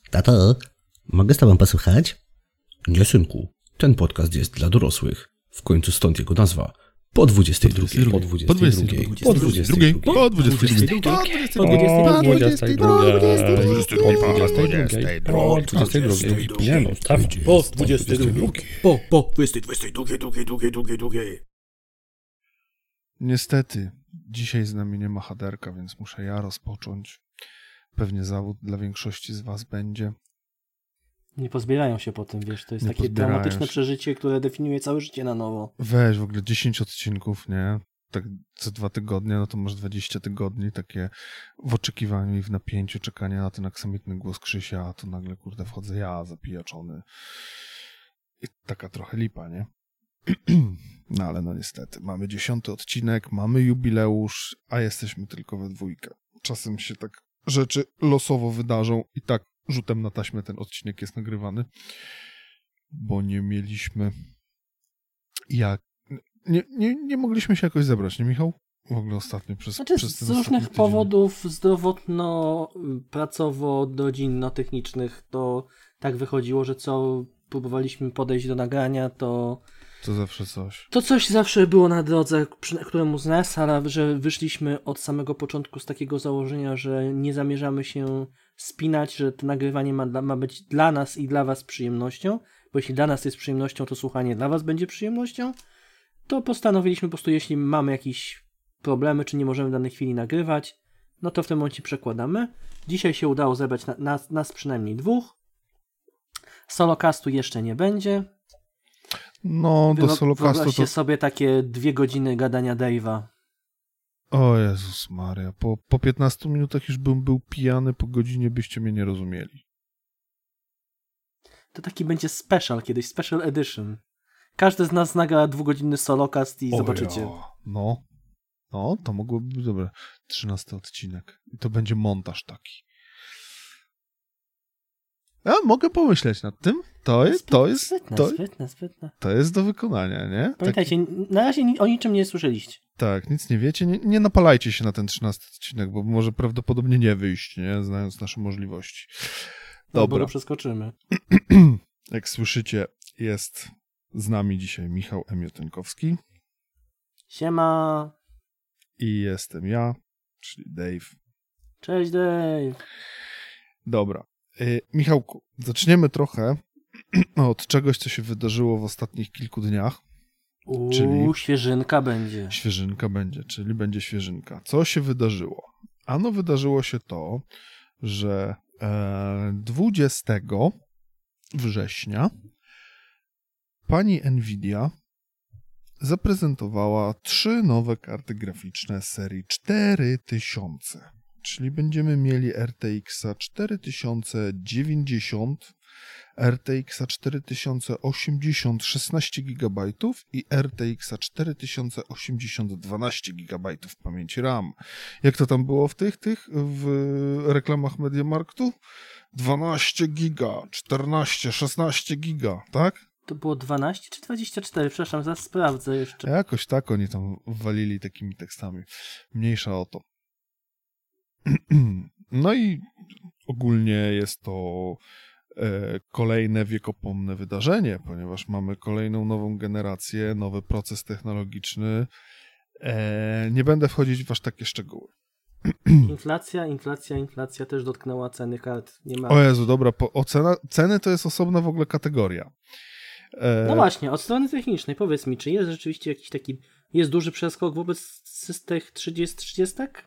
Tato, mogę z tobą posłuchać? Nie, synku. Ten podcast jest dla dorosłych. W końcu stąd jego nazwa. Po 22. Po 22. Po 22. Po 22. Nie no, tam po 22. Po 22. Niestety, dzisiaj z nami nie ma Haderka, więc muszę ja rozpocząć. Pewnie zawód dla większości z was będzie. Nie pozbierają się po tym, wiesz, to jest Nie takie pozbierają dramatyczne się. przeżycie, które definiuje całe życie na nowo. Weź w ogóle 10 odcinków, nie? Tak co 2 tygodnie, no to masz 20 tygodni, takie w oczekiwaniu i w napięciu czekania na ten aksamitny głos Krzysia, a tu nagle, kurde, wchodzę ja, zapijaczony. I taka trochę lipa, nie? No ale no niestety, mamy 10 odcinek, mamy jubileusz, a jesteśmy tylko we dwójkę. Czasem się tak rzeczy losowo wydarzą i tak rzutem na taśmę ten odcinek jest nagrywany, bo nie mieliśmy nie mogliśmy się jakoś zebrać, nie Michał? W ogóle ostatnio przez ten Z różnych powodów zdrowotno-pracowo-rodzinno-technicznych to tak wychodziło, że co próbowaliśmy podejść do nagrania, to zawsze coś. To coś zawsze było na drodze, któremu z nas, ale że wyszliśmy od samego początku z takiego założenia, że nie zamierzamy się spinać, że to nagrywanie ma być dla nas i dla was przyjemnością, bo jeśli dla nas jest przyjemnością, to słuchanie dla was będzie przyjemnością, to postanowiliśmy po prostu, jeśli mamy jakieś problemy, czy nie możemy w danej chwili nagrywać, no to w tym momencie przekładamy. Dzisiaj się udało zebrać nas przynajmniej 2. Solocastu jeszcze nie będzie. No, do Solocastu wyobraźcie to... sobie takie 2 godziny gadania Dave'a. O Jezus Maria, po 15 minutach już bym był pijany, po godzinie byście mnie nie rozumieli. To taki będzie special kiedyś, special edition. Każdy z nas nagra 2-godzinny Solocast i zobaczycie. Ja. No, to mogłoby być dobre. 13 odcinek. I to będzie montaż taki. Ja mogę pomyśleć nad tym. To jest Sprytne. To jest do wykonania, nie? Pamiętajcie, na razie o niczym nie słyszeliście. Tak, nic nie wiecie. Nie napalajcie się na ten 13 odcinek, bo może prawdopodobnie nie wyjść, nie? Znając nasze możliwości. Dobra. Bo przeskoczymy. Jak słyszycie, jest z nami dzisiaj Michał Emiotynkowski. Siema. I jestem ja, czyli Dave. Cześć, Dave. Dobra. Michałku, zaczniemy trochę od czegoś, co się wydarzyło w ostatnich kilku dniach. Czyli świeżynka będzie. Świeżynka będzie, czyli będzie świeżynka. Co się wydarzyło? Ano wydarzyło się to, że 20 września pani Nvidia zaprezentowała 3 nowe karty graficzne z serii 4000. Czyli będziemy mieli RTX 4090, RTX 4080 16 GB i RTX 4080 12 GB pamięci RAM. Jak to tam było w reklamach MediaMarktu? 12 giga, 14, 16 giga, tak? To było 12 czy 24? Przepraszam, zaraz sprawdzę jeszcze. Jakoś tak oni tam walili takimi tekstami. Mniejsza o to. No i ogólnie jest to kolejne wiekopomne wydarzenie, ponieważ mamy kolejną nową generację, nowy proces technologiczny. Nie będę wchodzić w aż takie szczegóły. Inflacja też dotknęła ceny kart. Nie ma... O Jezu, dobra, ceny to jest osobna w ogóle kategoria. No właśnie, od strony technicznej powiedz mi, czy jest rzeczywiście jakiś taki, jest duży przeskok wobec tych 30?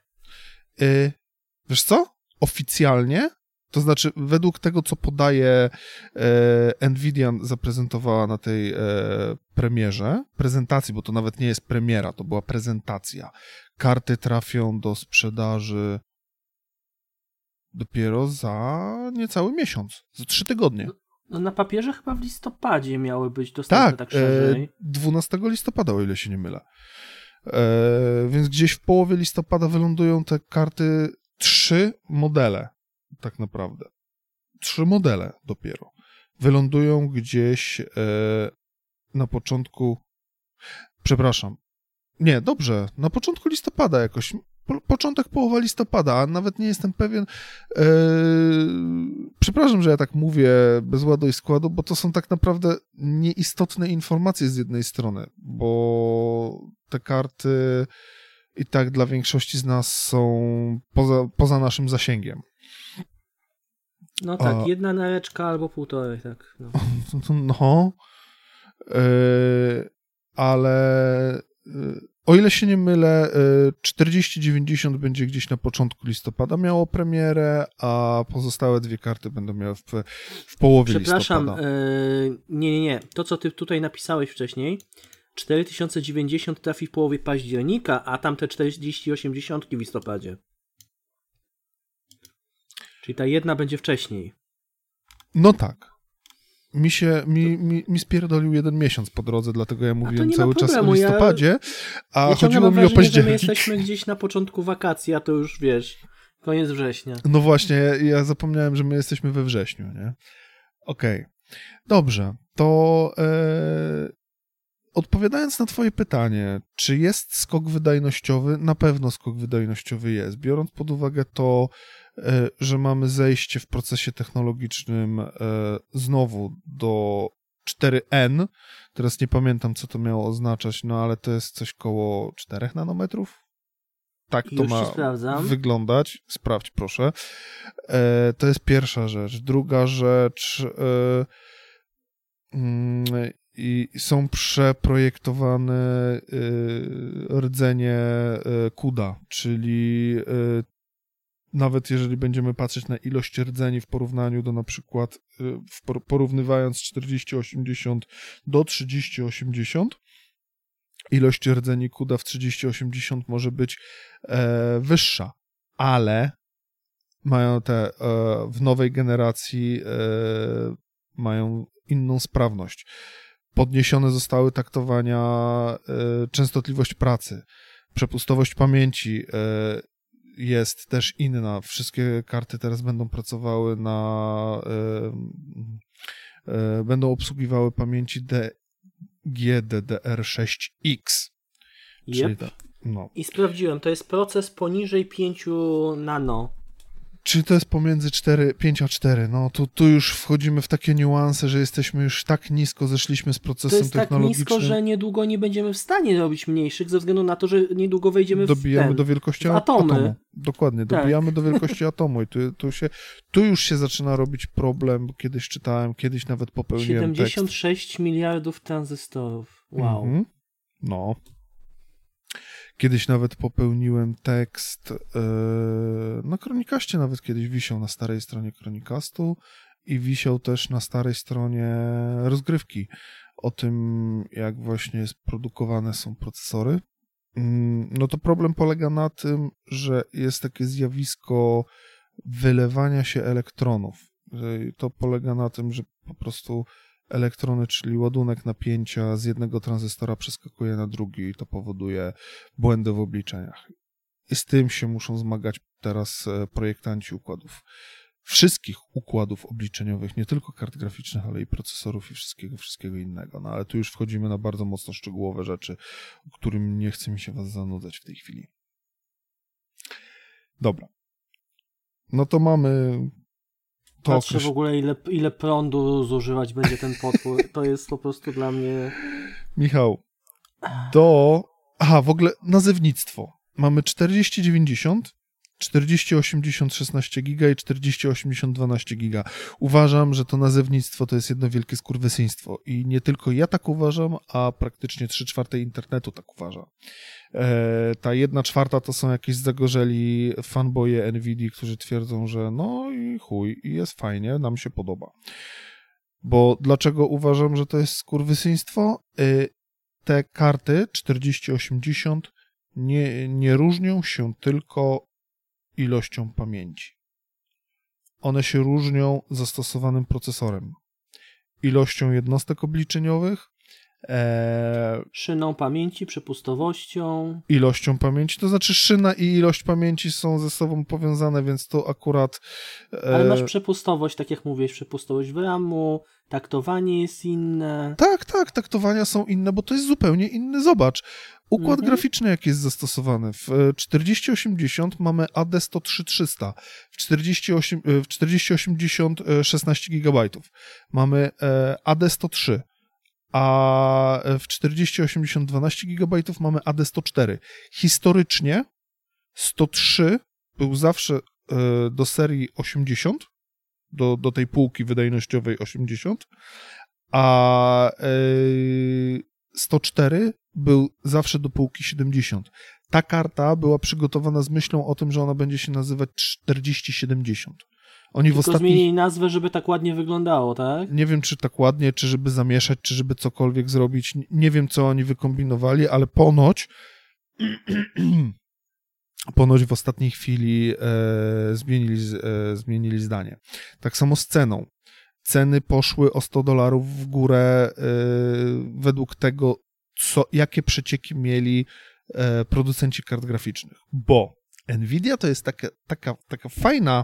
Wiesz co? Oficjalnie, to znaczy według tego, co podaje Nvidia zaprezentowała na tej prezentacji, bo to nawet nie jest premiera, to była prezentacja. Karty trafią do sprzedaży dopiero za niecały miesiąc, za 3 tygodnie. No na papierze chyba w listopadzie miały być dostępne tak szerzej. 12 listopada, o ile się nie mylę. Więc gdzieś w połowie listopada wylądują te karty 3 modele, tak naprawdę. 3 modele dopiero. Wylądują gdzieś na początku... Przepraszam. Nie, dobrze. Na początku listopada jakoś. początek, połowa listopada, a nawet nie jestem pewien. Przepraszam, że ja tak mówię bez ładu i składu, bo to są tak naprawdę nieistotne informacje z jednej strony, bo te karty i tak dla większości z nas są poza naszym zasięgiem. No tak, jedna nareczka albo półtorej, tak. No. Ale o ile się nie mylę, 4090 będzie gdzieś na początku listopada miało premierę, a pozostałe 2 karty będą miały w połowie listopada. Nie. To, co ty tutaj napisałeś wcześniej, 4090 trafi w połowie października, a tamte 4080 w listopadzie. Czyli ta jedna będzie wcześniej. No tak. Mi spierdolił 1 miesiąc po drodze, dlatego ja mówiłem cały czas o listopadzie, a chodziło mi o październik. My jesteśmy gdzieś na początku wakacji, a to już, wiesz, koniec września. No właśnie, ja zapomniałem, że my jesteśmy we wrześniu, nie? Okej. Dobrze, to odpowiadając na twoje pytanie, czy jest skok wydajnościowy? Na pewno skok wydajnościowy jest. Biorąc pod uwagę to, że mamy zejście w procesie technologicznym znowu do 4N. Teraz nie pamiętam, co to miało oznaczać, no ale to jest coś koło 4 nanometrów. Tak to ma wyglądać. Sprawdź, proszę. To jest pierwsza rzecz. Druga rzecz... I są przeprojektowane rdzenie CUDA, czyli nawet jeżeli będziemy patrzeć na ilość rdzeni w porównaniu do na przykład, porównywając 4080 do 3080, ilość rdzeni CUDA w 3080 może być wyższa, ale mają w nowej generacji mają inną sprawność. Podniesione zostały taktowania, częstotliwość pracy, przepustowość pamięci jest też inna. Wszystkie karty teraz będą pracowały będą obsługiwały pamięci GDDR6X. Yep. I sprawdziłem, to jest proces poniżej 5 nano. Czy to jest pomiędzy 5 a 4? No tu już wchodzimy w takie niuanse, że jesteśmy już tak nisko, zeszliśmy z procesem technologicznym. To jest tak nisko, że niedługo nie będziemy w stanie robić mniejszych, ze względu na to, że niedługo wejdziemy do wielkości atomu. Dokładnie, dobijamy do wielkości atomu i tu już się zaczyna robić problem, bo kiedyś nawet popełniłem 76 miliardów tranzystorów. Wow. Mhm. No. Kiedyś nawet popełniłem tekst na Chronicaście, nawet kiedyś wisiał na starej stronie Chronicastu i wisiał też na starej stronie rozgrywki o tym, jak właśnie produkowane są procesory. No to problem polega na tym, że jest takie zjawisko wylewania się elektronów. To polega na tym, że po prostu elektrony, czyli ładunek napięcia z jednego tranzystora przeskakuje na drugi i to powoduje błędy w obliczeniach. I z tym się muszą zmagać teraz projektanci układów. Wszystkich układów obliczeniowych, nie tylko kart graficznych, ale i procesorów i wszystkiego innego. No ale tu już wchodzimy na bardzo mocno szczegółowe rzeczy, o którym nie chce mi się was zanudzać w tej chwili. Dobra. No to mamy... Patrzę w ogóle, ile prądu zużywać będzie ten potwór. To jest po prostu dla mnie... Michał, w ogóle nazewnictwo. Mamy 4090, 4080 16 giga i 4080 12 giga. Uważam, że to nazewnictwo to jest jedno wielkie skurwysyństwo. I nie tylko ja tak uważam, a praktycznie 3/4 internetu tak uważa. Ta 1/4 to są jakieś zagorzeli fanboye Nvidia, którzy twierdzą, że no i chuj, i jest fajnie, nam się podoba. Bo dlaczego uważam, że to jest skurwysyństwo? Te karty 4080 nie różnią się tylko ilością pamięci. One się różnią zastosowanym procesorem, ilością jednostek obliczeniowych, Szyną pamięci, przepustowością. Ilością pamięci, to znaczy szyna i ilość pamięci są ze sobą powiązane, więc to akurat... Ale masz przepustowość, tak jak mówiłeś, przepustowość w RAM-u, taktowanie jest inne. Tak, taktowania są inne, bo to jest zupełnie inny. Zobacz, układ graficzny jaki jest zastosowany. W 4080 mamy AD103-300, w 4080 16 GB, mamy AD103, a w 4080 12 GB mamy AD104. Historycznie 103 był zawsze do serii 80, do tej półki wydajnościowej 80, a 104 był zawsze do półki 70. Ta karta była przygotowana z myślą o tym, że ona będzie się nazywać 4070. Oni tylko zmienili nazwę, żeby tak ładnie wyglądało, tak? Nie wiem, czy tak ładnie, czy żeby zamieszać, czy żeby cokolwiek zrobić. Nie wiem, co oni wykombinowali, ale ponoć w ostatniej chwili zmienili zdanie. Tak samo z ceną. Ceny poszły o $100 w górę według tego, jakie przecieki mieli producenci kart graficznych. Bo Nvidia to jest taka fajna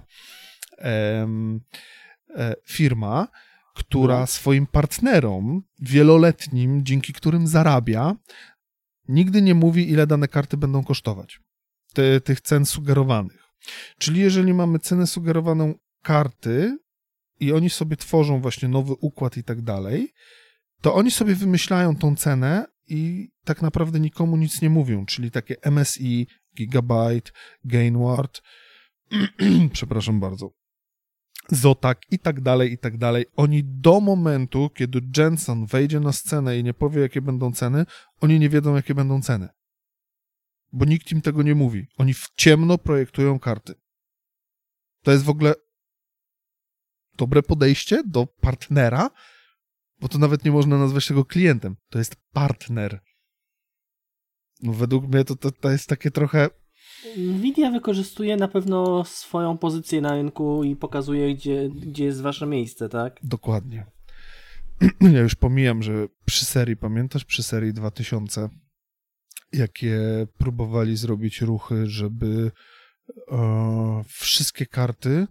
firma, która swoim partnerom wieloletnim, dzięki którym zarabia, nigdy nie mówi, ile dane karty będą kosztować. Tych cen sugerowanych. Czyli jeżeli mamy cenę sugerowaną karty i oni sobie tworzą właśnie nowy układ i tak dalej, to oni sobie wymyślają tą cenę i tak naprawdę nikomu nic nie mówią, czyli takie MSI, Gigabyte, Gainward, przepraszam bardzo, Zotac i tak dalej. Oni do momentu, kiedy Jensen wejdzie na scenę i nie powie, jakie będą ceny, oni nie wiedzą, jakie będą ceny. Bo nikt im tego nie mówi. Oni w ciemno projektują karty. To jest w ogóle dobre podejście do partnera, bo to nawet nie można nazwać tego klientem. To jest partner. No według mnie to jest takie trochę... Nvidia wykorzystuje na pewno swoją pozycję na rynku i pokazuje, gdzie jest wasze miejsce, tak? Dokładnie. Ja już pomijam, że przy serii, pamiętasz, przy serii 2000, jakie próbowali zrobić ruchy, żeby wszystkie karty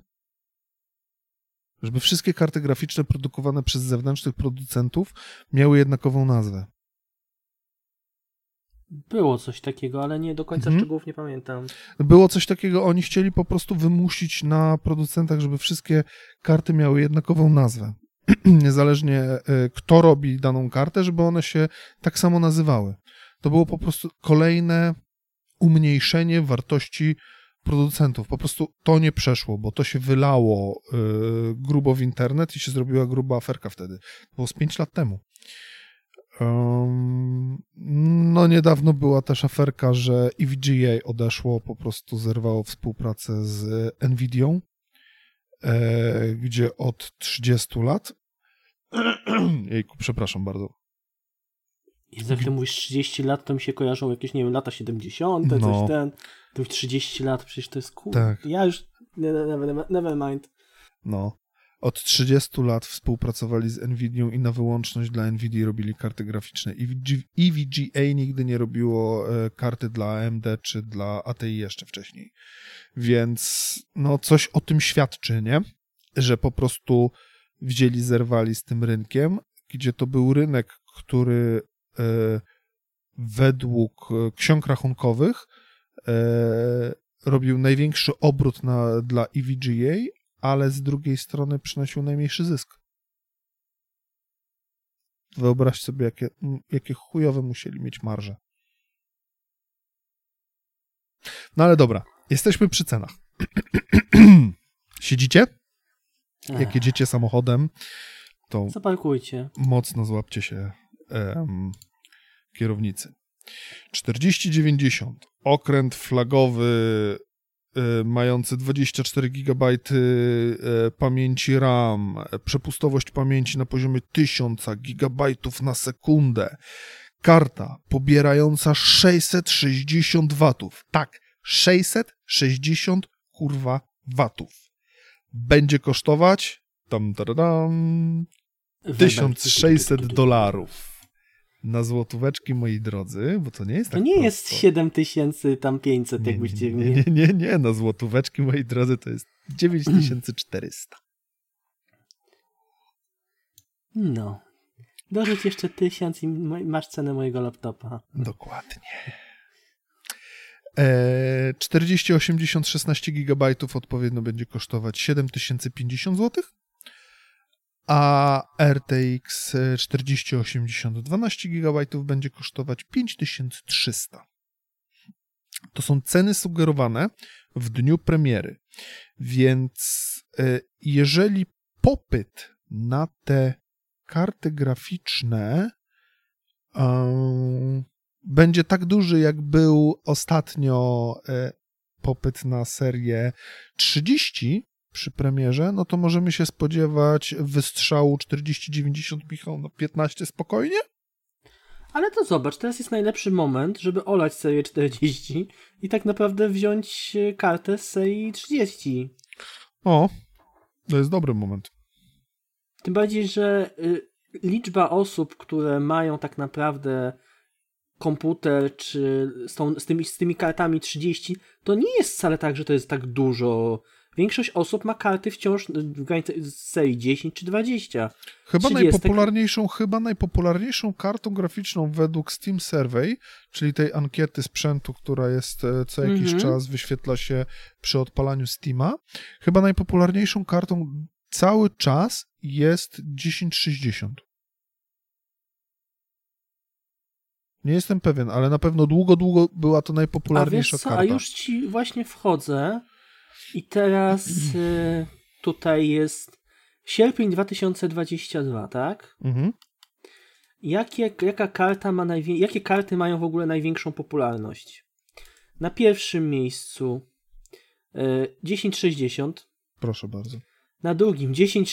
graficzne produkowane przez zewnętrznych producentów miały jednakową nazwę. Było coś takiego, ale nie do końca szczegółów nie pamiętam. Było coś takiego, oni chcieli po prostu wymusić na producentach, żeby wszystkie karty miały jednakową nazwę. Niezależnie kto robi daną kartę, żeby one się tak samo nazywały. To było po prostu kolejne umniejszenie wartości producentów. Po prostu to nie przeszło, bo to się wylało grubo w internet i się zrobiła gruba aferka wtedy. To było z 5 lat temu. No niedawno była też aferka, że EVGA odeszło, po prostu zerwało współpracę z Nvidią, gdzie od 30 lat jejku, przepraszam bardzo. Jak ty mówisz 30 lat, to mi się kojarzą jakieś, nie wiem, lata 70, coś to już 30 lat, przecież to jest cool. Tak. Ja już, never mind. No. Od 30 lat współpracowali z Nvidią i na wyłączność dla Nvidii robili karty graficzne. EVGA nigdy nie robiło karty dla AMD czy dla ATI jeszcze wcześniej. Więc no coś o tym świadczy, nie? Że po prostu zerwali z tym rynkiem, gdzie to był rynek, który według ksiąg rachunkowych robił największy obrót dla EVGA, ale z drugiej strony przynosił najmniejszy zysk. Wyobraź sobie, jakie chujowe musieli mieć marże. No ale dobra, jesteśmy przy cenach. Siedzicie? Jak jedziecie samochodem, to zaparkujcie. Mocno złapcie się kierownicy. 4090, okręt flagowy mający 24 GB pamięci RAM, przepustowość pamięci na poziomie 1000 GB na sekundę, karta pobierająca 660 watów. Tak, 660 kurwa watów. Będzie kosztować $1600. na złotóweczki, moi drodzy, bo to nie jest tak To nie prosto. jest 7500, jakbyście mieli. Nie, na złotóweczki, moi drodzy, to jest 9400. No. Dorzuć jeszcze 1000 i masz cenę mojego laptopa. Dokładnie. 4080 16 GB odpowiednio będzie kosztować 7050 zł, a RTX 4080 12 GB będzie kosztować 5300. To są ceny sugerowane w dniu premiery, więc jeżeli popyt na te karty graficzne będzie tak duży, jak był ostatnio popyt na serię 30 przy premierze, no to możemy się spodziewać wystrzału 4090, Michał, na 15 spokojnie? Ale to zobacz, teraz jest najlepszy moment, żeby olać serię 40 i tak naprawdę wziąć kartę z serii 30. O, to jest dobry moment. Tym bardziej, że liczba osób, które mają tak naprawdę komputer czy z tymi kartami 30, to nie jest wcale tak, że to jest tak dużo. Większość osób ma karty wciąż w granicy z serii 10 czy 20. Chyba najpopularniejszą kartą graficzną według Steam Survey, czyli tej ankiety sprzętu, która jest co jakiś czas, wyświetla się przy odpalaniu Steama, chyba najpopularniejszą kartą cały czas jest 1060. Nie jestem pewien, ale na pewno długo była to najpopularniejsza karta. A już ci właśnie wchodzę i teraz tutaj jest sierpień 2022, tak? Mhm. Jakie karty mają w ogóle największą popularność? Na pierwszym miejscu 1060. Proszę bardzo. Na drugim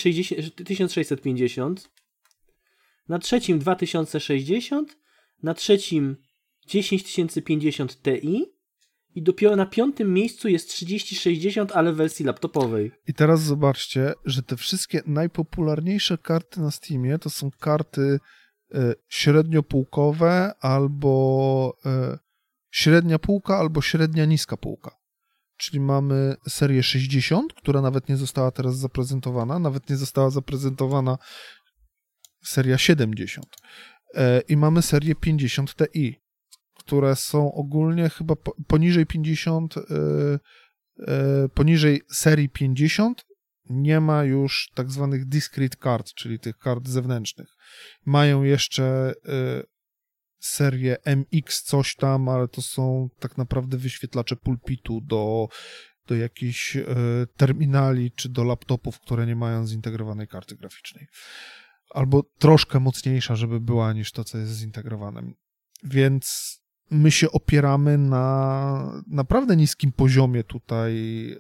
1650. Na trzecim 2060. Na trzecim 10050 Ti i dopiero na 5. miejscu jest 3060, ale w wersji laptopowej. I teraz zobaczcie, że te wszystkie najpopularniejsze karty na Steamie to są karty średniopółkowe albo średnia półka albo średnia niska półka. Czyli mamy serię 60, która nawet nie została teraz zaprezentowana, nawet nie została zaprezentowana seria 70. I mamy serię 50 Ti, które są ogólnie chyba poniżej 50, poniżej serii 50 nie ma już tak zwanych discrete card, czyli tych kart zewnętrznych. Mają jeszcze serię MX coś tam, ale to są tak naprawdę wyświetlacze pulpitu do jakichś terminali czy do laptopów, które nie mają zintegrowanej karty graficznej. Albo troszkę mocniejsza, żeby była niż to, co jest zintegrowane. Więc my się opieramy na naprawdę niskim poziomie tutaj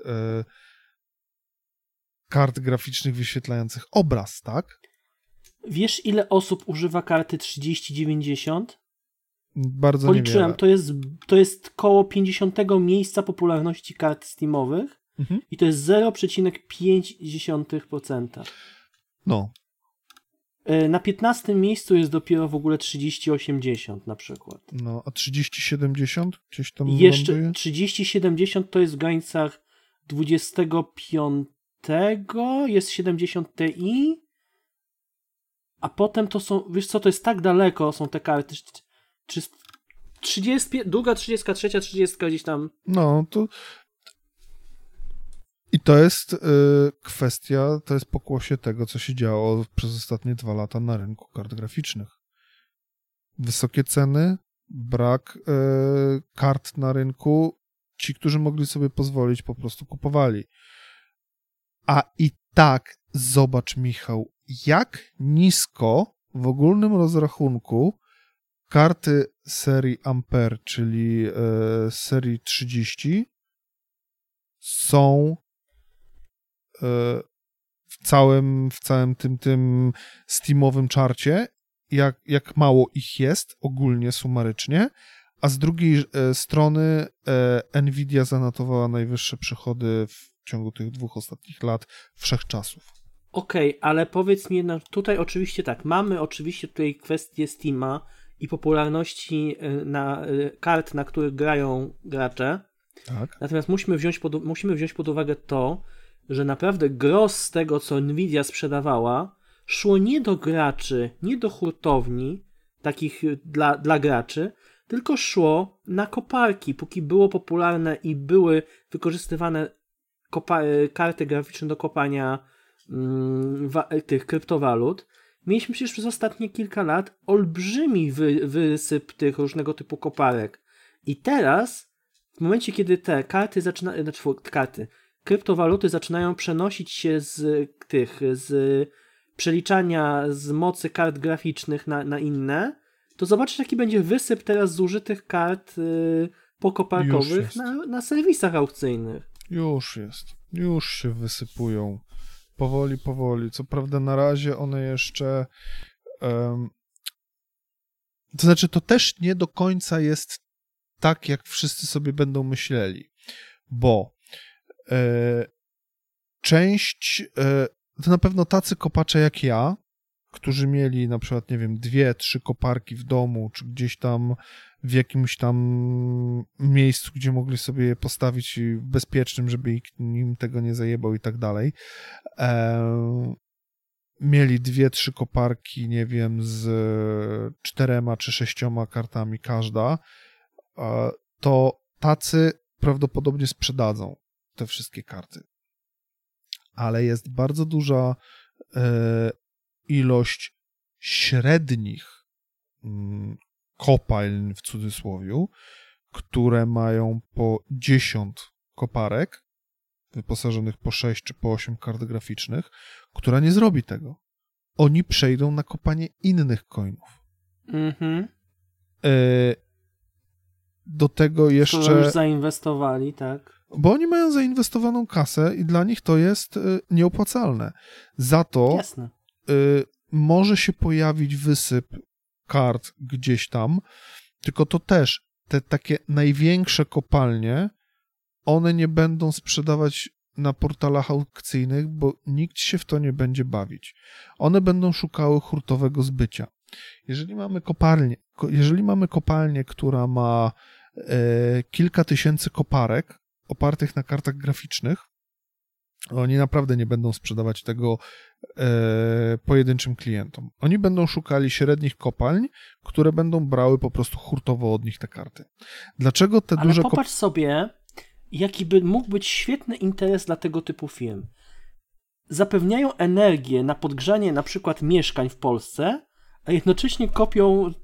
kart graficznych wyświetlających obraz, tak? Wiesz, ile osób używa karty 3090? Bardzo policzyłem, niewiele. To jest koło 50 miejsca popularności kart Steamowych i to jest 0,5%. No. Na 15 miejscu jest dopiero w ogóle 3080 na przykład. No, a 3070 gdzieś tam jeszcze ląduje? 3070 to jest w granicach 25, jest 70 Ti, a potem to są, wiesz co, to jest tak daleko są te karty, 30, druga 33, 30 gdzieś tam. No, to i to jest kwestia, to jest pokłosie tego, co się działo przez ostatnie 2 lata na rynku kart graficznych. Wysokie ceny, brak kart na rynku, ci, którzy mogli sobie pozwolić, po prostu kupowali. A i tak, zobacz, Michał, jak nisko w ogólnym rozrachunku karty serii Ampere, czyli serii 30 są w całym tym Steamowym czarcie, jak mało ich jest ogólnie, sumarycznie, a z drugiej strony Nvidia zanotowała najwyższe przychody w ciągu tych 2 ostatnich lat wszechczasów. Okej, ale powiedz mi jednak, tutaj oczywiście tak, mamy oczywiście tutaj kwestię Steama i popularności kart, na których grają gracze. Tak. Natomiast musimy wziąć pod uwagę to, że naprawdę gros z tego, co Nvidia sprzedawała, szło nie do graczy, nie do hurtowni, takich dla graczy, tylko szło na koparki. Póki było popularne i były wykorzystywane karty graficzne do kopania tych kryptowalut, mieliśmy przecież przez ostatnie kilka lat olbrzymi wysyp tych różnego typu koparek. I teraz, w momencie, kiedy te kryptowaluty zaczynają przenosić się z przeliczania z mocy kart graficznych na inne, to zobaczysz, jaki będzie wysyp teraz zużytych kart pokoparkowych na serwisach aukcyjnych. Już się wysypują. Powoli. Co prawda na razie one jeszcze... To znaczy, to też nie do końca jest tak, jak wszyscy sobie będą myśleli, bo część... to na pewno tacy kopacze jak ja, którzy mieli na przykład, nie wiem, 2-3 koparki w domu, czy gdzieś tam w jakimś tam miejscu, gdzie mogli sobie je postawić bezpiecznym, żeby im tego nie zajebał i tak dalej. Mieli 2-3 koparki, nie wiem, z 4 czy 6 kartami każda, to tacy prawdopodobnie sprzedadzą te wszystkie karty. Ale jest bardzo duża ilość średnich kopalń w cudzysłowiu, które mają po 10 koparek, wyposażonych po 6 czy po 8 kart graficznych, która nie zrobi tego. Oni przejdą na kopanie innych coinów. Do tego jeszcze... Skoro już zainwestowali, tak? Bo oni mają zainwestowaną kasę i dla nich to jest nieopłacalne. Za to może się pojawić wysyp kart gdzieś tam, tylko to też te takie największe kopalnie, one nie będą sprzedawać na portalach aukcyjnych, bo nikt się w to nie będzie bawić. One będą szukały hurtowego zbycia. Jeżeli mamy kopalnię, która ma kilka tysięcy koparek opartych na kartach graficznych, oni naprawdę nie będą sprzedawać tego pojedynczym klientom. Oni będą szukali średnich kopalń, które będą brały po prostu hurtowo od nich te karty. Dlaczego te duże... Ale popatrz sobie, jaki mógł być świetny interes dla tego typu firm. Zapewniają energię na podgrzanie na przykład mieszkań w Polsce, a jednocześnie kopią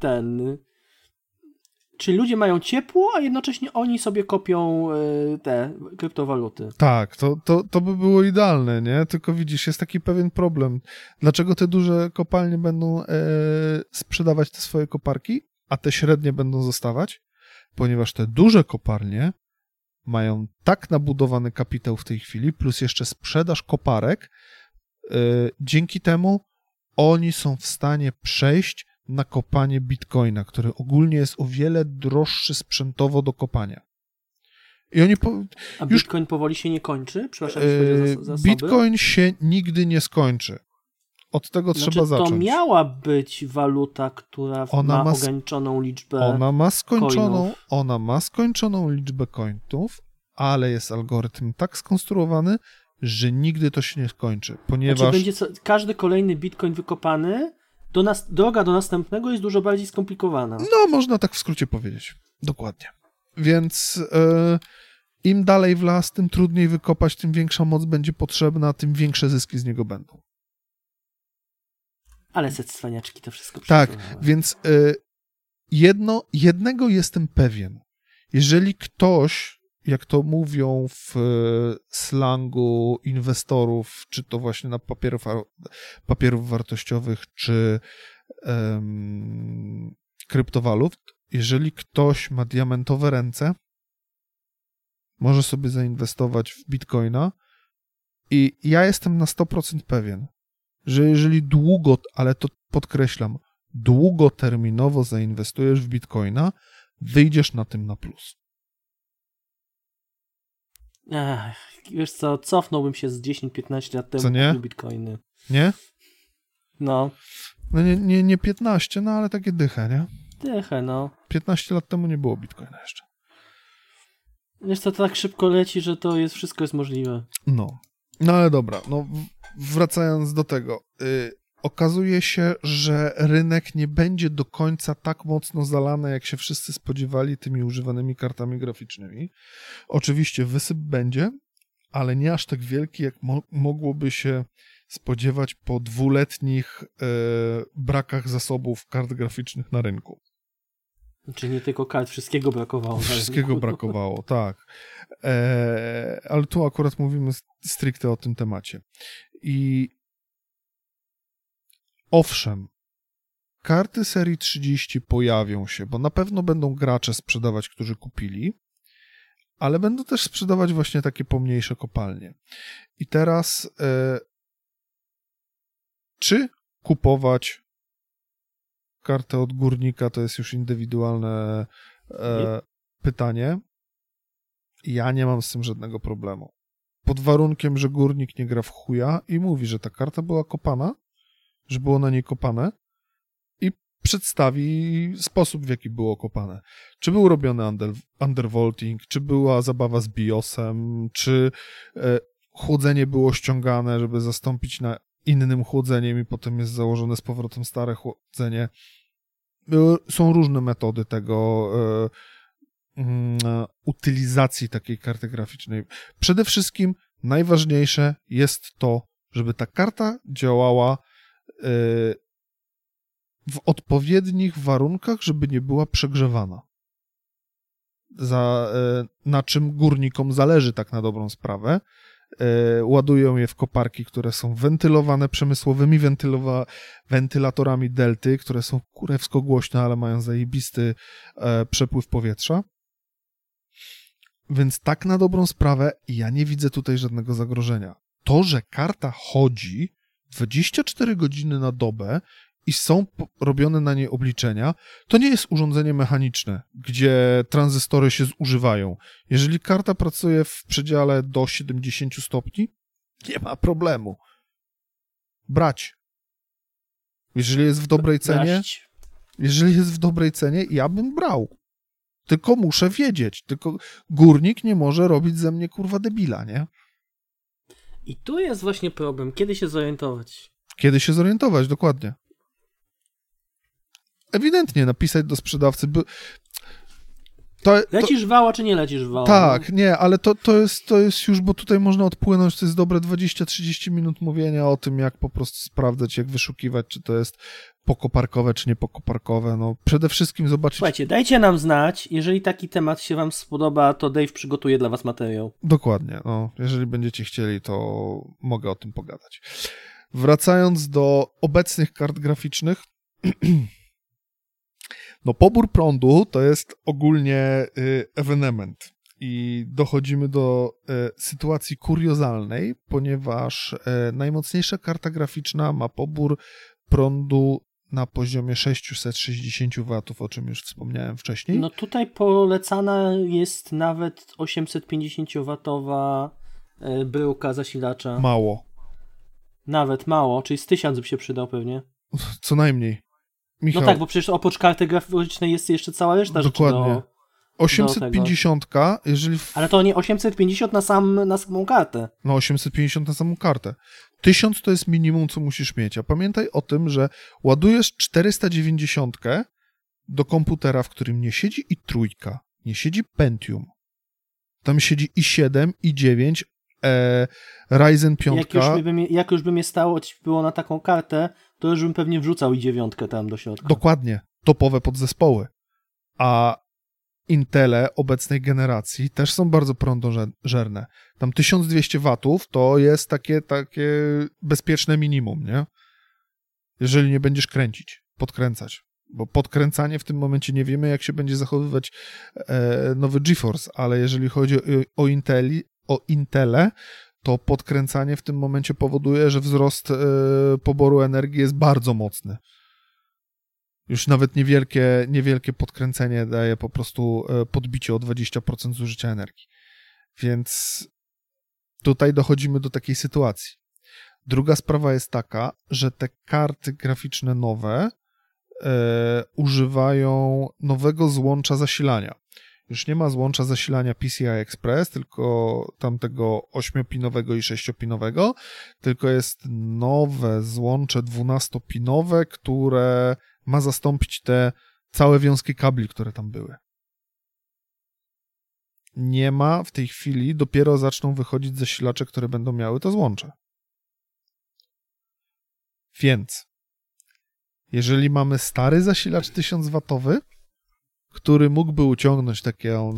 Czyli ludzie mają ciepło, a jednocześnie oni sobie kopią te kryptowaluty. Tak, to by było idealne, nie? Tylko widzisz, jest taki pewien problem. Dlaczego te duże kopalnie będą sprzedawać te swoje koparki, a te średnie będą zostawać? Ponieważ te duże kopalnie mają tak nabudowany kapitał w tej chwili, plus jeszcze sprzedaż koparek, dzięki temu oni są w stanie przejść na kopanie bitcoina, który ogólnie jest o wiele droższy sprzętowo do kopania. I oni A bitcoin powoli się nie kończy? Przepraszam, jeśli chodzi o zasoby. Bitcoin się nigdy nie skończy. Od tego trzeba zacząć. To miała być waluta, która ma ograniczoną liczbę Ona ma skończoną liczbę coinów, ale jest algorytm tak skonstruowany, że nigdy to się nie skończy, ponieważ... będzie każdy kolejny bitcoin wykopany, droga do następnego jest dużo bardziej skomplikowana. No, można tak w skrócie powiedzieć. Dokładnie. Więc im dalej w las, tym trudniej wykopać, tym większa moc będzie potrzebna, tym większe zyski z niego będą. Ale cwaniaczki to wszystko tak, więc jednego jestem pewien. Jeżeli ktoś, jak to mówią w slangu inwestorów, czy to właśnie na papierów wartościowych, czy kryptowalut, jeżeli ktoś ma diamentowe ręce, może sobie zainwestować w bitcoina i ja jestem na 100% pewien, że jeżeli ale to podkreślam, długoterminowo zainwestujesz w bitcoina, wyjdziesz na tym na plus. Wiesz co, cofnąłbym się z 10-15 lat temu do bitcoiny. Nie? No. No nie 15, no ale takie dychę, nie? Dychę, no. 15 lat temu nie było Bitcoina jeszcze. Wiesz co, to tak szybko leci, że to jest, wszystko jest możliwe. No ale dobra, no wracając do tego. Okazuje się, że rynek nie będzie do końca tak mocno zalany, jak się wszyscy spodziewali tymi używanymi kartami graficznymi. Oczywiście wysyp będzie, ale nie aż tak wielki, jak mogłoby się spodziewać po 2-letnich brakach zasobów kart graficznych na rynku. Czy nie tylko kart, wszystkiego brakowało. Wszystkiego brakowało, tak. Ale tu akurat mówimy stricte o tym temacie. I owszem, karty serii 30 pojawią się, bo na pewno będą gracze sprzedawać, którzy kupili, ale będą też sprzedawać właśnie takie pomniejsze kopalnie. I teraz czy kupować kartę od górnika, to jest już indywidualne pytanie. Ja nie mam z tym żadnego problemu. Pod warunkiem, że górnik nie gra w chuja i mówi, że ta karta była kopana, że było na niej kopane i przedstawi sposób, w jaki było kopane. Czy był robiony undervolting, czy była zabawa z BIOS-em, czy chłodzenie było ściągane, żeby zastąpić na innym chłodzeniem i potem jest założone z powrotem stare chłodzenie. Są różne metody tego utylizacji takiej karty graficznej. Przede wszystkim najważniejsze jest to, żeby ta karta działała w odpowiednich warunkach, żeby nie była przegrzewana. Na czym górnikom zależy tak na dobrą sprawę. Ładują je w koparki, które są wentylowane przemysłowymi wentylatorami Delty, które są kurewsko głośne, ale mają zajebisty przepływ powietrza. Więc tak na dobrą sprawę ja nie widzę tutaj żadnego zagrożenia. To, że karta chodzi 24 godziny na dobę i są robione na niej obliczenia, to nie jest urządzenie mechaniczne, gdzie tranzystory się zużywają. Jeżeli karta pracuje w przedziale do 70 stopni, nie ma problemu. Brać. Jeżeli jest w dobrej cenie, ja bym brał. Tylko muszę wiedzieć. Tylko górnik nie może robić ze mnie kurwa debila, nie? I tu jest właśnie problem. Kiedy się zorientować? Kiedy się zorientować, dokładnie. Ewidentnie napisać do sprzedawcy. Lecisz wała, czy nie lecisz wała? Tak, nie, ale to jest już, bo tutaj można odpłynąć, to jest dobre 20-30 minut mówienia o tym, jak po prostu sprawdzać, jak wyszukiwać, czy to jest pokoparkowe, czy nie pokoparkowe. No, przede wszystkim zobaczyć... Słuchajcie, dajcie nam znać, jeżeli taki temat się wam spodoba, to Dave przygotuje dla was materiał. Dokładnie, no, jeżeli będziecie chcieli, to mogę o tym pogadać. Wracając do obecnych kart graficznych, no pobór prądu to jest ogólnie ewenement i dochodzimy do sytuacji kuriozalnej, ponieważ najmocniejsza karta graficzna ma pobór prądu na poziomie 660 W, o czym już wspomniałem wcześniej. No tutaj polecana jest nawet 850W bryłka zasilacza. Mało. Nawet mało, czyli z 1000 by się przydał pewnie. Co najmniej. Michał. No tak, bo przecież oprócz karty graficznej jest jeszcze cała reszta dokładnie. Rzeczy 850, jeżeli... Ale to nie 850 na samą kartę. No 850 na samą kartę. 1000 to jest minimum, co musisz mieć. A pamiętaj o tym, że ładujesz 490 do komputera, w którym nie siedzi i3, nie siedzi Pentium. Tam siedzi i7, i9, Ryzen 5. Jak już by mnie stało, było na taką kartę, to już bym pewnie wrzucał i9 tam do środka. Dokładnie. Topowe podzespoły. A Intele obecnej generacji też są bardzo prądożerne. Tam 1200 watów to jest takie bezpieczne minimum, nie? Jeżeli nie będziesz podkręcać. Bo podkręcanie w tym momencie nie wiemy, jak się będzie zachowywać nowy GeForce, ale jeżeli chodzi o Intele, to podkręcanie w tym momencie powoduje, że wzrost poboru energii jest bardzo mocny. Już nawet niewielkie podkręcenie daje po prostu podbicie o 20% zużycia energii. Więc tutaj dochodzimy do takiej sytuacji. Druga sprawa jest taka, że te karty graficzne nowe używają nowego złącza zasilania. Już nie ma złącza zasilania PCI Express, tylko tamtego 8-pinowego i 6-pinowego, tylko jest nowe złącze 12-pinowe, które ma zastąpić te całe wiązki kabli, które tam były. Nie ma w tej chwili, dopiero zaczną wychodzić zasilacze, które będą miały to złącze. Więc jeżeli mamy stary zasilacz 1000W, który mógłby uciągnąć taką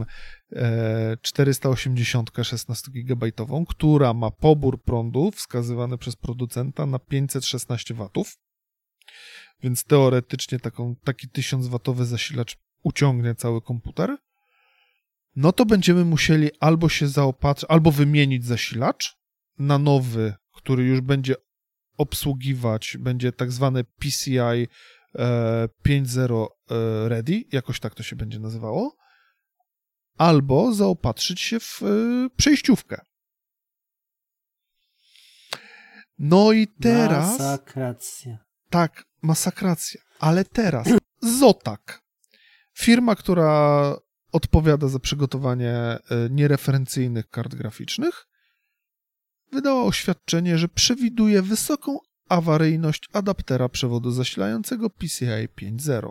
480 16GB, która ma pobór prądu wskazywany przez producenta na 516 W, więc teoretycznie taki 1000W zasilacz uciągnie cały komputer, no to będziemy musieli albo się zaopatrzyć, albo wymienić zasilacz na nowy, który już będzie obsługiwać, będzie tak zwany PCI 5.0 Ready, jakoś tak to się będzie nazywało, albo zaopatrzyć się w przejściówkę. No i teraz... Masakracja. Tak, masakracja. Ale teraz Zotac, firma, która odpowiada za przygotowanie niereferencyjnych kart graficznych, wydała oświadczenie, że przewiduje wysoką awaryjność adaptera przewodu zasilającego PCI 5.0.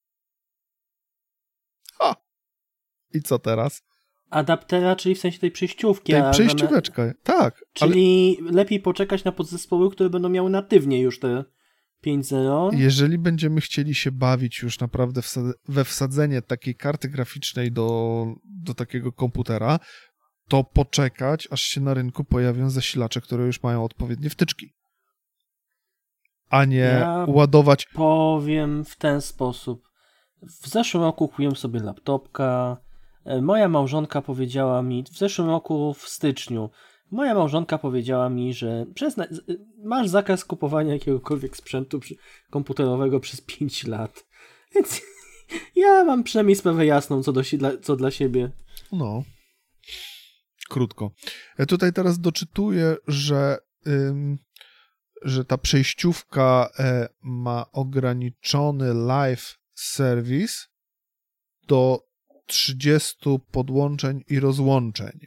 Ha! I co teraz? Adaptera, czyli w sensie tej przejściówki. Tej przejścióweczka, tak. Czyli lepiej poczekać na podzespoły, które będą miały natywnie już te 5.0. Jeżeli będziemy chcieli się bawić już naprawdę we wsadzenie takiej karty graficznej do takiego komputera, to poczekać, aż się na rynku pojawią zasilacze, które już mają odpowiednie wtyczki. A nie ładować... Powiem w ten sposób. W zeszłym roku kupiłem sobie laptopka. Moja małżonka powiedziała mi, w zeszłym roku w styczniu, moja małżonka powiedziała mi, że masz zakaz kupowania jakiegokolwiek sprzętu komputerowego przez 5 lat. Więc ja mam przynajmniej sprawę jasną co dla siebie. No, krótko. Ja tutaj teraz doczytuję, że ta przejściówka ma ograniczony live service do 30 podłączeń i rozłączeń.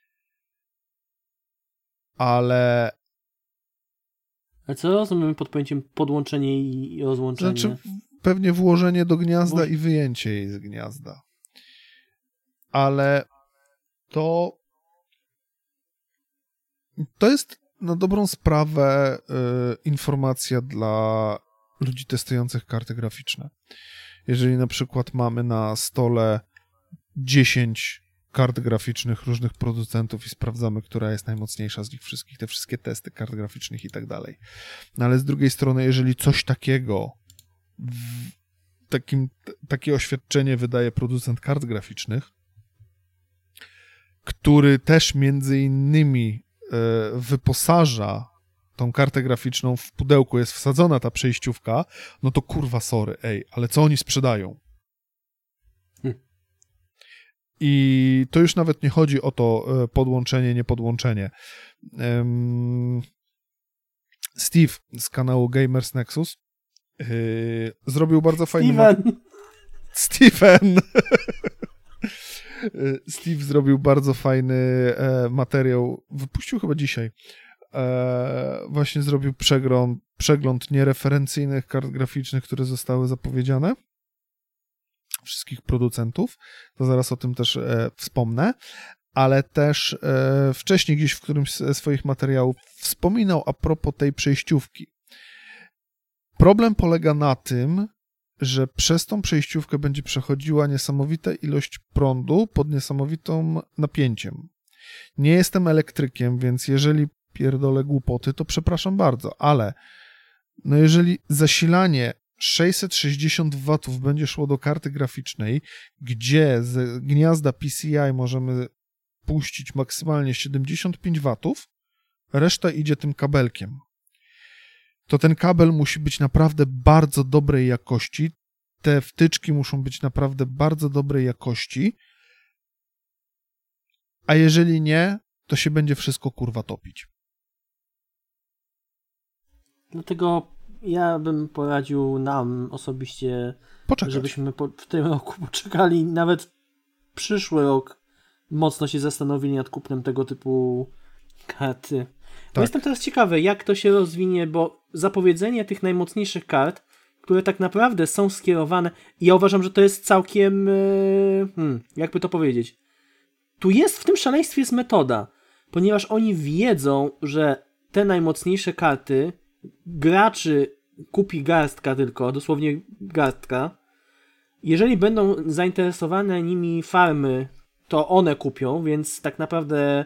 Ale... A co rozumiemy pod pojęciem podłączenie i rozłączenie? Znaczy pewnie włożenie do gniazda i wyjęcie jej z gniazda. Ale to jest na dobrą sprawę informacja dla ludzi testujących karty graficzne. Jeżeli na przykład mamy na stole 10 kart graficznych różnych producentów i sprawdzamy, która jest najmocniejsza z nich wszystkich, te wszystkie testy kart graficznych i tak dalej. No ale z drugiej strony, jeżeli coś takiego, takie oświadczenie wydaje producent kart graficznych, który też między innymi wyposaża tą kartę graficzną, w pudełku jest wsadzona ta przejściówka, no to kurwa sorry, ale co oni sprzedają? I to już nawet nie chodzi o to podłączenie, niepodłączenie. Steve z kanału Gamers Nexus zrobił bardzo fajny... Steven! Steve zrobił bardzo fajny materiał, wypuścił chyba dzisiaj. Właśnie zrobił przegląd niereferencyjnych kart graficznych, które zostały zapowiedziane. Wszystkich producentów. To zaraz o tym też wspomnę. Ale też wcześniej gdzieś w którymś ze swoich materiałów wspominał a propos tej przejściówki. Problem polega na tym, że przez tą przejściówkę będzie przechodziła niesamowita ilość prądu pod niesamowitym napięciem. Nie jestem elektrykiem, więc jeżeli pierdolę głupoty, to przepraszam bardzo, ale no jeżeli zasilanie 660 W będzie szło do karty graficznej, gdzie z gniazda PCI możemy puścić maksymalnie 75 W, reszta idzie tym kabelkiem. To ten kabel musi być naprawdę bardzo dobrej jakości, te wtyczki muszą być naprawdę bardzo dobrej jakości, a jeżeli nie, to się będzie wszystko kurwa topić. Dlatego Ja bym poradził nam osobiście, Poczekać. żebyśmy w tym roku poczekali, nawet przyszły rok mocno się zastanowili nad kupnem tego typu karty. Bo jestem teraz ciekawy, jak to się rozwinie, bo zapowiedzenie tych najmocniejszych kart, które tak naprawdę są skierowane, i ja uważam, że to jest całkiem, jakby to powiedzieć, tu jest w tym szaleństwie jest metoda, ponieważ oni wiedzą, że te najmocniejsze karty graczy kupi garstka tylko, dosłownie garstka. Jeżeli będą zainteresowane nimi farmy, to one kupią, więc tak naprawdę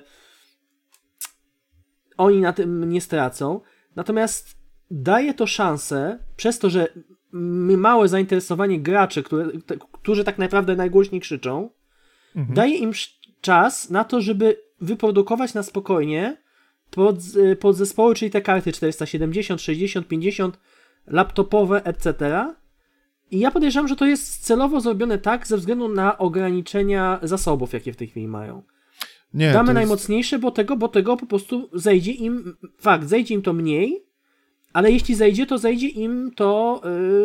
oni na tym nie stracą. Natomiast daje to szansę, przez to, że małe zainteresowanie graczy, którzy tak naprawdę najgłośniej krzyczą, daje im czas na to, żeby wyprodukować na spokojnie podzespoły, czyli te karty 470, 60, 50, laptopowe, etc. I ja podejrzewam, że to jest celowo zrobione tak ze względu na ograniczenia zasobów, jakie w tej chwili mają. Nie, damy najmocniejsze, bo tego po prostu zejdzie im to mniej, ale jeśli zejdzie, to zejdzie im to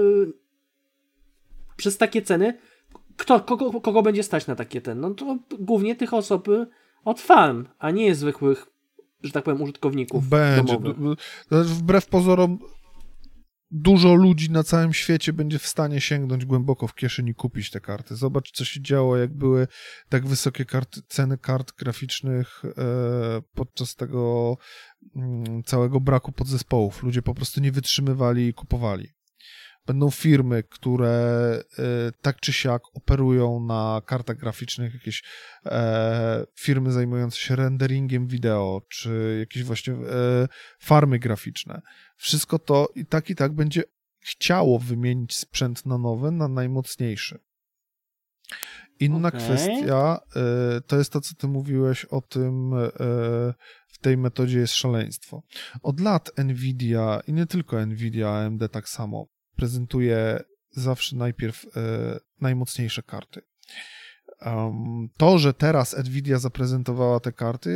przez takie ceny. Kogo będzie stać na takie ceny? No to głównie tych osób od farm, a nie zwykłych, że tak powiem, użytkowników domowych. Wbrew pozorom dużo ludzi na całym świecie będzie w stanie sięgnąć głęboko w kieszeni i kupić te karty. Zobacz, co się działo, jak były tak wysokie ceny kart graficznych podczas tego całego braku podzespołów. Ludzie po prostu nie wytrzymywali i kupowali. Będą firmy, które tak czy siak operują na kartach graficznych, jakieś firmy zajmujące się renderingiem wideo, czy jakieś właśnie farmy graficzne. Wszystko to i tak będzie chciało wymienić sprzęt na nowy, na najmocniejszy. Inna kwestia to jest to, co ty mówiłeś o tym, w tej metodzie jest szaleństwo. Od lat Nvidia i nie tylko Nvidia, AMD tak samo prezentuje zawsze najpierw najmocniejsze karty. To, że teraz Nvidia zaprezentowała te karty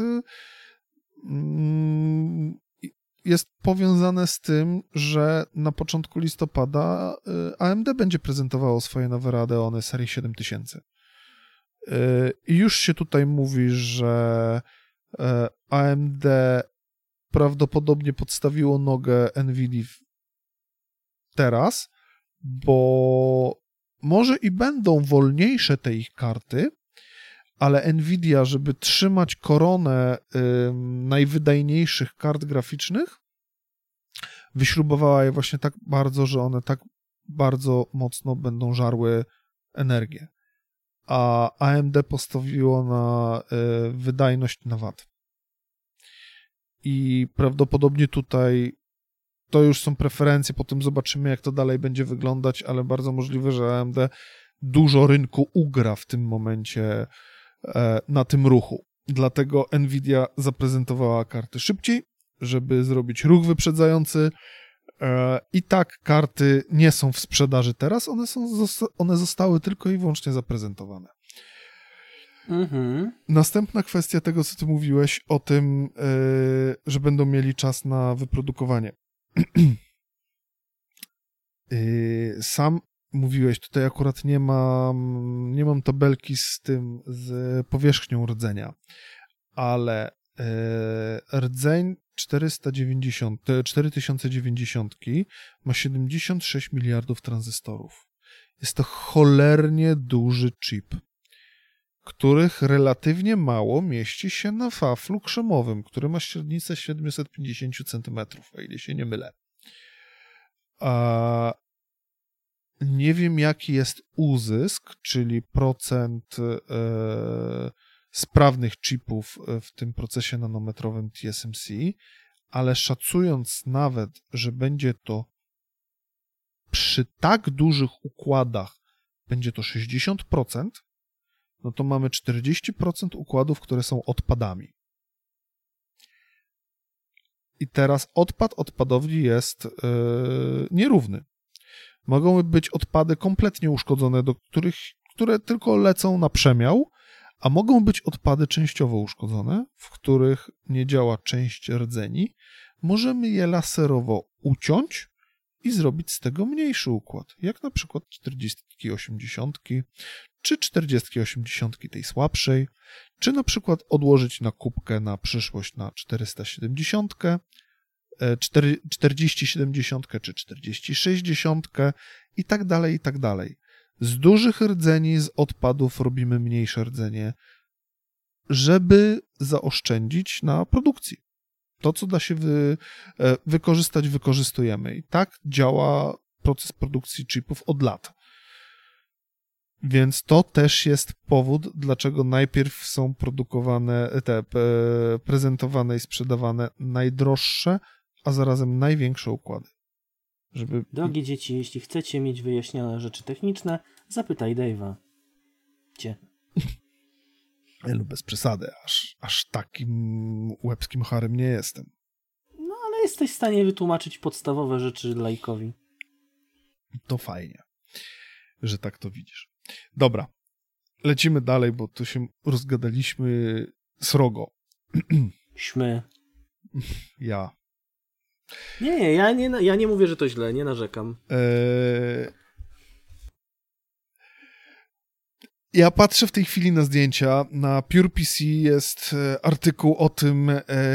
jest powiązane z tym, że na początku listopada AMD będzie prezentowało swoje nowe Radeony serii 7000. I już się tutaj mówi, że AMD prawdopodobnie podstawiło nogę Nvidii teraz, bo może i będą wolniejsze te ich karty, ale Nvidia, żeby trzymać koronę najwydajniejszych kart graficznych, wyśrubowała je właśnie tak bardzo, że one tak bardzo mocno będą żarły energię. A AMD postawiło na wydajność na watt. I prawdopodobnie tutaj to już są preferencje, potem zobaczymy, jak to dalej będzie wyglądać, ale bardzo możliwe, że AMD dużo rynku ugra w tym momencie na tym ruchu. Dlatego Nvidia zaprezentowała karty szybciej, żeby zrobić ruch wyprzedzający. I tak karty nie są w sprzedaży teraz, one zostały tylko i wyłącznie zaprezentowane. Następna kwestia tego, co ty mówiłeś o tym, że będą mieli czas na wyprodukowanie. Sam mówiłeś, tutaj akurat nie mam tabelki z powierzchnią rdzenia, ale rdzeń 4090 ma 76 miliardów tranzystorów. Jest to cholernie duży chip, których relatywnie mało mieści się na waflu krzemowym, który ma średnicę 750 cm, o ile się nie mylę. Nie wiem, jaki jest uzysk, czyli procent sprawnych chipów w tym procesie nanometrowym TSMC, ale szacując nawet, że będzie to przy tak dużych układach, będzie to 60%, no to mamy 40% układów, które są odpadami. I teraz odpad odpadowni jest nierówny. Mogą być odpady kompletnie uszkodzone, które tylko lecą na przemiał, a mogą być odpady częściowo uszkodzone, w których nie działa część rdzeni. Możemy je laserowo uciąć i zrobić z tego mniejszy układ, jak na przykład 4080 czy 4080 tej słabszej, czy na przykład odłożyć na kubkę na przyszłość na 470, 4070 czy 4060 i tak dalej, i tak dalej. Z dużych rdzeni, z odpadów robimy mniejsze rdzenie, żeby zaoszczędzić na produkcji. To, co da się wykorzystać, wykorzystujemy. I tak działa proces produkcji chipów od lat. Więc to też jest powód, dlaczego najpierw są produkowane, prezentowane i sprzedawane najdroższe, a zarazem największe układy. Drogie dzieci, jeśli chcecie mieć wyjaśnione rzeczy techniczne, zapytaj Dave'a. Ja bez przesady, aż takim łebskim harem nie jestem. No, ale jesteś w stanie wytłumaczyć podstawowe rzeczy laikowi. To fajnie, że tak to widzisz. Dobra, lecimy dalej, bo tu się rozgadaliśmy srogo. Śmy. Ja. Nie, ja nie mówię, że to źle, nie narzekam. Ja patrzę w tej chwili na zdjęcia. Na PurePC jest artykuł o tym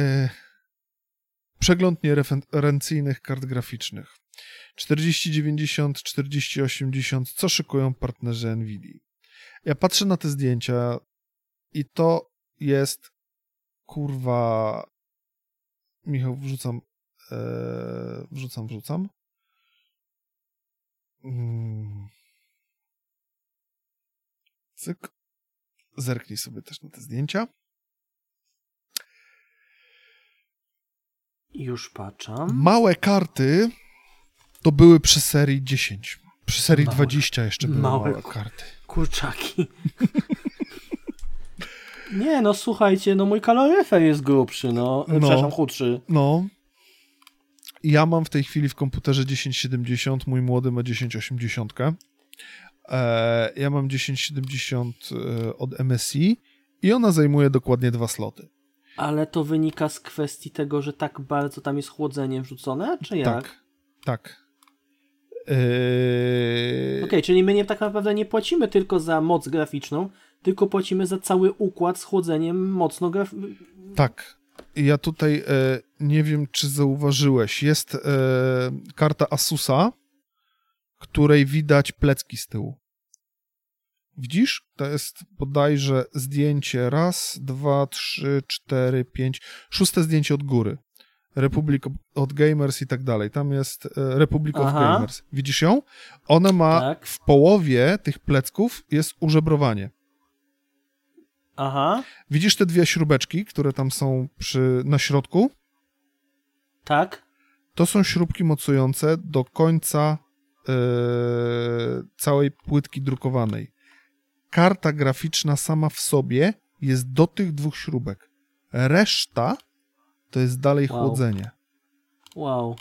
przegląd niereferencyjnych kart graficznych. 4090, 4080, co szykują partnerzy NVIDIA. Ja patrzę na te zdjęcia i to jest kurwa... Michał, wrzucam. Cyk. Zerknij sobie też na te zdjęcia. Już patrzę. Małe karty to były przy serii 10. Przy serii 20 jeszcze były małe karty. Kurczaki. Nie, no słuchajcie, no mój kaloryfer jest grubszy, przepraszam, chudszy. No. Ja mam w tej chwili w komputerze 1070, mój młody ma 1080. Ja mam 1070 od MSI i ona zajmuje dokładnie 2 sloty. Ale to wynika z kwestii tego, że tak bardzo tam jest chłodzenie wrzucone, czy jak? Tak. Okej, czyli my tak naprawdę nie płacimy tylko za moc graficzną, tylko płacimy za cały układ z chłodzeniem mocno Tak. Ja tutaj nie wiem, czy zauważyłeś. Jest karta Asusa, której widać plecki z tyłu. Widzisz? To jest bodajże zdjęcie 1, 2, 3, 4, 5, 6 zdjęcie od góry. Republic of Gamers i tak dalej. Tam jest Republic of Gamers. Widzisz ją? Ona ma w połowie tych plecków jest użebrowanie. Aha. Widzisz te 2 śrubeczki, które tam są na środku? Tak. To są śrubki mocujące do końca całej płytki drukowanej. Karta graficzna sama w sobie jest do tych 2 śrubek. Reszta to jest dalej chłodzenie. Wow.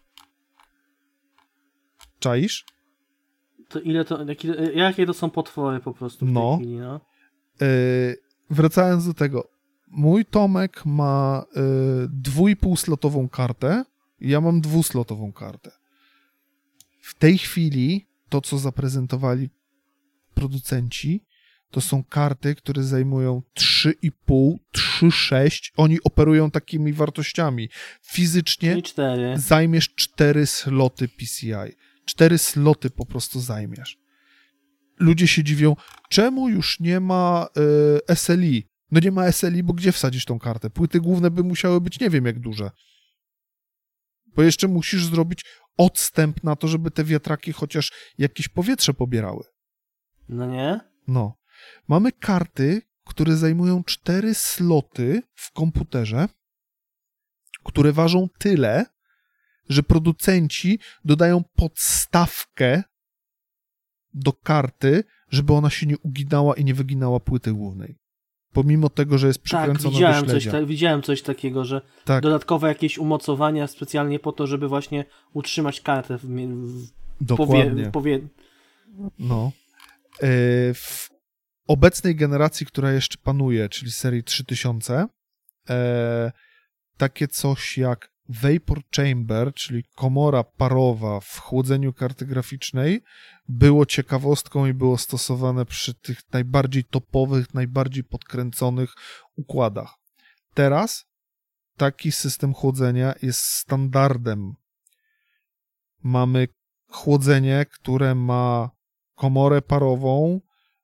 Czaisz? To ile to, jakie to są potwory po prostu w tej chwili, no? Wracając do tego. Mój Tomek ma 2,5-slotową kartę, ja mam 2-slotową kartę. W tej chwili to, co zaprezentowali producenci, to są karty, które zajmują 3,5, 3,6. Oni operują takimi wartościami. Fizycznie zajmiesz 4 sloty PCI. 4 sloty po prostu zajmiesz. Ludzie się dziwią, czemu już nie ma SLI? No nie ma SLI, bo gdzie wsadzisz tą kartę? Płyty główne by musiały być nie wiem jak duże. Bo jeszcze musisz zrobić odstęp na to, żeby te wiatraki chociaż jakieś powietrze pobierały. No nie? No. Mamy karty, które zajmują 4 sloty w komputerze, które ważą tyle, że producenci dodają podstawkę do karty, żeby ona się nie uginała i nie wyginała płyty głównej. Pomimo tego, że jest przykręcona do śledzia. Widziałem coś takiego, że dodatkowe jakieś umocowania specjalnie po to, żeby właśnie utrzymać kartę Dokładnie. No. W obecnej generacji, która jeszcze panuje, czyli serii 3000, takie coś jak vapor chamber, czyli komora parowa w chłodzeniu karty graficznej, było ciekawostką i było stosowane przy tych najbardziej topowych, najbardziej podkręconych układach. Teraz taki system chłodzenia jest standardem. Mamy chłodzenie, które ma komorę parową,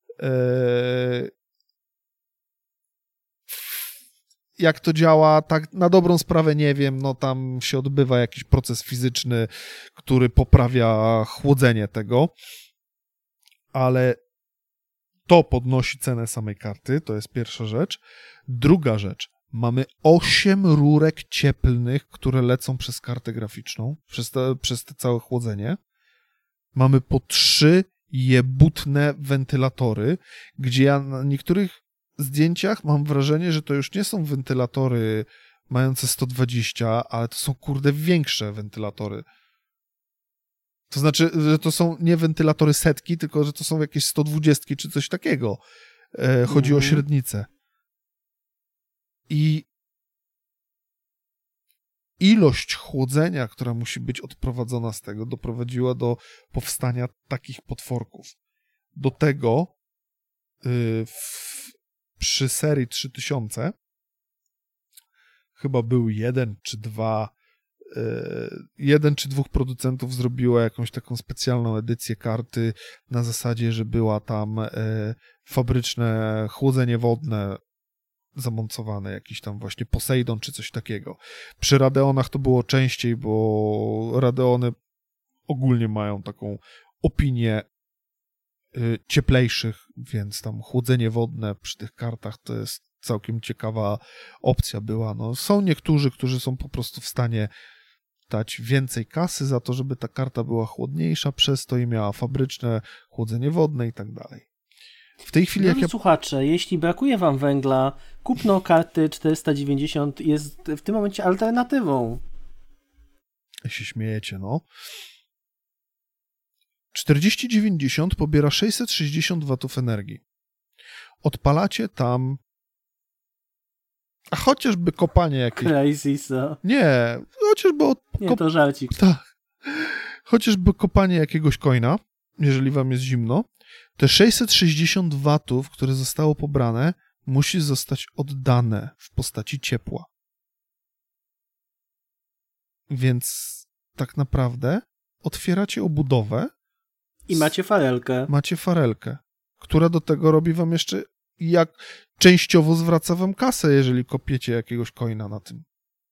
jak to działa, tak na dobrą sprawę nie wiem, no tam się odbywa jakiś proces fizyczny, który poprawia chłodzenie tego, ale to podnosi cenę samej karty, to jest pierwsza rzecz. Druga rzecz, mamy 8 rurek cieplnych, które lecą przez kartę graficzną, przez te całe chłodzenie. Mamy po 3 jebutne wentylatory, gdzie ja na niektórych zdjęciach mam wrażenie, że to już nie są wentylatory mające 120, ale to są kurde większe wentylatory. To znaczy, że to są nie wentylatory setki, tylko że to są jakieś 120 czy coś takiego. Chodzi o średnicę. I ilość chłodzenia, która musi być odprowadzona z tego, doprowadziła do powstania takich potworków. Do tego przy serii 3000 chyba był jeden czy dwóch producentów zrobiło jakąś taką specjalną edycję karty na zasadzie, że była tam fabryczne chłodzenie wodne zamontowane, jakiś tam właśnie Poseidon czy coś takiego. Przy Radeonach to było częściej, bo Radeony ogólnie mają taką opinię cieplejszych, więc tam chłodzenie wodne przy tych kartach to jest całkiem ciekawa opcja była. No, są niektórzy, którzy są po prostu w stanie dać więcej kasy za to, żeby ta karta była chłodniejsza, przez to i miała fabryczne chłodzenie wodne i tak dalej. W tej chwili Słuchacze, jeśli brakuje wam węgla, kupno karty 490 jest w tym momencie alternatywą. się śmiejecie, no. 4090 pobiera 660 watów energii. Odpalacie tam chociażby kopanie jakieś... Crazysa. Nie, chociażby... Nie, to żarcik. Tak. Chociażby kopanie jakiegoś coina, jeżeli wam jest zimno, te 660 watów, które zostało pobrane, musi zostać oddane w postaci ciepła. Więc tak naprawdę otwieracie obudowę i macie farelkę. Macie farelkę, która do tego robi wam jeszcze, jak częściowo zwraca wam kasę, jeżeli kopiecie jakiegoś coina na tym.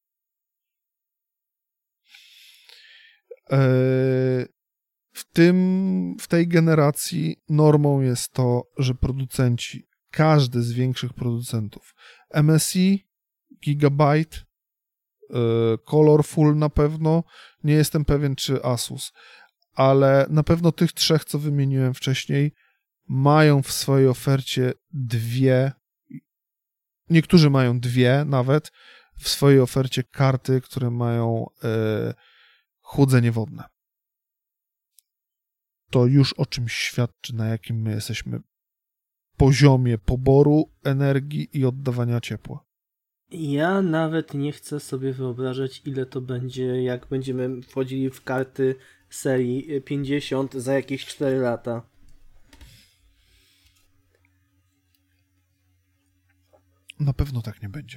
W tej generacji normą jest to, że producenci, każdy z większych producentów, MSI, Gigabyte, Colorful na pewno, nie jestem pewien czy Asus, ale na pewno tych 3, co wymieniłem wcześniej, mają w swojej ofercie 2, niektórzy mają 2 nawet, w swojej ofercie karty, które mają chłodzenie wodne. To już o czymś świadczy, na jakim my jesteśmy poziomie poboru energii i oddawania ciepła. Ja nawet nie chcę sobie wyobrażać, ile to będzie, jak będziemy wchodzili w karty serii 50 za jakieś 4 lata. Na pewno tak nie będzie.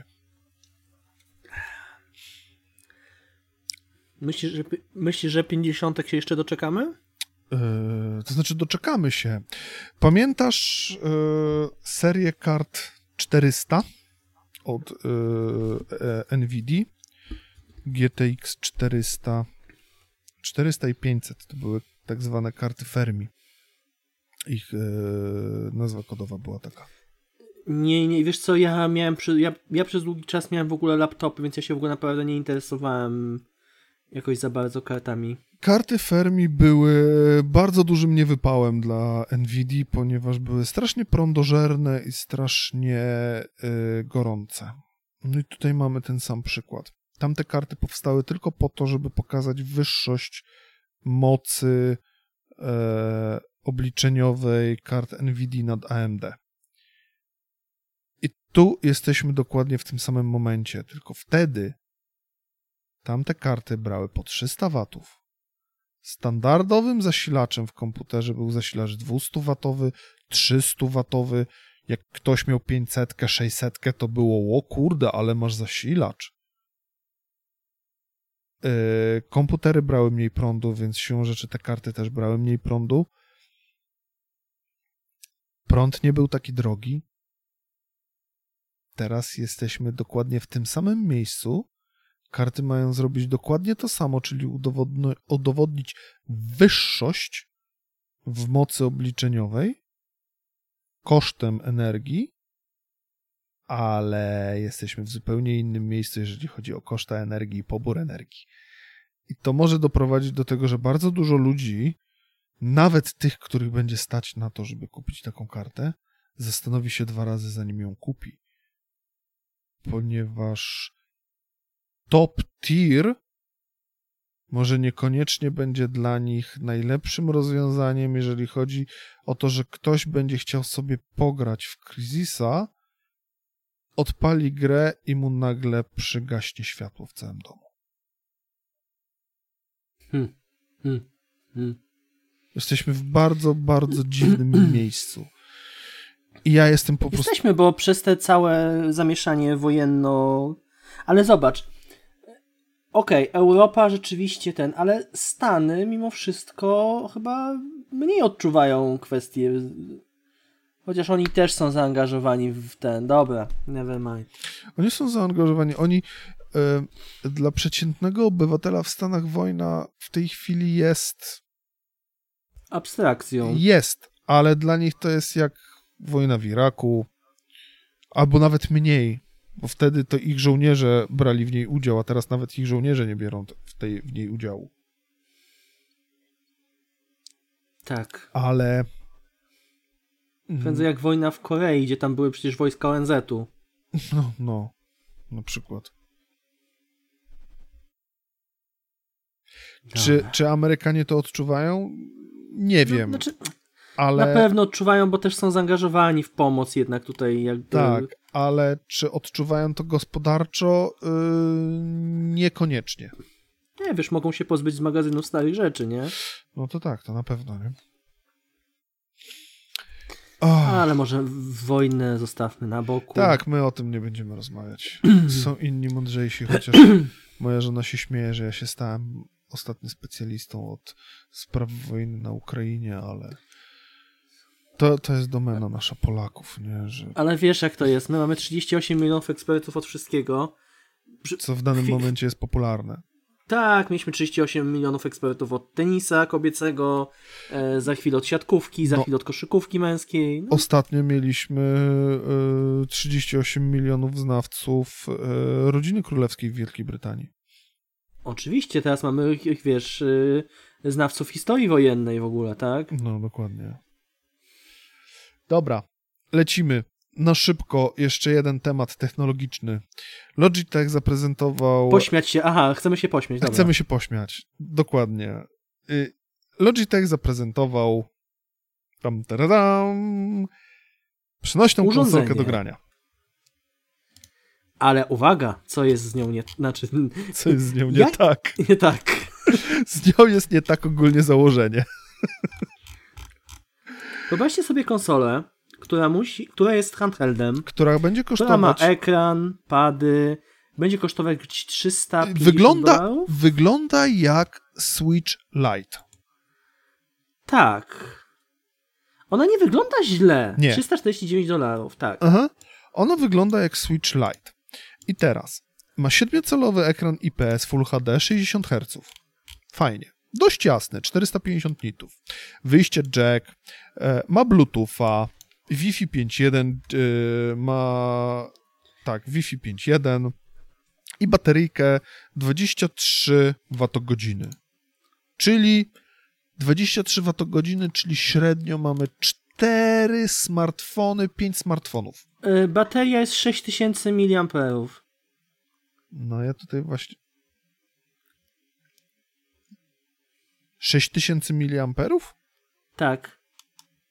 Myślisz, że 50 się jeszcze doczekamy? To znaczy doczekamy się. Pamiętasz serię kart 400 od NVIDIA? GTX 400 i 500 to były tak zwane karty Fermi. Ich nazwa kodowa była taka. Nie, wiesz co, ja przez długi czas miałem w ogóle laptopy, więc ja się w ogóle naprawdę nie interesowałem jakoś za bardzo kartami. Karty Fermi były bardzo dużym niewypałem dla NVIDII, ponieważ były strasznie prądożerne i strasznie gorące. No i tutaj mamy ten sam przykład. Tamte karty powstały tylko po to, żeby pokazać wyższość mocy obliczeniowej kart NVIDII nad AMD. I tu jesteśmy dokładnie w tym samym momencie, tylko wtedy tamte karty brały po 300 watów. Standardowym zasilaczem w komputerze był zasilacz 200-watowy, 300-watowy. Jak ktoś miał 500, 600, to było, o kurde, ale masz zasilacz. Komputery brały mniej prądu, więc siłą rzeczy te karty też brały mniej prądu. Prąd nie był taki drogi. Teraz jesteśmy dokładnie w tym samym miejscu. Karty mają zrobić dokładnie to samo, czyli udowodnić wyższość w mocy obliczeniowej kosztem energii, ale jesteśmy w zupełnie innym miejscu, jeżeli chodzi o koszta energii i pobór energii. I to może doprowadzić do tego, że bardzo dużo ludzi, nawet tych, których będzie stać na to, żeby kupić taką kartę, zastanowi się 2 razy, zanim ją kupi. Ponieważ top tier może niekoniecznie będzie dla nich najlepszym rozwiązaniem, jeżeli chodzi o to, że ktoś będzie chciał sobie pograć w Crisisa, odpali grę i mu nagle przygaśnie światło w całym domu. Jesteśmy w bardzo, bardzo dziwnym miejscu. I ja jestem po prostu... Jesteśmy, bo przez te całe zamieszanie wojenno... Ale zobacz, okej, Europa rzeczywiście ale Stany mimo wszystko chyba mniej odczuwają kwestie, chociaż oni też są zaangażowani w dobra, never mind. Oni są zaangażowani, dla przeciętnego obywatela w Stanach wojna w tej chwili jest... abstrakcją. Jest, ale dla nich to jest jak wojna w Iraku, albo nawet mniej, bo wtedy to ich żołnierze brali w niej udział, a teraz nawet ich żołnierze nie biorą w niej udziału. Tak. Ale... Prędzej jak wojna w Korei, gdzie tam były przecież wojska ONZ-u. No, na przykład. Czy Amerykanie to odczuwają? Nie wiem. Znaczy, ale... Na pewno odczuwają, bo też są zaangażowani w pomoc jednak tutaj. Jakby... Tak, ale czy odczuwają to gospodarczo? Niekoniecznie. Nie, wiesz, mogą się pozbyć z magazynu starych rzeczy, nie? No to tak, to na pewno, nie? Ale może wojnę zostawmy na boku. Tak, my o tym nie będziemy rozmawiać. Są inni mądrzejsi, chociaż moja żona się śmieje, że ja się stałem ostatnim specjalistą od spraw wojny na Ukrainie, ale to jest domena nasza Polaków, nie? Że... Ale wiesz jak to jest, my mamy 38 milionów ekspertów od wszystkiego. Co w danym momencie jest popularne. Tak, mieliśmy 38 milionów ekspertów od tenisa kobiecego, za chwilę od siatkówki, za chwilę od koszykówki męskiej. No. Ostatnio mieliśmy 38 milionów znawców rodziny królewskiej w Wielkiej Brytanii. Oczywiście, teraz mamy, wiesz, znawców historii wojennej w ogóle, tak? No, dokładnie. Dobra, lecimy. Na szybko jeszcze jeden temat technologiczny. Logitech zaprezentował... Pośmiać się, chcemy się pośmiać. Dobra. Chcemy się pośmiać, dokładnie. Logitech zaprezentował przenośną konsolkę do grania. Ale uwaga, co jest z nią nie... Znaczy... Co jest z nią nie tak? Nie tak. Z nią jest nie tak ogólnie założenie. Wyobraźcie sobie konsolę, która jest handheldem, która będzie kosztować... Która ma ekran, pady, będzie kosztować $350. Wygląda jak Switch Lite. Tak. Ona nie wygląda źle. Nie. $349, tak. Aha. Ona wygląda jak Switch Lite. I teraz ma 7-calowy ekran IPS Full HD 60 Hz. Fajnie. Dość jasny, 450 nitów. Wyjście jack, ma Bluetootha, Wi-Fi 5.1 ma... Tak, Wi-Fi 5.1 i bateryjkę 23 Wh. Czyli 23 Wh, czyli średnio mamy 4 smartfony, 5 smartfonów. Bateria jest 6000 mAh. No ja tutaj właśnie... 6000 mAh? Tak.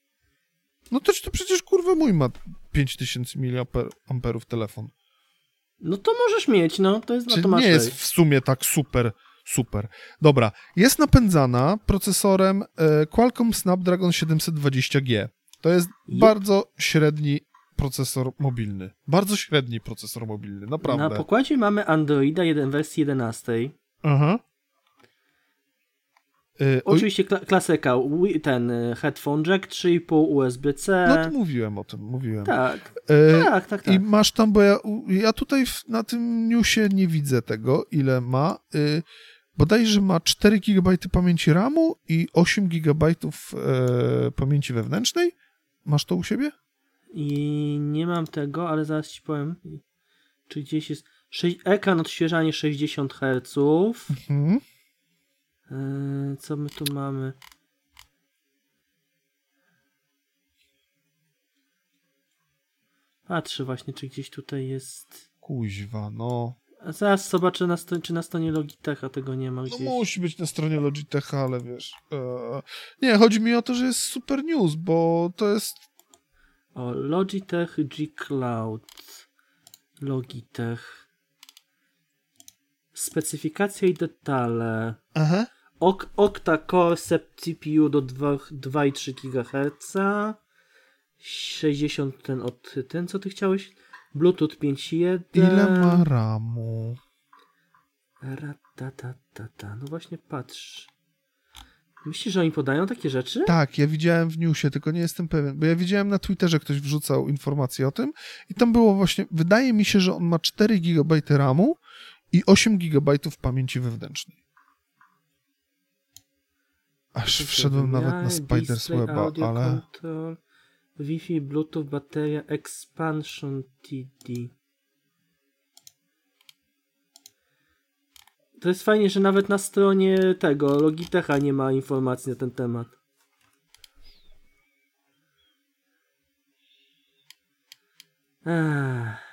No to przecież kurwa mój ma 5000 mAh telefon. No to możesz mieć, no. To jest, Czyli to masz nie jest w sumie tak super. Dobra, jest napędzana procesorem Qualcomm Snapdragon 720G. To jest bardzo średni procesor mobilny. Bardzo średni procesor mobilny, naprawdę. Na pokładzie mamy Androida wersji 11. Aha. Oczywiście klasyka, ten headphone jack, 3,5 USB-C. No to mówiłem o tym. Tak. I masz tam, bo ja tutaj na tym newsie nie widzę tego, ile ma. Bodajże ma 4 GB pamięci RAM-u i 8 GB pamięci wewnętrznej. Masz to u siebie? I nie mam tego, ale zaraz ci powiem. Czy gdzieś jest... Ekran odświeżanie 60 Hz. Mhm. Co my tu mamy? Patrzę właśnie, czy gdzieś tutaj jest... Kuźwa, no. A zaraz zobaczę, czy na stronie Logitecha tego nie ma gdzieś. No musi być na stronie Logitecha, ale wiesz... Nie, chodzi mi o to, że jest super news, bo to jest... O, Logitech G Cloud. Logitech. Specyfikacja i detale. Aha. Octa-core CPU do 2,3 GHz. 60 ten co ty chciałeś? Bluetooth 5.1. Ile ma RAM-u? No właśnie patrz. Myślisz, że oni podają takie rzeczy? Tak, ja widziałem w newsie, tylko nie jestem pewien, bo ja widziałem na Twitterze, ktoś wrzucał informacje o tym i tam było właśnie, wydaje mi się, że on ma 4 GB RAM-u i 8 GB pamięci wewnętrznej. Aż wszedłem nawet na Spiders Weba, ale... Control, Wi-Fi, Bluetooth, bateria, Expansion TD. To jest fajnie, że nawet na stronie tego Logitecha nie ma informacji na ten temat. Ech.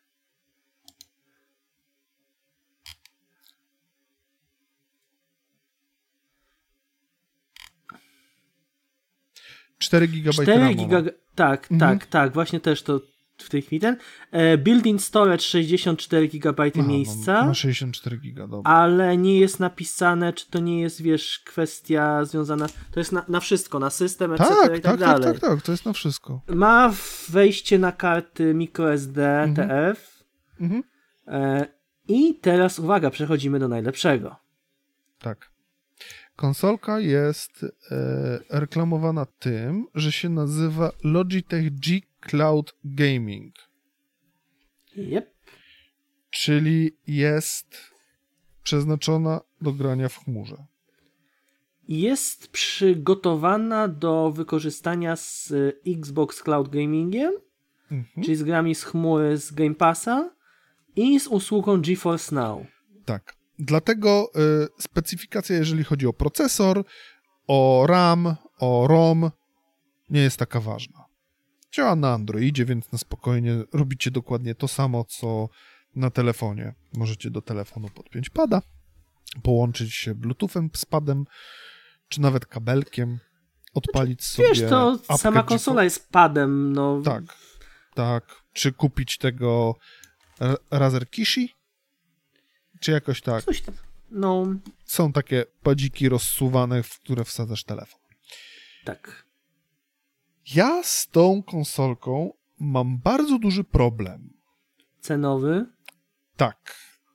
4 GB 4 RAM-u. giga... Tak, właśnie też to w tej chwili ten. Built-in storage 64 GB miejsca. Ma 64 GB, dobra. Ale nie jest napisane, czy to nie jest, wiesz, kwestia związana... To jest na wszystko, na system, etc. i tak dalej. Tak, to jest na wszystko. Ma wejście na karty microSD TF. Mhm. I teraz, uwaga, przechodzimy do najlepszego. Tak. Konsolka jest reklamowana tym, że się nazywa Logitech G Cloud Gaming. Yep. Czyli jest przeznaczona do grania w chmurze. Jest przygotowana do wykorzystania z Xbox Cloud Gamingiem, czyli z grami z chmury z Game Passa i z usługą GeForce Now. Tak. Dlatego specyfikacja, jeżeli chodzi o procesor, o RAM, o ROM, nie jest taka ważna. Działa na Androidzie, więc na spokojnie robicie dokładnie to samo, co na telefonie. Możecie do telefonu podpiąć pada, połączyć się Bluetoothem z padem, czy nawet kabelkiem, odpalić sobie... Wiesz, to sama konsola jest padem, no. Tak. Czy kupić tego Razer Kishi? Czy jakoś tak? Coś no. Są takie padziki rozsuwane, w które wsadzasz telefon. Tak. Ja z tą konsolką mam bardzo duży problem. Cenowy? Tak.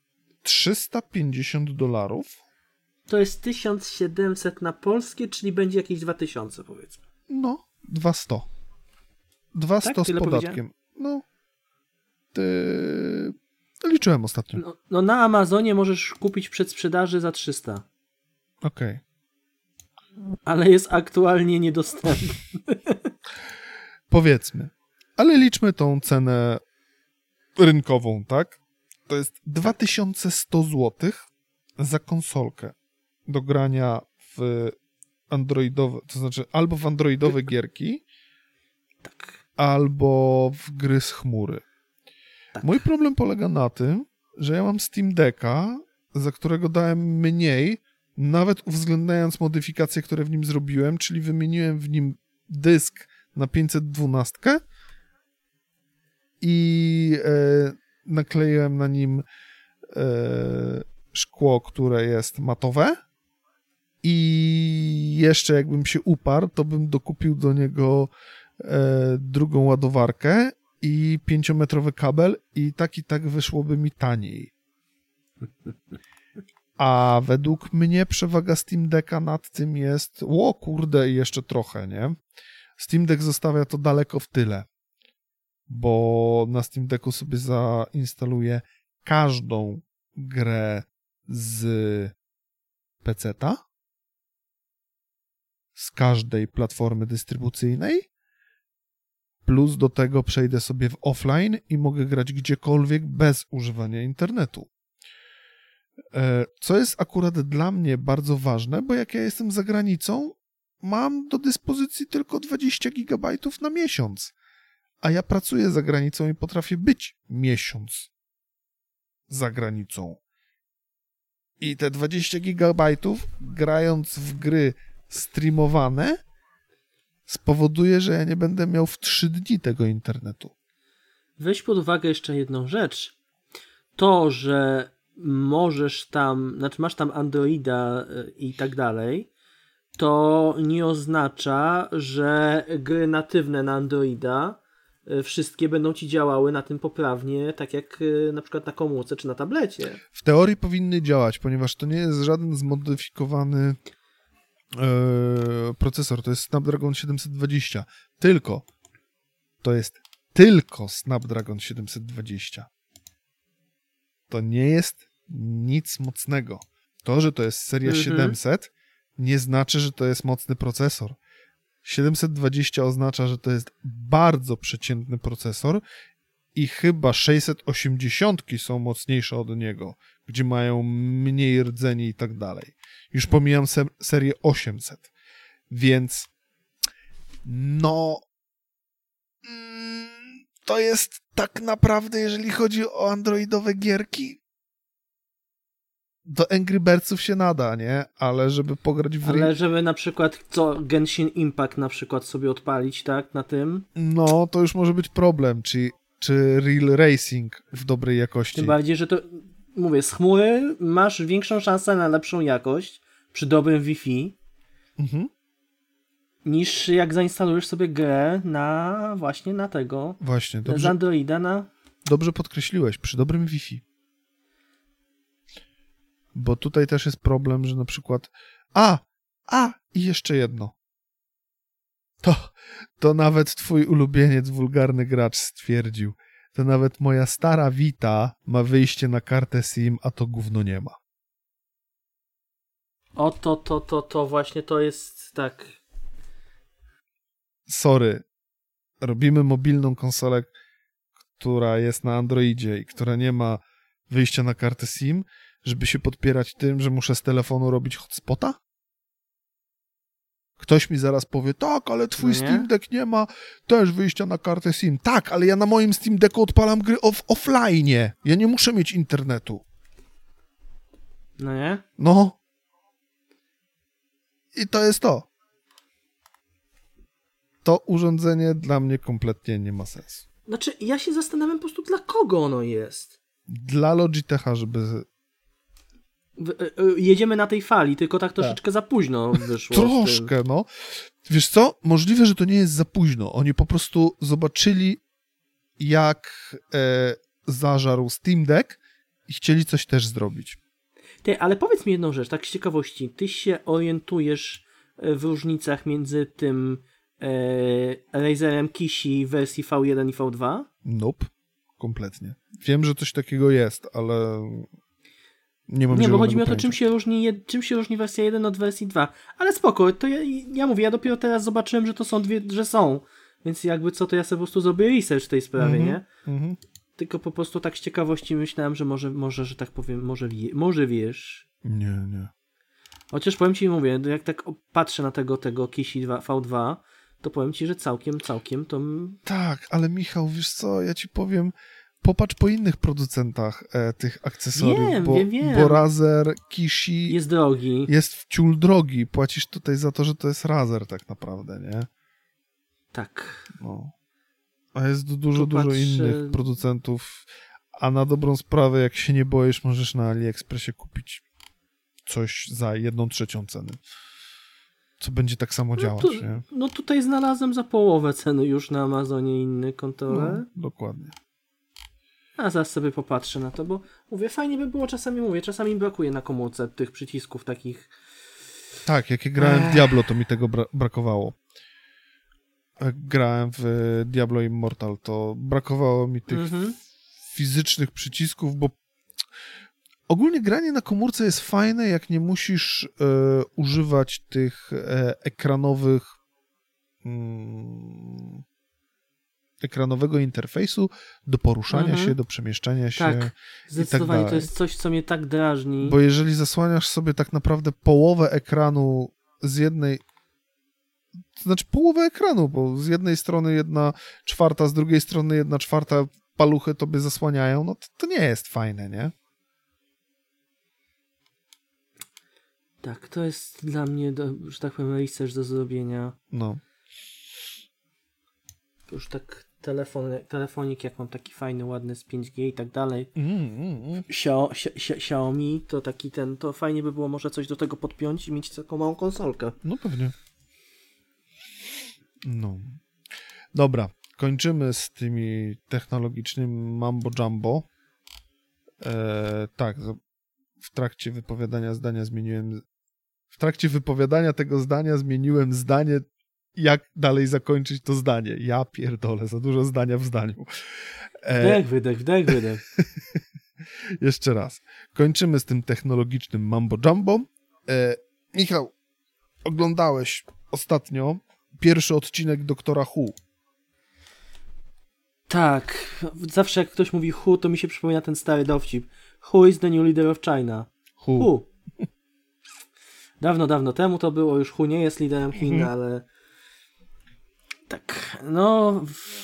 $350. To jest 1700 na polskie, czyli będzie jakieś 2000, powiedzmy. No, 200. 200 tak? z podatkiem. No. Liczyłem ostatnio. No na Amazonie możesz kupić przedsprzedaży za 300. Okej. Ale jest aktualnie niedostępny. Powiedzmy. Ale liczmy tą cenę rynkową, tak? To jest 2100 zł za konsolkę do grania w androidowe, to znaczy albo w androidowe gierki, tak, albo w gry z chmury. Tak. Mój problem polega na tym, że ja mam Steam Decka, za którego dałem mniej, nawet uwzględniając modyfikacje, które w nim zrobiłem, czyli wymieniłem w nim dysk na 512 i nakleiłem na nim szkło, które jest matowe i jeszcze jakbym się uparł, to bym dokupił do niego drugą ładowarkę i 5-metrowy kabel i tak wyszłoby mi taniej. A według mnie przewaga Steam Decka nad tym jest kurde i jeszcze trochę, nie? Steam Deck zostawia to daleko w tyle, bo na Steam Decku sobie zainstaluję każdą grę z PC-ta, z każdej platformy dystrybucyjnej, plus do tego przejdę sobie w offline i mogę grać gdziekolwiek bez używania internetu. Co jest akurat dla mnie bardzo ważne, bo jak ja jestem za granicą, mam do dyspozycji tylko 20 GB na miesiąc, a ja pracuję za granicą i potrafię być miesiąc za granicą. I te 20 GB grając w gry streamowane spowoduje, że ja nie będę miał w 3 dni tego internetu. Weź pod uwagę jeszcze jedną rzecz. To, że możesz tam, znaczy masz tam Androida i tak dalej, to nie oznacza, że gry natywne na Androida wszystkie będą ci działały na tym poprawnie, tak jak na przykład na komórce czy na tablecie. W teorii powinny działać, ponieważ to nie jest żaden zmodyfikowany procesor, to jest Snapdragon 720. To jest tylko Snapdragon 720. To nie jest nic mocnego. To, że to jest seria 700, nie znaczy, że to jest mocny procesor. 720 oznacza, że to jest bardzo przeciętny procesor i chyba 680 są mocniejsze od niego, gdzie mają mniej rdzeni i tak dalej. Już pomijam serię 800. Więc to jest tak naprawdę, jeżeli chodzi o androidowe gierki, do Angry Birdsów się nada, nie? Ale żeby pograć w... Ale żeby na przykład Genshin Impact na przykład sobie odpalić, tak? Na tym? No, to już może być problem, czy Real Racing w dobrej jakości. Tym bardziej, że to, mówię, z chmury masz większą szansę na lepszą jakość przy dobrym Wi-Fi niż jak zainstalujesz sobie grę właśnie na tego. Właśnie, dobrze. Z Androida na... Dobrze podkreśliłeś, przy dobrym Wi-Fi. Bo tutaj też jest problem, że na przykład i jeszcze jedno. To nawet twój ulubieniec, wulgarny gracz stwierdził. To nawet moja stara Vita ma wyjście na kartę SIM, a to gówno nie ma. To właśnie to jest tak. Sorry. Robimy mobilną konsolę, która jest na Androidzie i która nie ma wyjścia na kartę SIM, żeby się podpierać tym, że muszę z telefonu robić hotspota? Ktoś mi zaraz powie, tak, ale twój Steam Deck nie ma też wyjścia na kartę SIM. Tak, ale ja na moim Steam Decku odpalam gry offline. Ja nie muszę mieć internetu. No nie? No. I to jest to. To urządzenie dla mnie kompletnie nie ma sensu. Znaczy, ja się zastanawiam po prostu, dla kogo ono jest. Dla Logitecha, żeby... Jedziemy na tej fali, tylko tak troszeczkę za późno wyszło. Troszkę, no. Wiesz co? Możliwe, że to nie jest za późno. Oni po prostu zobaczyli, jak zażarł Steam Deck i chcieli coś też zrobić. Ty, ale powiedz mi jedną rzecz, tak z ciekawości. Ty się orientujesz w różnicach między tym Razerem Kishi w wersji V1 i V2? Nope. Kompletnie. Wiem, że coś takiego jest, ale... Nie, bo chodzi mi o to, czym się różni wersja 1 od wersji 2. Ale spoko, to ja mówię, ja dopiero teraz zobaczyłem, że to są że są. Więc jakby co, to ja sobie po prostu zrobię research w tej sprawie, nie? Tylko po prostu tak z ciekawości myślałem, że może że tak powiem, może wiesz. Nie. Chociaż powiem ci, mówię, jak tak patrzę na tego Kishi V2, to powiem ci, że całkiem to... Tak, ale Michał, wiesz co, ja ci powiem... Popatrz po innych producentach tych akcesoriów, wiem. Bo Razer Kishi jest drogi. Jest wciul drogi. Płacisz tutaj za to, że to jest Razer tak naprawdę, nie? Tak. No. A jest dużo innych producentów. A na dobrą sprawę, jak się nie boisz, możesz na AliExpressie kupić coś za 1/3 ceny. Co będzie tak samo działać, nie? No tutaj znalazłem za połowę ceny już na Amazonie inny kontroler. No, dokładnie. A zaraz sobie popatrzę na to, bo mówię, fajnie by było czasami brakuje na komórce tych przycisków takich. Tak, jak ja grałem w Diablo, to mi tego brakowało. Jak grałem w Diablo Immortal, to brakowało mi tych fizycznych przycisków, bo ogólnie granie na komórce jest fajne, jak nie musisz używać tych ekranowego interfejsu do poruszania się, do przemieszczania się. Tak, zdecydowanie tak to jest coś, co mnie tak drażni. Bo jeżeli zasłaniasz sobie tak naprawdę połowę ekranu z jednej, to znaczy połowę ekranu, bo z jednej strony 1/4, z drugiej strony 1/4 paluchy tobie zasłaniają, no to nie jest fajne, nie? Tak, to jest dla mnie, że tak powiem, research do zrobienia. No. Już tak telefonik, jak mam taki fajny, ładny z 5G i tak dalej. Xiaomi, to taki to fajnie by było może coś do tego podpiąć i mieć taką małą konsolkę. No pewnie. No. Dobra, kończymy z tymi technologicznymi mambo jumbo. Tak, w trakcie wypowiadania tego zdania zmieniłem zdanie, jak dalej zakończyć to zdanie. Ja pierdolę, za dużo zdania w zdaniu. Wdech. Jeszcze raz. Kończymy z tym technologicznym mambo jumbo. Michał, oglądałeś ostatnio pierwszy odcinek Doktora Who. Tak. Zawsze jak ktoś mówi Who, to mi się przypomina ten stary dowcip. Who is the new leader of China? Who. Dawno temu to było. Już Who nie jest liderem Chin, ale tak, no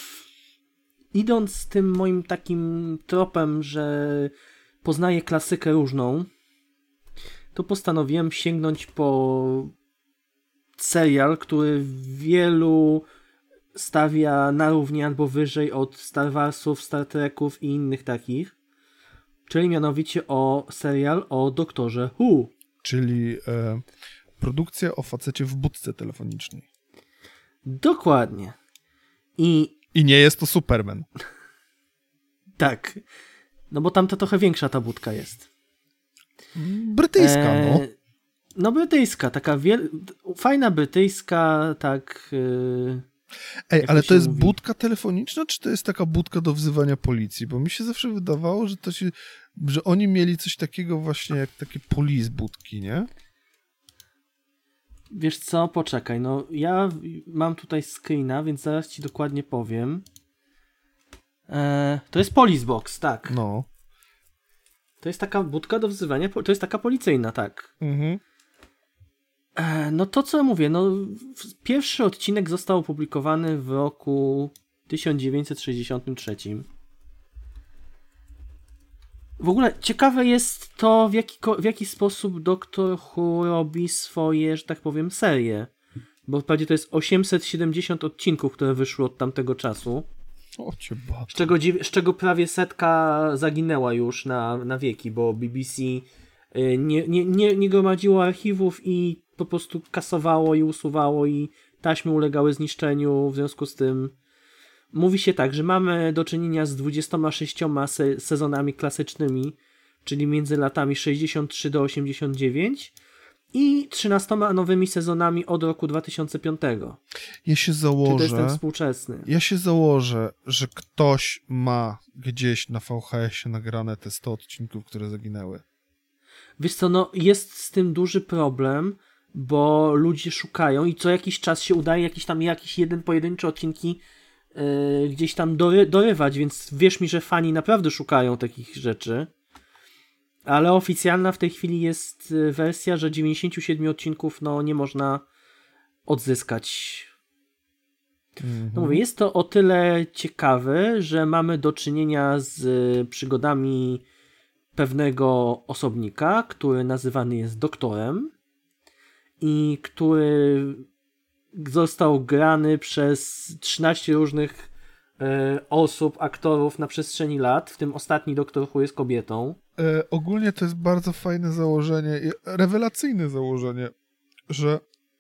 idąc tym moim takim tropem, że poznaję klasykę różną, to postanowiłem sięgnąć po serial, który wielu stawia na równi albo wyżej od Star Warsów, Star Treków i innych takich, czyli mianowicie serial o Doktorze Who. Czyli produkcja o facecie w budce telefonicznej. Dokładnie. I nie jest to Superman. Tak. No bo tam to trochę większa ta budka jest. Brytyjska, no. No brytyjska, taka fajna brytyjska, tak... Ej, ale to jest budka telefoniczna, czy to jest taka budka do wzywania policji? Bo mi się zawsze wydawało, że oni mieli coś takiego właśnie jak takie police budki, nie? Wiesz co, poczekaj, no ja mam tutaj screena, więc zaraz ci dokładnie powiem. To jest Police Box, tak. No. To jest taka budka do wzywania, to jest taka policyjna, tak. No to co mówię, no pierwszy odcinek został opublikowany w roku 1963. W ogóle ciekawe jest to, w jaki sposób Doktor Who robi swoje, że tak powiem, serie. Bo wprawdzie to jest 870 odcinków, które wyszły od tamtego czasu. O cię bata. Z czego prawie 100 zaginęła już na wieki, bo BBC nie gromadziło archiwów i po prostu kasowało i usuwało i taśmy ulegały zniszczeniu, w związku z tym mówi się tak, że mamy do czynienia z 26 sezonami klasycznymi, czyli między latami 63 do 89 i 13 nowymi sezonami od roku 2005. Ja się założę, to jest ten współczesny. Ja się założę, że ktoś ma gdzieś na VHS-ie nagrane te 100 odcinków, które zaginęły. Wiesz co, no jest z tym duży problem, bo ludzie szukają i co jakiś czas się udaje jakiś jeden pojedynczy odcinki gdzieś tam dorywać, więc wierz mi, że fani naprawdę szukają takich rzeczy. Ale oficjalna w tej chwili jest wersja, że 97 odcinków no nie można odzyskać. No mówię, jest to o tyle ciekawe, że mamy do czynienia z przygodami pewnego osobnika, który nazywany jest doktorem i który został grany przez 13 różnych osób, aktorów na przestrzeni lat, w tym ostatni Doktor Who jest kobietą. Ogólnie to jest bardzo fajne założenie, rewelacyjne założenie, że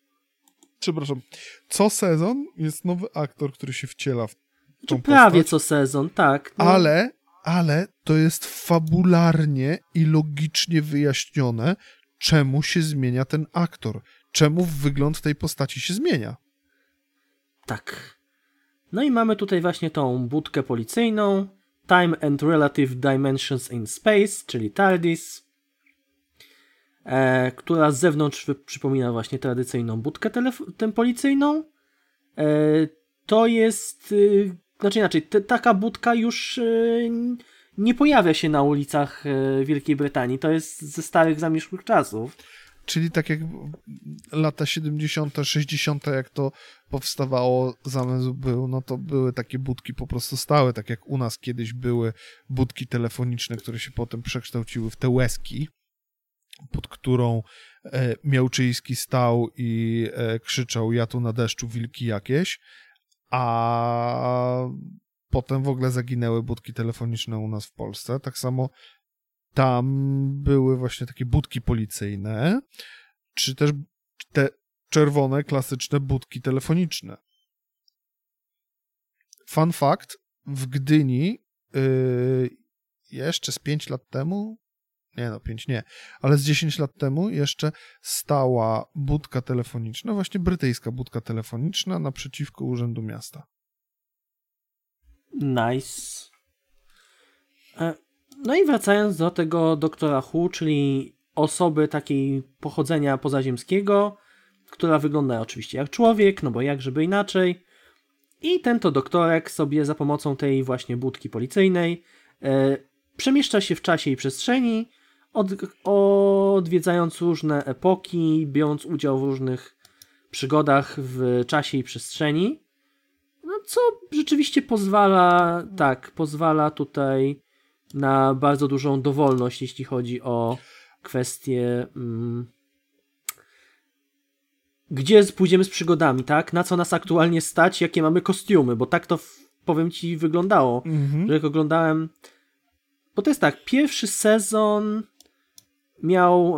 co sezon jest nowy aktor, który się wciela w tą prawie postać, co sezon, tak. No. Ale to jest fabularnie i logicznie wyjaśnione, czemu się zmienia ten aktor, czemu wygląd tej postaci się zmienia. Tak. No i mamy tutaj właśnie tą budkę policyjną, Time and Relative Dimensions in Space, czyli TARDIS, która z zewnątrz przypomina właśnie tradycyjną budkę policyjną. To jest, taka budka już nie pojawia się na ulicach Wielkiej Brytanii. To jest ze starych, zamierzchłych czasów. Czyli tak jak lata 70., 60., jak to powstawało, zamysł był, no to były takie budki po prostu stałe, tak jak u nas kiedyś były budki telefoniczne, które się potem przekształciły w te łezki, pod którą Miałczyński stał i krzyczał: ja tu na deszczu, wilki jakieś, a potem w ogóle zaginęły budki telefoniczne u nas w Polsce. Tak samo tam były właśnie takie budki policyjne, czy też te czerwone, klasyczne budki telefoniczne. Fun fact, w Gdyni jeszcze z 5 lat temu, ale z 10 lat temu jeszcze stała budka telefoniczna, właśnie brytyjska budka telefoniczna naprzeciwko Urzędu Miasta. Nice. No i wracając do tego Doktora Who, czyli osoby takiej pochodzenia pozaziemskiego, która wygląda oczywiście jak człowiek, no bo jak żeby inaczej. I ten to doktorek sobie za pomocą tej właśnie budki policyjnej przemieszcza się w czasie i przestrzeni, odwiedzając różne epoki, biorąc udział w różnych przygodach w czasie i przestrzeni. No co rzeczywiście pozwala tutaj na bardzo dużą dowolność, jeśli chodzi o kwestie gdzie pójdziemy z przygodami, tak? Na co nas aktualnie stać, jakie mamy kostiumy, bo tak to powiem ci wyglądało, że jak oglądałem, bo to jest tak, pierwszy sezon miał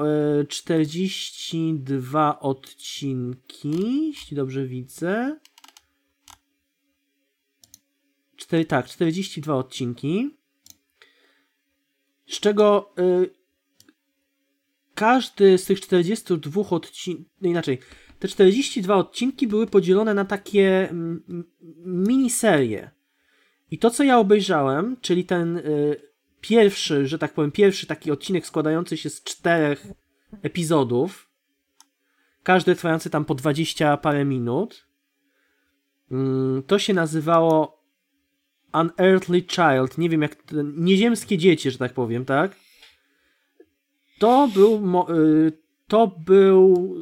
42 odcinki, jeśli dobrze widzę. 42 odcinki, z czego każdy z tych 42 odcinków, te 42 odcinki były podzielone na takie miniserie. I to, co ja obejrzałem, czyli ten pierwszy, że tak powiem, pierwszy taki odcinek składający się z 4 epizodów, każdy trwający tam po 20 parę minut, to się nazywało Unearthly Child, nie wiem jak, nieziemskie dziecię, że tak powiem, tak? To był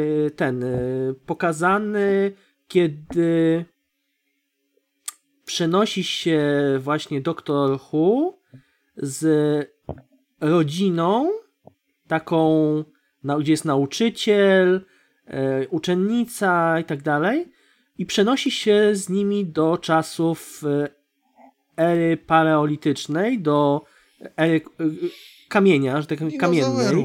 pokazany, kiedy przenosi się właśnie Doktor Who z rodziną, taką, gdzie jest nauczyciel, uczennica i tak dalej, i przenosi się z nimi do czasów ery paleolitycznej, do ery kamienia, że tak powiem, kamiennej.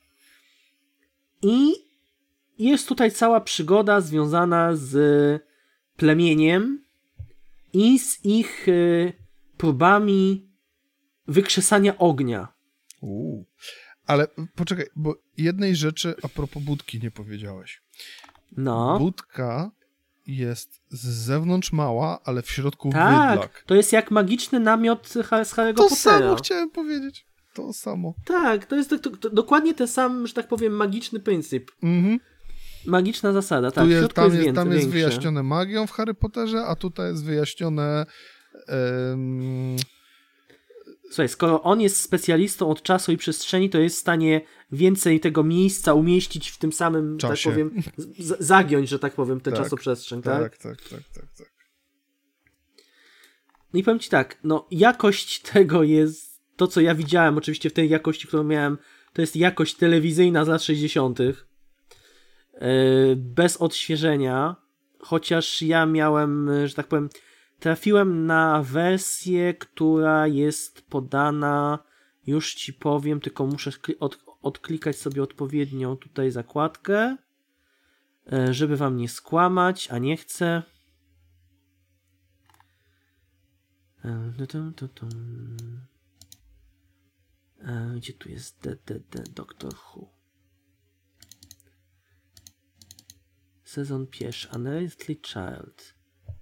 I jest tutaj cała przygoda związana z plemieniem i z ich próbami wykrzesania ognia. Ale poczekaj, bo jednej rzeczy a propos budki nie powiedziałeś. No. Budka jest z zewnątrz mała, ale w środku tak, bydlak. To jest jak magiczny namiot z Harry'ego Pottera. To samo chciałem powiedzieć. To samo. Tak, to jest to dokładnie ten sam, że tak powiem, magiczny pryncyp. Magiczna zasada, tak. Tam jest wyjaśnione magią w Harry Potterze, a tutaj jest wyjaśnione... Słuchaj, skoro on jest specjalistą od czasu i przestrzeni, to jest w stanie więcej tego miejsca umieścić w tym samym, czasie. Tak powiem, zagiąć, że tak powiem, tę czasoprzestrzeń, tak? Tak. No i powiem ci tak, no jakość tego jest, to co ja widziałem, oczywiście w tej jakości, którą miałem, to jest jakość telewizyjna z lat 60. Bez odświeżenia, chociaż ja miałem, że tak powiem, trafiłem na wersję, która jest podana, już ci powiem, tylko muszę odklikać sobie odpowiednią tutaj zakładkę, żeby wam nie skłamać, a nie chcę. Gdzie tu jest Doctor Who? Sezon pierwszy, Unearthly Child.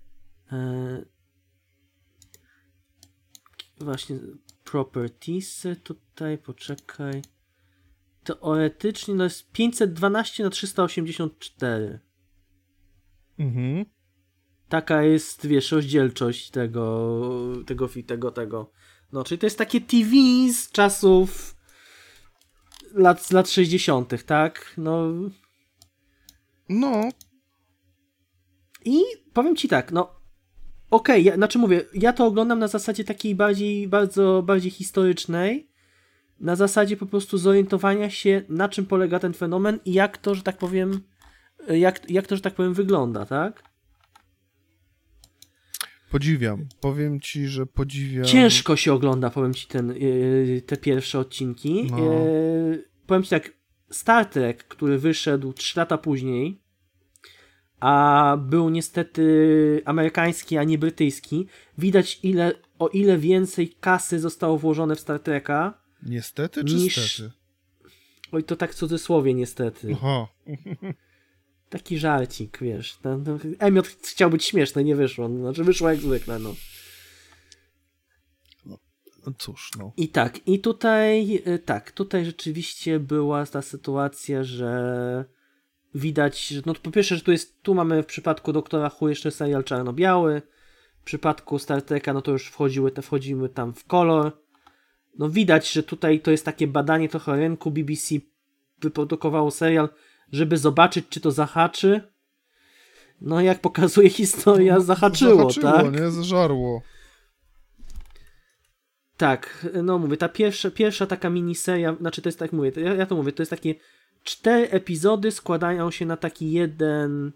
Właśnie properties tutaj, poczekaj. Teoretycznie to jest 512 na 384. Mhm. Taka jest, wiesz, rozdzielczość tego. No, czyli to jest takie TV z czasów lat 60., tak? No. I powiem ci tak, okej, znaczy mówię, ja to oglądam na zasadzie takiej bardziej historycznej, na zasadzie po prostu zorientowania się, na czym polega ten fenomen i jak to, że tak powiem, wygląda, tak? Podziwiam. Powiem ci, że podziwiam. Ciężko się ogląda, powiem ci, te pierwsze odcinki. No. Powiem ci tak, Star Trek, który wyszedł 3 lata później, a był niestety amerykański, a nie brytyjski, widać o ile więcej kasy zostało włożone w Star Treka. Niestety czy stety? Oj, to tak w cudzysłowie niestety. Aha. Taki żarcik, wiesz. Emiot chciał być śmieszny, nie wyszło. Znaczy wyszło jak zwykle, no. No cóż, no. I tutaj rzeczywiście była ta sytuacja, że widać, że no po pierwsze, że tu mamy w przypadku Doktora Who jeszcze serial czarno-biały, w przypadku Star Treka, no to już wchodzimy tam w kolor. No widać, że tutaj to jest takie badanie trochę rynku. BBC wyprodukowało serial, żeby zobaczyć, czy to zahaczy. No jak pokazuje historia, zahaczyło, tak? Nie? Zażarło. Tak, no mówię, ta pierwsza taka miniseria, znaczy to jest tak, mówię, ja to mówię, to jest takie 4 epizody składają się na taki jeden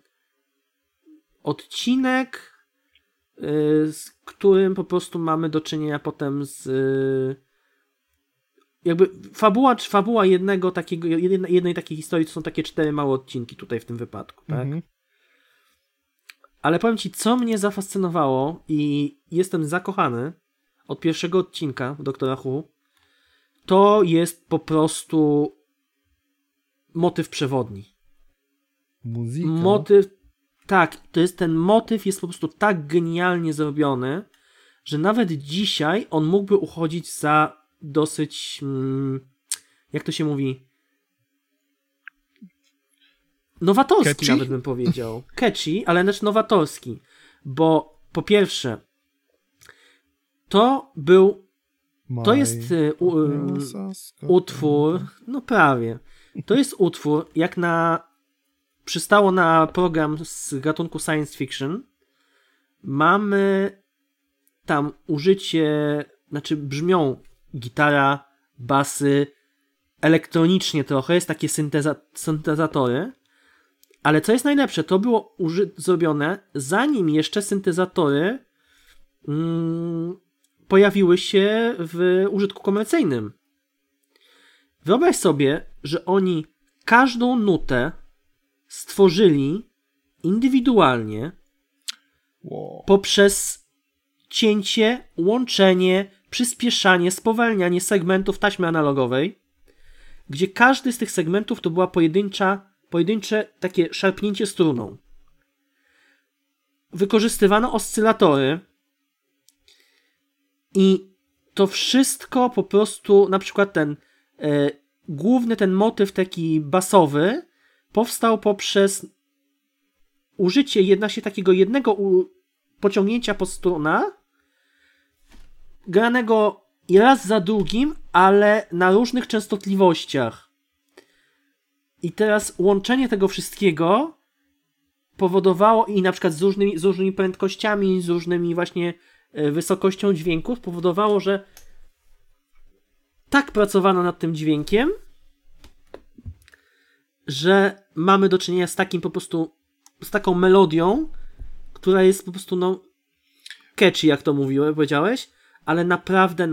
odcinek, z którym po prostu mamy do czynienia potem z jakby fabuła jednej takiej historii to są takie 4 małe odcinki tutaj w tym wypadku, tak? Mhm. Ale powiem ci, co mnie zafascynowało i jestem zakochany od pierwszego odcinka Doktora Who, to jest po prostu motyw przewodni. Muzyka. Tak, to jest ten motyw jest po prostu tak genialnie zrobiony, że nawet dzisiaj on mógłby uchodzić za dosyć, jak to się mówi, nowatorski catchy? Nawet bym powiedział. Catchy, ale też nowatorski. Bo po pierwsze, to jest utwór, no prawie, to jest utwór, jak przystało na program z gatunku science fiction, mamy tam użycie, znaczy brzmią gitara, basy, elektronicznie trochę, jest takie syntezatory, ale co jest najlepsze, to było zrobione zanim jeszcze syntezatory pojawiły się w użytku komercyjnym. Wyobraź sobie, że oni każdą nutę stworzyli indywidualnie poprzez cięcie, łączenie, przyspieszanie, spowalnianie segmentów taśmy analogowej, gdzie każdy z tych segmentów to była pojedyncze takie szarpnięcie struną. Wykorzystywano oscylatory i to wszystko po prostu, na przykład ten główny ten motyw taki basowy powstał poprzez użycie takiego jednego pociągnięcia po strunach, granego raz za drugim, ale na różnych częstotliwościach. I teraz łączenie tego wszystkiego powodowało i na przykład z różnymi prędkościami, z różnymi właśnie wysokością dźwięków powodowało, że tak pracowano nad tym dźwiękiem, że mamy do czynienia z takim po prostu, z taką melodią, która jest po prostu catchy, jak to powiedziałeś, ale naprawdę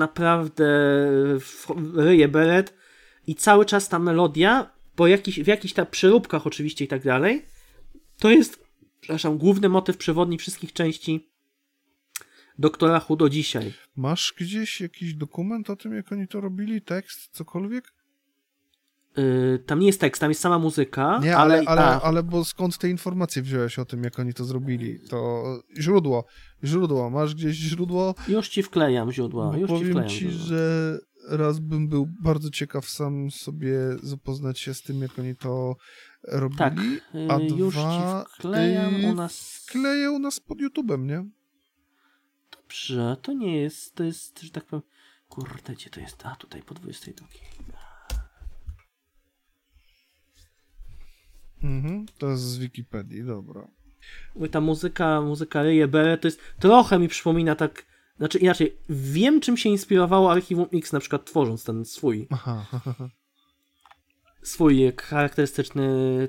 ryje beret i cały czas ta melodia, w jakichś tam przeróbkach oczywiście i tak dalej, to jest, główny motyw przewodni wszystkich części Doktora Who do dzisiaj. Masz gdzieś jakiś dokument o tym, jak oni to robili? Tekst? Cokolwiek? Tam nie jest tekst, tam jest sama muzyka. Nie, ale bo skąd te informacje wziąłeś o tym, jak oni to zrobili? To źródło. Masz gdzieś źródło? Już ci wklejam źródła. Powiem ci, że raz bym był bardzo ciekaw sam sobie zapoznać się z tym, jak oni to robili. Tak, a już ci wklejam u nas. Wkleję u nas pod YouTube'em, nie? Dobrze, to nie jest, to jest, że tak powiem, kurde, gdzie to jest? A, tutaj po 22. To jest z Wikipedii, dobra. Ta muzyka ryje beret, to jest, trochę mi przypomina tak, znaczy inaczej, wiem czym się inspirowało Archiwum X, na przykład tworząc ten swój charakterystyczny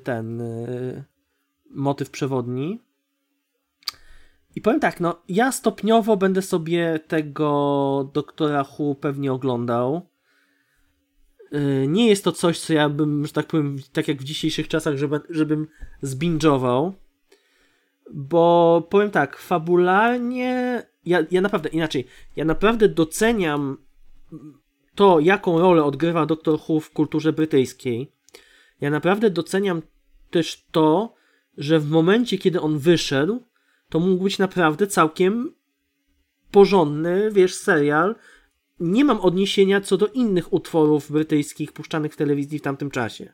motyw przewodni. I powiem tak, no ja stopniowo będę sobie tego Doktora Who pewnie oglądał. Nie jest to coś, co ja bym, że tak powiem, tak jak w dzisiejszych czasach, żebym zbinge'ował. Bo powiem tak, fabularnie ja naprawdę, inaczej, ja naprawdę doceniam to, jaką rolę odgrywa Doktor Who w kulturze brytyjskiej. Ja naprawdę doceniam też to, że w momencie, kiedy on wyszedł, to mógł być naprawdę całkiem porządny, serial. Nie mam odniesienia co do innych utworów brytyjskich puszczanych w telewizji w tamtym czasie.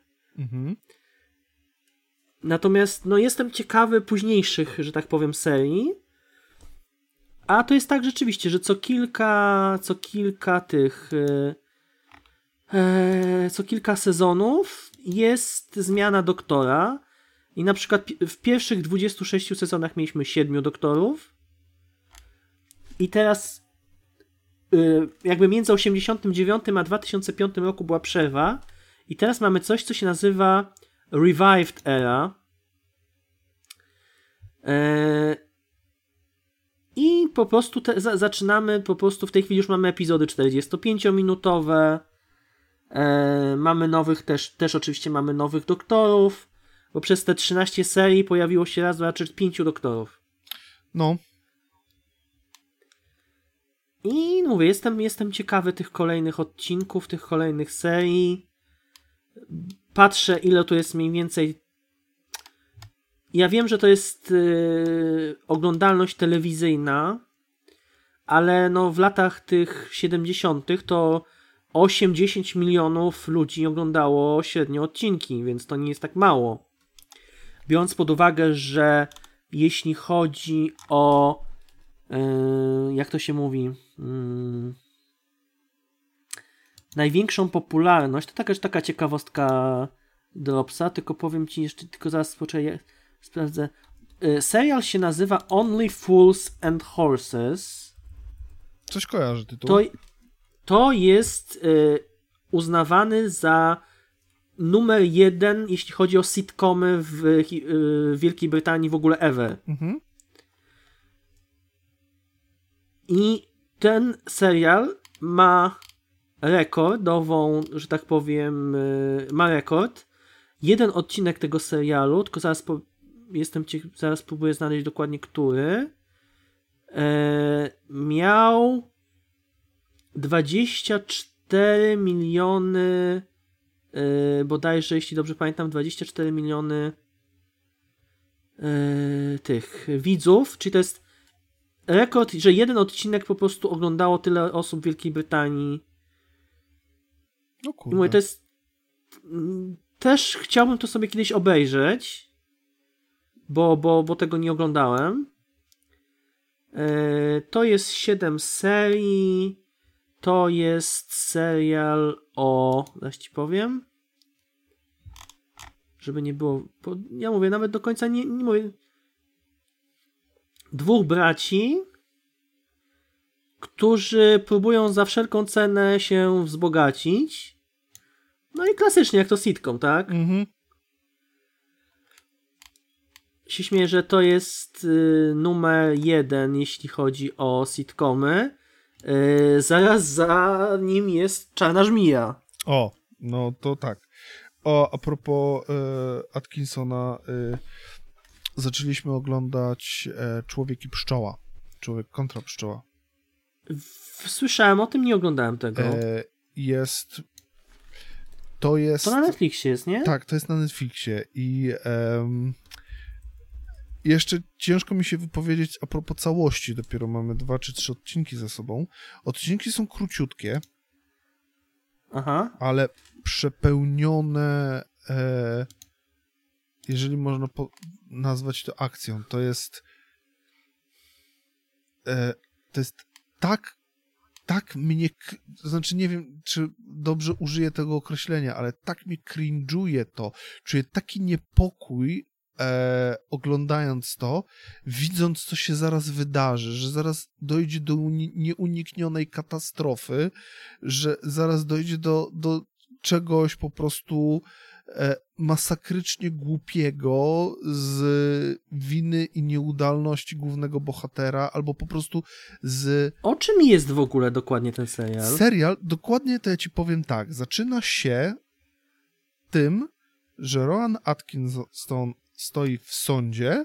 Natomiast jestem ciekawy późniejszych, że tak powiem, serii. A to jest tak rzeczywiście, że co kilka sezonów jest zmiana doktora. I na przykład w pierwszych 26 sezonach mieliśmy 7 doktorów. I teraz jakby między 89 a 2005 roku była przerwa. I teraz mamy coś, co się nazywa Revived Era. I po prostu zaczynamy, w tej chwili już mamy epizody 45-minutowe. Mamy nowych też oczywiście mamy nowych doktorów. Bo przez te 13 serii pojawiło się raz, dwa, 5 doktorów. No. I mówię, jestem ciekawy tych kolejnych odcinków, tych kolejnych serii. Patrzę, ile to jest mniej więcej. Ja wiem, że to jest oglądalność telewizyjna, ale w latach tych 70. to 8-10 milionów ludzi oglądało średnio odcinki, więc to nie jest tak mało. Biorąc pod uwagę, że jeśli chodzi o jak to się mówi największą popularność, to taka ciekawostka Dropsa, tylko powiem ci jeszcze, tylko zaraz sprawdzę. Serial się nazywa Only Fools and Horses. Coś kojarzy tytuł. To jest uznawany za numer 1, jeśli chodzi o sitcomy w Wielkiej Brytanii w ogóle ever. I ten serial ma rekordową, że tak powiem, ma rekord. Jeden odcinek tego serialu, tylko zaraz próbuję znaleźć dokładnie który, miał 24 miliony bodajże, jeśli dobrze pamiętam, 24 miliony tych widzów, czyli to jest rekord, że jeden odcinek po prostu oglądało tyle osób w Wielkiej Brytanii. No kurde. I mówię, to jest też chciałbym to sobie kiedyś obejrzeć, bo tego nie oglądałem. To jest 7 serii. To jest serial zaraz ci powiem, żeby nie było, ja mówię, nawet do końca nie mówię. 2 braci, którzy próbują za wszelką cenę się wzbogacić. No i klasycznie, jak to sitcom, tak? się śmieję, że to jest numer 1, jeśli chodzi o sitcomy. Zaraz za nim jest Czarna Żmija. O, no to tak. A propos Atkinsona, zaczęliśmy oglądać Człowiek i pszczoła. Człowiek kontra pszczoła. Słyszałem o tym, nie oglądałem tego. To jest... To na Netflixie jest, nie? Tak, to jest na Netflixie i jeszcze ciężko mi się wypowiedzieć a propos całości. Dopiero mamy 2 czy 3 odcinki za sobą. Odcinki są króciutkie, ale przepełnione, jeżeli można nazwać to akcją, to jest tak mnie, to znaczy nie wiem, czy dobrze użyję tego określenia, ale tak mnie cringe'uje to, czuję taki niepokój oglądając to, widząc, co się zaraz wydarzy, że zaraz dojdzie do nieuniknionej katastrofy, że zaraz dojdzie do czegoś po prostu masakrycznie głupiego z winy i nieudolności głównego bohatera, albo po prostu z... O czym jest w ogóle dokładnie ten serial? Serial, dokładnie to ja ci powiem tak, zaczyna się tym, że Rowan Atkinson stoi w sądzie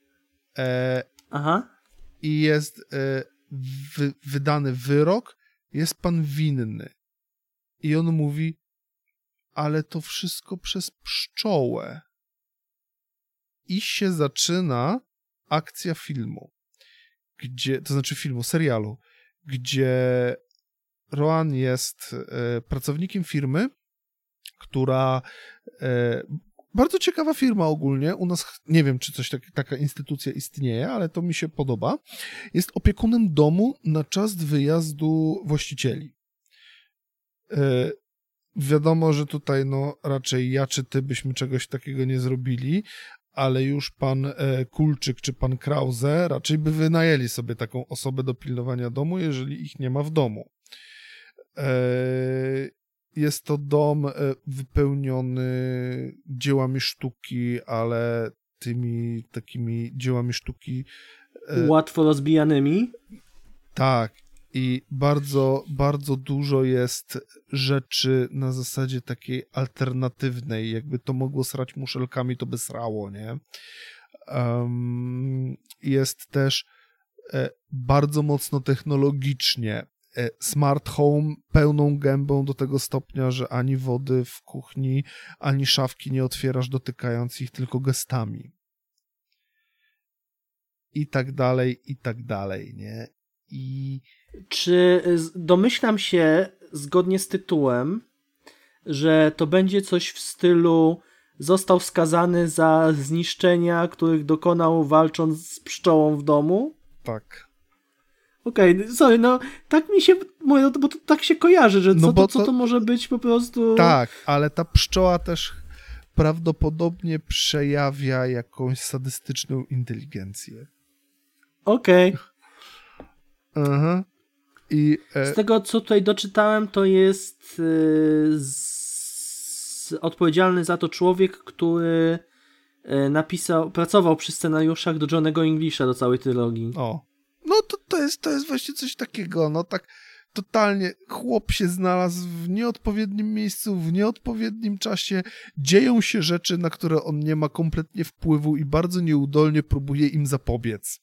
i jest wydany wyrok, jest pan winny. I on mówi, ale to wszystko przez pszczołę. I się zaczyna akcja filmu, serialu, gdzie Rowan jest pracownikiem firmy, która bardzo ciekawa firma ogólnie, u nas nie wiem, czy taka instytucja istnieje, ale to mi się podoba, jest opiekunem domu na czas wyjazdu właścicieli. Wiadomo, że tutaj raczej ja czy ty byśmy czegoś takiego nie zrobili, ale już pan Kulczyk czy pan Krause raczej by wynajęli sobie taką osobę do pilnowania domu, jeżeli ich nie ma w domu. Jest to dom wypełniony dziełami sztuki, ale tymi takimi dziełami sztuki... Łatwo rozbijanymi? Tak. I bardzo, bardzo dużo jest rzeczy na zasadzie takiej alternatywnej. Jakby to mogło srać muszelkami, to by srało, nie? Jest też bardzo mocno technologicznie. Smart home pełną gębą do tego stopnia, że ani wody w kuchni, ani szafki nie otwierasz dotykając ich, tylko gestami. I tak dalej, nie? Czy domyślam się, zgodnie z tytułem, że to będzie coś w stylu został skazany za zniszczenia, których dokonał walcząc z pszczołą w domu? Tak. Okej, sorry, tak mi się, bo to tak się kojarzy, że co to może być po prostu... Tak, ale ta pszczoła też prawdopodobnie przejawia jakąś sadystyczną inteligencję. Okej. Aha. Z tego, co tutaj doczytałem, to jest odpowiedzialny za to człowiek, który pracował przy scenariuszach do Johnnego Englisha, do całej trylogii. O, no to jest właśnie coś takiego, tak totalnie chłop się znalazł w nieodpowiednim miejscu, w nieodpowiednim czasie, dzieją się rzeczy, na które on nie ma kompletnie wpływu i bardzo nieudolnie próbuje im zapobiec.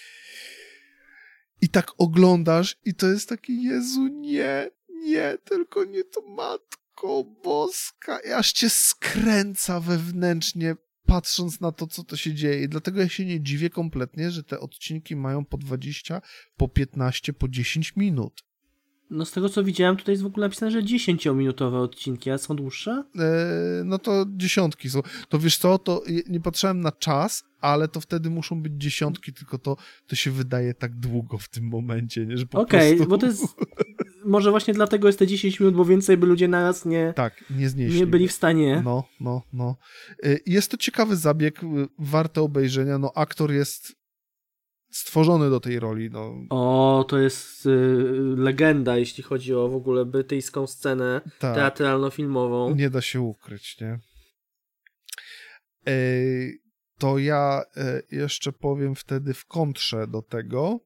I tak oglądasz i to jest taki, Jezu, nie, tylko nie to, Matko Boska. I aż cię skręca wewnętrznie, patrząc na to, co to się dzieje. I dlatego ja się nie dziwię kompletnie, że te odcinki mają po 20, po 15, po 10 minut. No z tego, co widziałem, tutaj jest w ogóle napisane, że 10-minutowe odcinki, a są dłuższe? No to 10 są. To wiesz co, to nie patrzyłem na czas, ale to wtedy muszą być 10, tylko to się wydaje tak długo w tym momencie, nie? Że po prostu... bo to jest... Może właśnie dlatego jest te 10 minut, bo więcej by ludzie naraz nie znieśli. Nie byli w stanie. No. Jest to ciekawy zabieg, warte obejrzenia. Aktor jest stworzony do tej roli. O, to jest legenda, jeśli chodzi o w ogóle brytyjską scenę teatralno-filmową. Nie da się ukryć, nie? to ja jeszcze powiem wtedy w kontrze do tego.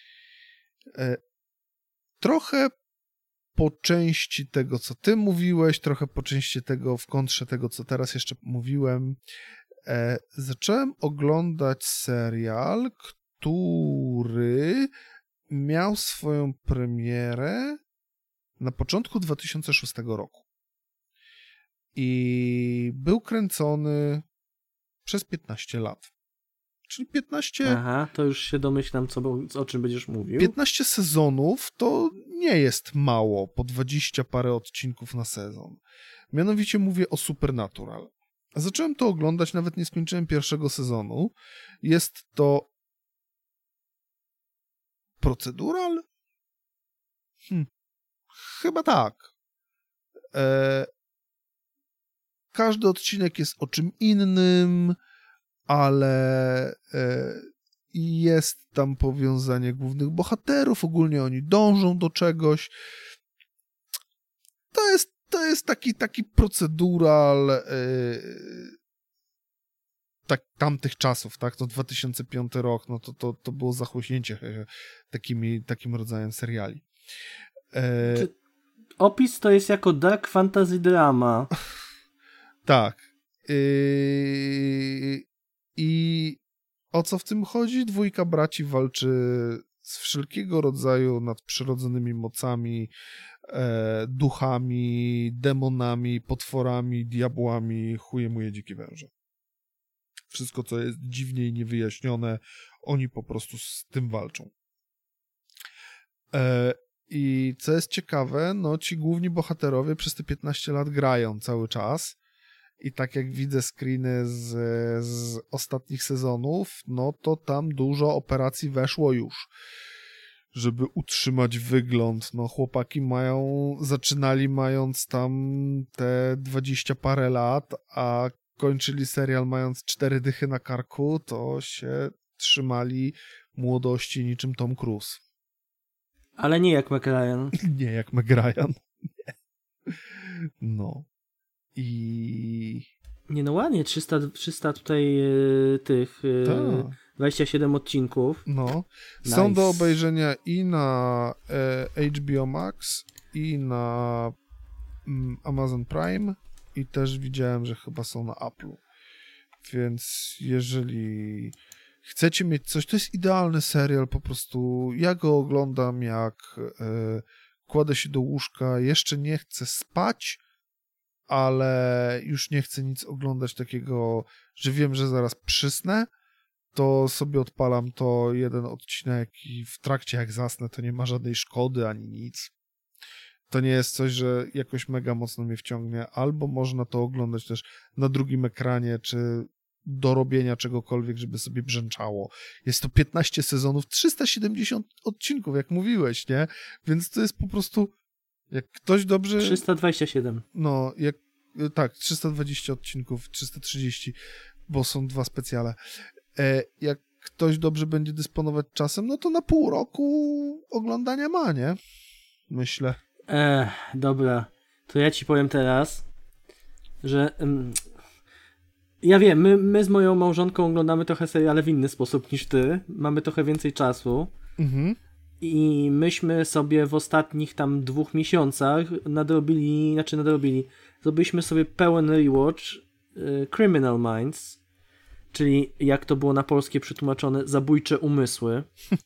Trochę po części tego, co ty mówiłeś, trochę po części tego w kontrze tego, co teraz jeszcze mówiłem, zacząłem oglądać serial, który miał swoją premierę na początku 2006 roku. I był kręcony przez 15 lat. Czyli 15... Aha, to już się domyślam, o czym będziesz mówił. 15 sezonów to nie jest mało, po 20 parę odcinków na sezon. Mianowicie mówię o Supernatural. Zacząłem to oglądać, nawet nie skończyłem pierwszego sezonu. Jest to procedural? Chyba tak. Każdy odcinek jest o czym innym, ale jest tam powiązanie głównych bohaterów, ogólnie oni dążą do czegoś. To jest taki procedural tamtych czasów, tak? To 2005 rok, no to było zachłyśnięcie takim rodzajem seriali. Opis to jest jako dark fantasy drama. Tak. I o co w tym chodzi? Dwójka braci walczy z wszelkiego rodzaju nadprzyrodzonymi mocami, duchami, demonami, potworami, diabłami, chuje dzikie węże. Wszystko, co jest dziwnie i niewyjaśnione, oni po prostu z tym walczą. I co jest ciekawe, no ci główni bohaterowie przez te 15 lat grają cały czas. I tak jak widzę screeny z ostatnich sezonów, no to tam dużo operacji weszło już, żeby utrzymać wygląd. No chłopaki zaczynali mając tam te 20 parę lat, a kończyli serial mając 4 dychy na karku, to się trzymali młodości niczym Tom Cruise. Ale nie jak McRyan. Nie jak McRyan. No. Nie no ładnie, 300 tutaj tych 27 odcinków. No. Nice. Są do obejrzenia i na HBO Max, i na Amazon Prime, i też widziałem, że chyba są na Apple'u. Więc jeżeli chcecie mieć coś, to jest idealny serial po prostu. Ja go oglądam, jak kładę się do łóżka, jeszcze nie chcę spać, ale już nie chcę nic oglądać takiego, że wiem, że zaraz przysnę, to sobie odpalam to jeden odcinek i w trakcie jak zasnę, to nie ma żadnej szkody ani nic. To nie jest coś, że jakoś mega mocno mnie wciągnie, albo można to oglądać też na drugim ekranie, czy do robienia czegokolwiek, żeby sobie brzęczało. Jest to 15 sezonów, 370 odcinków, jak mówiłeś, nie? Więc to jest po prostu, jak ktoś dobrze... 327. No, tak, 320 odcinków, 330, bo są 2 specjale. Jak ktoś dobrze będzie dysponować czasem, no to na pół roku oglądania ma, nie? Myślę. Dobra. To ja ci powiem teraz, że ja wiem, my z moją małżonką oglądamy trochę seriale w inny sposób niż ty. Mamy trochę więcej czasu. Mhm. I myśmy sobie w ostatnich tam 2 miesiącach zrobiliśmy sobie pełen rewatch Criminal Minds, czyli jak to było na polskie przetłumaczone, Zabójcze umysły.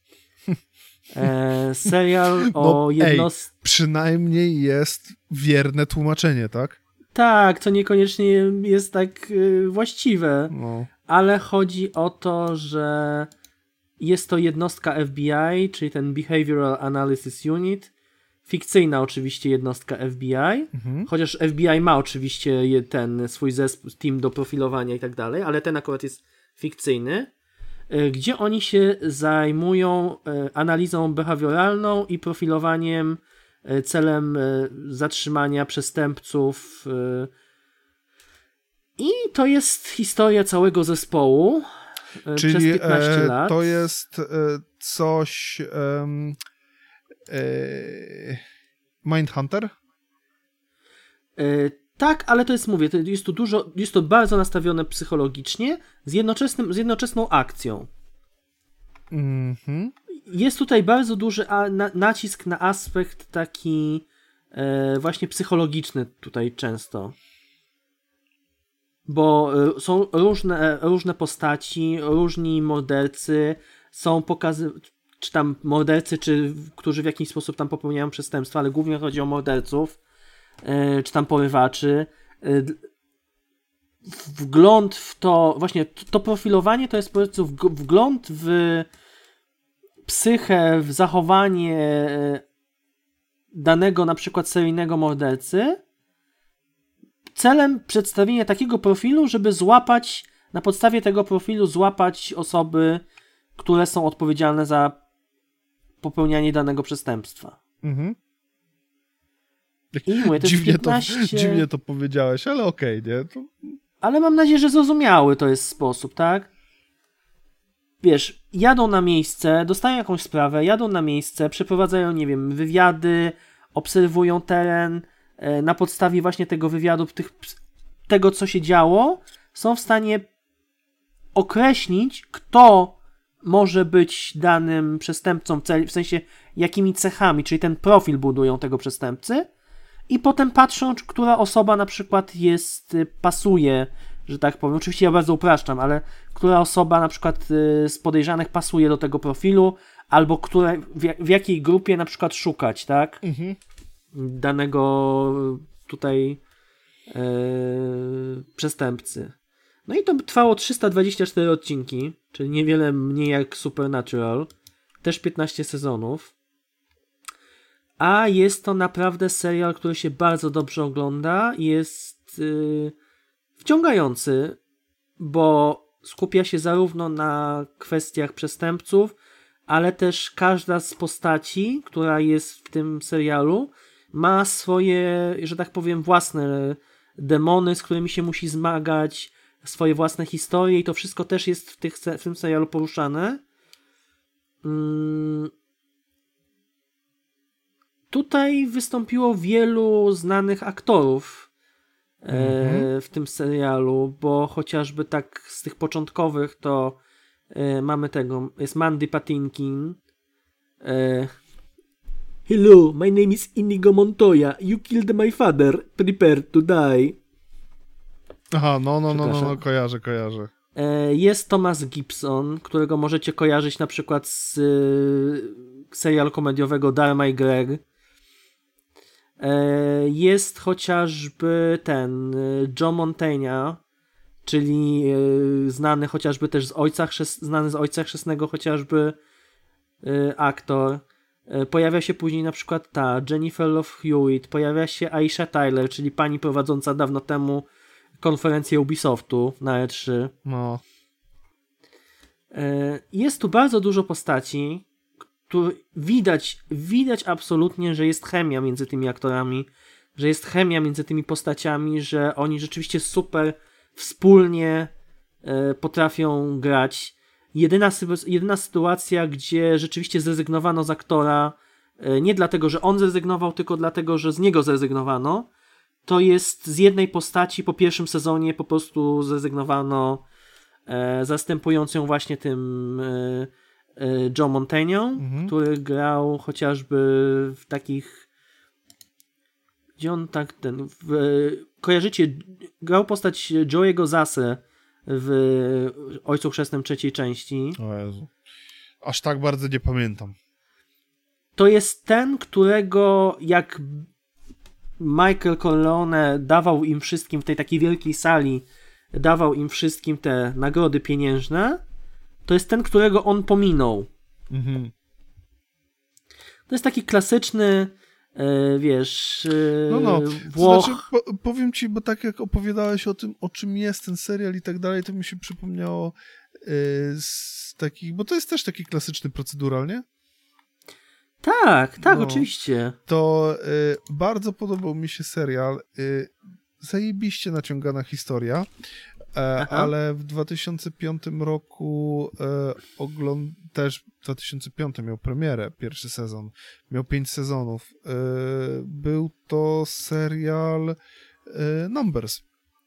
Serial o jednostce... Przynajmniej jest wierne tłumaczenie, tak? Tak, co niekoniecznie jest tak właściwe, no. Ale chodzi o to, że jest to jednostka FBI, czyli ten Behavioral Analysis Unit, fikcyjna oczywiście jednostka FBI, chociaż FBI ma oczywiście ten swój zespół, team do profilowania i tak dalej, ale ten akurat jest fikcyjny, gdzie oni się zajmują analizą behawioralną i profilowaniem celem zatrzymania przestępców. I to jest historia całego zespołu. Czyli przez 15 lat. To jest coś Mindhunter? Tak, ale to jest, mówię, jest to bardzo nastawione psychologicznie z jednoczesną akcją. Mhm. Jest tutaj bardzo duży nacisk na aspekt taki właśnie psychologiczny tutaj często. Bo są różne postaci, różni mordercy, są czy tam mordercy, którzy w jakiś sposób tam popełniają przestępstwa, ale głównie chodzi o morderców, czy tam porywaczy. Wgląd w to, właśnie to profilowanie to jest po prostu wgląd w psychę, w zachowanie danego na przykład seryjnego mordercy, celem przedstawienia takiego profilu, żeby na podstawie tego profilu złapać osoby, które są odpowiedzialne za popełnianie danego przestępstwa. Mhm. I mówię, to dziwnie to powiedziałeś, ale okej, nie? Ale mam nadzieję, że zrozumiały to jest sposób, tak? Wiesz, jadą na miejsce, dostają jakąś sprawę, jadą na miejsce, przeprowadzają, nie wiem, wywiady, obserwują teren, na podstawie właśnie tego wywiadu, tego co się działo, są w stanie określić, kto może być danym przestępcą, w sensie jakimi cechami, czyli ten profil budują tego przestępcy i potem patrzą, która osoba na przykład pasuje, że tak powiem, oczywiście ja bardzo upraszczam, ale która osoba na przykład z podejrzanych pasuje do tego profilu, albo w jakiej grupie na przykład szukać, tak? Mhm. Danego tutaj przestępcy. No i to trwało 324 odcinki, czyli niewiele mniej jak Supernatural. Też 15 sezonów. A jest to naprawdę serial, który się bardzo dobrze ogląda. Jest wciągający, bo skupia się zarówno na kwestiach przestępców, ale też każda z postaci, która jest w tym serialu, ma swoje, że tak powiem, własne demony, z którymi się musi zmagać, swoje własne historie i to wszystko też jest w tym serialu poruszane. Tutaj wystąpiło wielu znanych aktorów w tym serialu, bo chociażby tak z tych początkowych to mamy jest Mandy Patinkin. Hello, my name is Inigo Montoya. You killed my father. Prepare to die. Aha, no, kojarzę. Jest Thomas Gibson, którego możecie kojarzyć na przykład z serialu komediowego Dharma i Greg. Jest chociażby Joe Mantegna, czyli znany chociażby też znany z Ojca Chrzestnego chociażby aktor. Pojawia się później na przykład Jennifer Love Hewitt, pojawia się Aisha Tyler, czyli pani prowadząca dawno temu konferencję Ubisoftu na E3. No. Jest tu bardzo dużo postaci, widać absolutnie, że jest chemia między tymi aktorami, że jest chemia między tymi postaciami, że oni rzeczywiście super wspólnie potrafią grać. Jedyna sytuacja, gdzie rzeczywiście zrezygnowano z aktora, nie dlatego, że on zrezygnował, tylko dlatego, że z niego zrezygnowano, to jest z jednej postaci po pierwszym sezonie po prostu zrezygnowano, zastępując ją właśnie tym Joe Mantegną, który grał chociażby w takich... Gdzie on kojarzycie? Grał postać Joey'ego Zase w Ojcu Chrzestnym trzeciej części. O Jezu. Aż tak bardzo nie pamiętam. To jest ten, którego jak Michael Corleone dawał im wszystkim w tej takiej wielkiej sali, dawał im wszystkim te nagrody pieniężne, to jest ten, którego on pominął. Mhm. To jest taki klasyczny Włoch. Znaczy, powiem ci, bo tak jak opowiadałeś o tym, o czym jest ten serial i tak dalej, to mi się przypomniało z takich, bo to jest też taki klasyczny procedural, nie? Tak, oczywiście. To bardzo podobał mi się serial. Zajebiście naciągana historia, ale w 2005 roku też w 2005 miał premierę, pierwszy sezon. Miał 5 sezonów. Był to serial Numbers.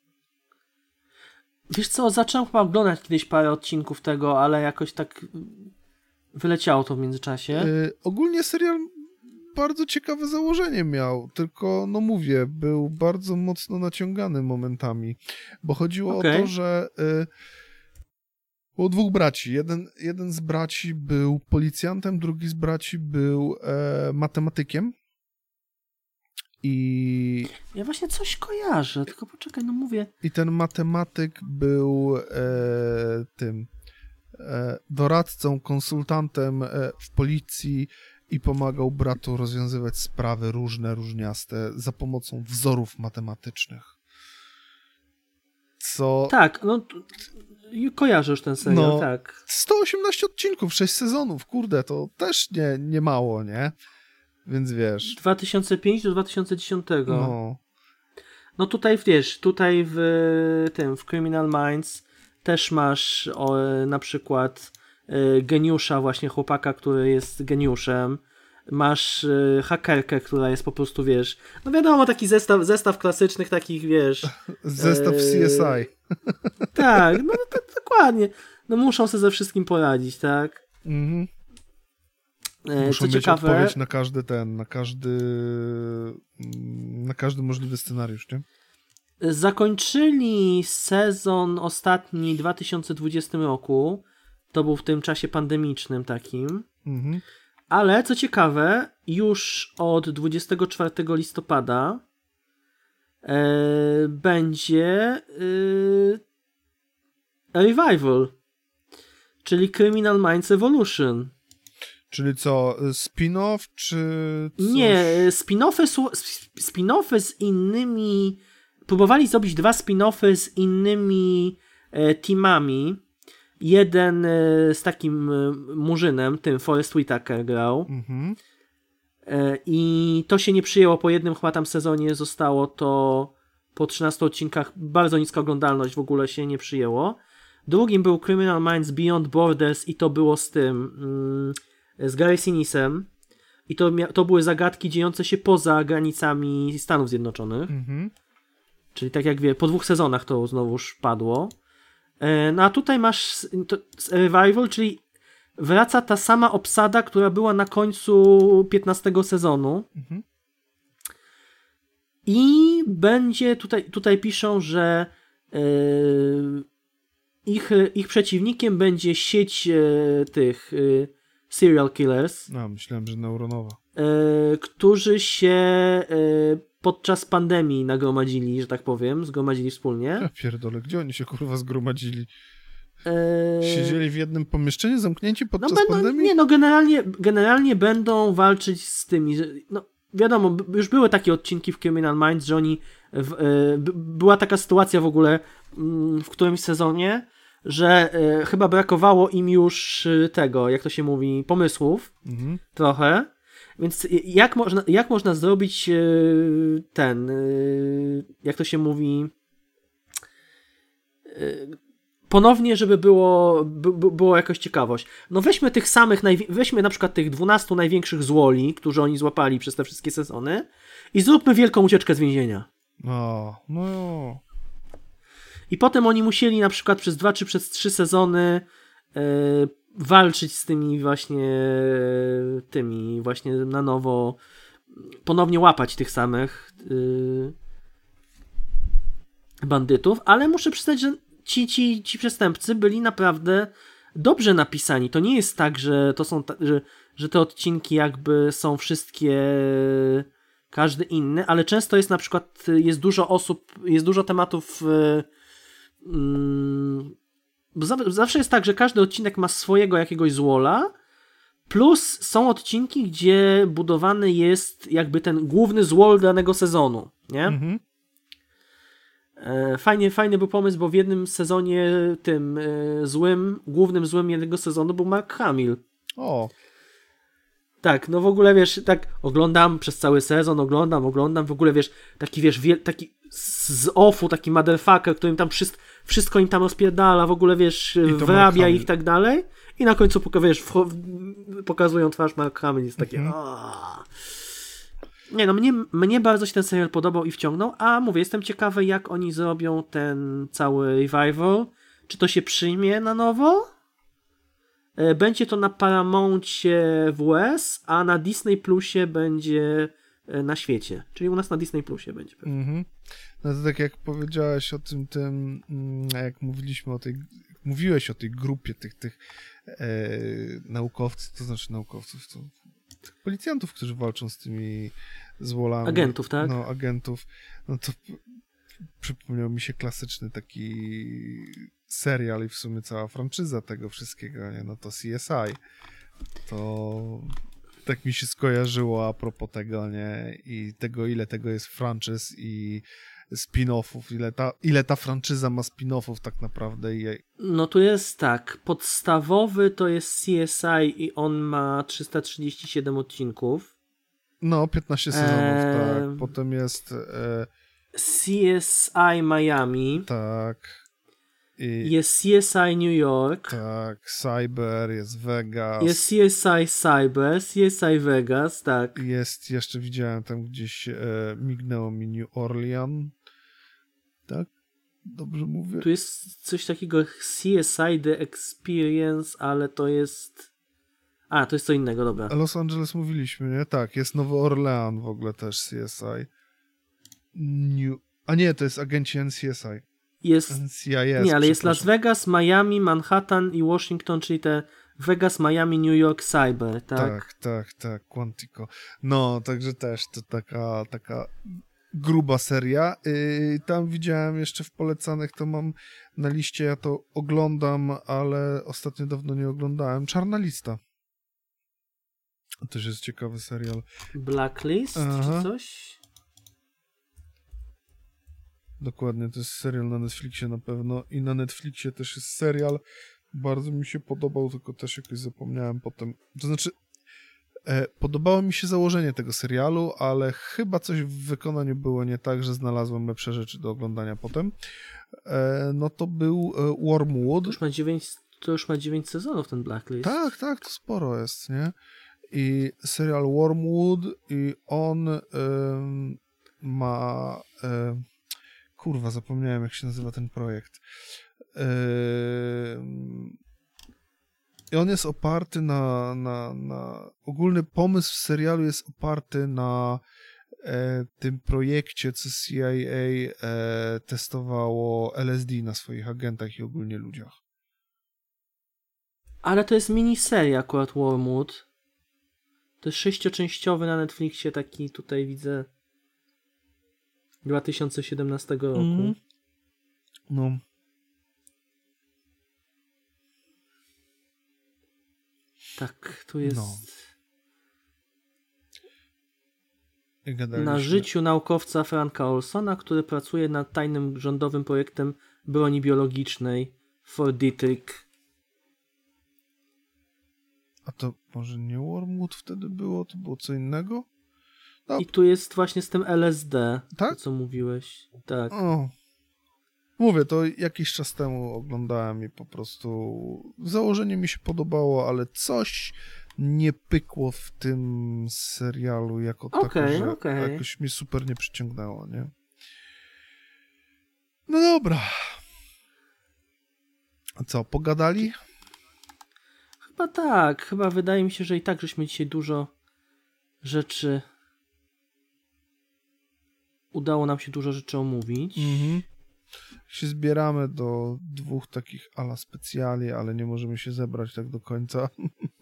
Wiesz co, zacząłem chyba oglądać kiedyś parę odcinków tego, ale jakoś tak wyleciało to w międzyczasie. Ogólnie serial bardzo ciekawe założenie miał, tylko no mówię, był bardzo mocno naciągany momentami, bo chodziło o to, że było dwóch braci. Jeden z braci był policjantem, drugi z braci był matematykiem. I ja właśnie coś kojarzę, tylko poczekaj, no mówię. I ten matematyk był doradcą, konsultantem w policji i pomagał bratu rozwiązywać sprawy różniaste za pomocą wzorów matematycznych. Co... Tak, no kojarzę już ten serial, tak. 118 odcinków, 6 sezonów, kurde, to też nie mało, nie? Więc wiesz... 2005 do 2010. No tutaj wiesz, w Criminal Minds też masz na przykład geniusza, właśnie chłopaka, który jest geniuszem. Masz hakerkę, która jest po prostu, wiesz, no wiadomo, taki zestaw klasycznych takich, wiesz... Zestaw CSI. Tak, no dokładnie. No muszą sobie ze wszystkim poradzić, tak? Mhm. Muszą mieć ciekawe, odpowiedź na każdy możliwy scenariusz, nie? Zakończyli sezon ostatni w 2020 roku. To był w tym czasie pandemicznym takim. Mhm. Ale co ciekawe, już od 24 listopada będzie revival, czyli Criminal Minds Evolution. Czyli co, spin-off, czy coś? Nie, spin-offy z innymi... Próbowali zrobić 2 spin-offy z innymi teamami. Jeden z takim murzynem, tym Forest Whitaker grał. Mhm. I to się nie przyjęło. Po jednym chyba tam sezonie zostało to po 13 odcinkach bardzo niska oglądalność, w ogóle się nie przyjęło. Drugim był Criminal Minds Beyond Borders i to było z tym... z Gary Sinisem. I to były zagadki dziejące się poza granicami Stanów Zjednoczonych. Mhm. Czyli tak jak po 2 sezonach to znowuż padło. No a tutaj masz revival, czyli wraca ta sama obsada, która była na końcu 15 sezonu. Mhm. I będzie, tutaj piszą, że ich przeciwnikiem będzie sieć tych serial killers. No, myślałem, że neuronowa. Którzy się podczas pandemii nagromadzili, że tak powiem, zgromadzili wspólnie. Ja pierdolę, gdzie oni się kurwa zgromadzili? Siedzieli w jednym pomieszczeniu, zamknięci podczas pandemii? Nie, no generalnie będą walczyć z tymi, no wiadomo, już były takie odcinki w Criminal Minds, że oni była taka sytuacja w ogóle w którymś sezonie, że chyba brakowało im już tego, jak to się mówi, pomysłów trochę. Więc jak można zrobić jak to się mówi, ponownie, żeby było jakoś ciekawość. No weźmy na przykład tych 12 największych złoli, którzy oni złapali przez te wszystkie sezony i zróbmy wielką ucieczkę z więzienia. No. I potem oni musieli na przykład przez 2 czy przez 3 sezony walczyć z tymi właśnie na nowo, ponownie łapać tych samych bandytów, ale muszę przyznać, że ci przestępcy byli naprawdę dobrze napisani. To nie jest tak, że to są że te odcinki jakby są wszystkie każdy inny, ale często jest na przykład jest dużo osób, jest dużo tematów zawsze jest tak, że każdy odcinek ma swojego jakiegoś złola, plus są odcinki, gdzie budowany jest jakby ten główny złol danego sezonu, nie? Mhm. Fajny był pomysł, bo w jednym sezonie tym głównym złym jednego sezonu był Mark Hamill. O. Tak, no w ogóle wiesz, tak oglądam przez cały sezon, oglądam, w ogóle wiesz, taki wiesz, taki z offu, taki motherfucker, który im tam wszystko im tam rozpierdala, w ogóle wiesz, wyrabia ich i tak dalej. I na końcu wiesz, pokazują twarz Mark Hamill, jest takie Nie no, mnie bardzo się ten serial podobał i wciągnął, a mówię, jestem ciekawy, jak oni zrobią ten cały revival. Czy to się przyjmie na nowo? Będzie to na Paramouncie w US, a na Disney Plusie będzie na świecie. Czyli u nas na Disney Plusie będzie pewnie. Mhm. No to tak jak powiedziałeś o tym, jak mówiłeś o tej grupie tych naukowców, to znaczy naukowców, tych policjantów, którzy walczą z tymi złolami. Agentów, tak? No, agentów. No to przypomniał mi się klasyczny taki serial i w sumie cała franczyza tego wszystkiego, nie? No to CSI. To tak mi się skojarzyło a propos tego, nie? I tego, ile tego jest franczyz i spin-offów, ile ta franczyza ma spin-offów tak naprawdę. No tu jest tak, podstawowy to jest CSI i on ma 337 odcinków. No, 15 sezonów, tak. Potem jest CSI Miami. Tak. Jest CSI New York. Tak, Cyber, jest Vegas. Jest CSI Cyber, CSI Vegas, tak. Jest, jeszcze widziałem tam gdzieś, mignęło mi New Orleans. Tak? Dobrze mówię? Tu jest coś takiego CSI The Experience, ale to jest... to jest co innego, dobra. Los Angeles mówiliśmy, nie? Tak, jest Nowy Orleans w ogóle też CSI. A nie, to jest agenci NCSI. Jest... NCIS, nie, ale jest Las Vegas, Miami, Manhattan i Washington, czyli te Vegas, Miami, New York, Cyber, tak? Tak, Quantico. No, także też to taka gruba seria. Tam widziałem jeszcze w polecanych, to mam na liście, ja to oglądam, ale ostatnio dawno nie oglądałem. Czarna lista. To też jest ciekawy serial. Blacklist czy coś? Dokładnie, to jest serial na Netflixie na pewno i na Netflixie też jest serial. Bardzo mi się podobał, tylko też jakoś zapomniałem potem. To znaczy, podobało mi się założenie tego serialu, ale chyba coś w wykonaniu było nie tak, że znalazłem lepsze rzeczy do oglądania potem. No to był Wormwood. To już ma 9 sezonów ten Blacklist. Tak, to sporo jest, nie? I serial Wormwood i on ma... kurwa, zapomniałem, jak się nazywa ten projekt. I on jest oparty na ogólny pomysł w serialu jest oparty na tym projekcie, co CIA testowało LSD na swoich agentach i ogólnie ludziach. Ale to jest miniseria akurat Wormwood. To jest 6-częściowy na Netflixie, taki tutaj widzę 2017 roku. No. Tak, tu jest... No. Na życiu naukowca Franka Olsona, który pracuje nad tajnym rządowym projektem broni biologicznej for Dietrich. A to może nie Wormwood wtedy było? To było co innego? No. I tu jest właśnie z tym LSD, tak? to co mówiłeś. Tak. O. Mówię, to jakiś czas temu oglądałem i po prostu założenie mi się podobało, ale coś nie pykło w tym serialu jako tako, że jakoś mnie super nie przyciągnęło, nie? No dobra. A co, pogadali? Chyba tak. Chyba wydaje mi się, że i tak żeśmy dzisiaj dużo rzeczy... Udało nam się dużo rzeczy omówić. Się zbieramy do 2 takich ala specjali, ale nie możemy się zebrać tak do końca.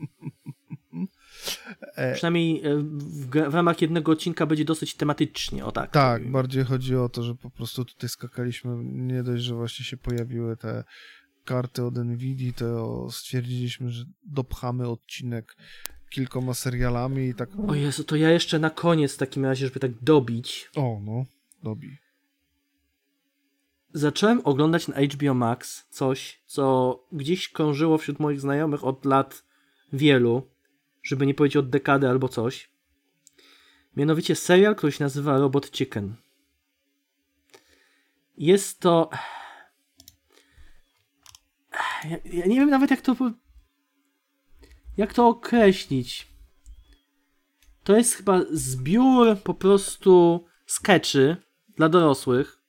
Przynajmniej w ramach jednego odcinka będzie dosyć tematycznie, o tak. Tak, bardziej chodzi o to, że po prostu tutaj skakaliśmy, nie dość, że właśnie się pojawiły te karty od Nvidii, to stwierdziliśmy, że dopchamy odcinek kilkoma serialami i tak... O Jezu, to ja jeszcze na koniec w takim razie, żeby tak dobić. O, no, dobij. Zacząłem oglądać na HBO Max coś, co gdzieś krążyło wśród moich znajomych od lat wielu, żeby nie powiedzieć od dekady albo coś. Mianowicie serial, który się nazywa Robot Chicken. Jest to... Ja nie wiem nawet jak to określić. to jest chyba zbiór po prostu sketchy dla dorosłych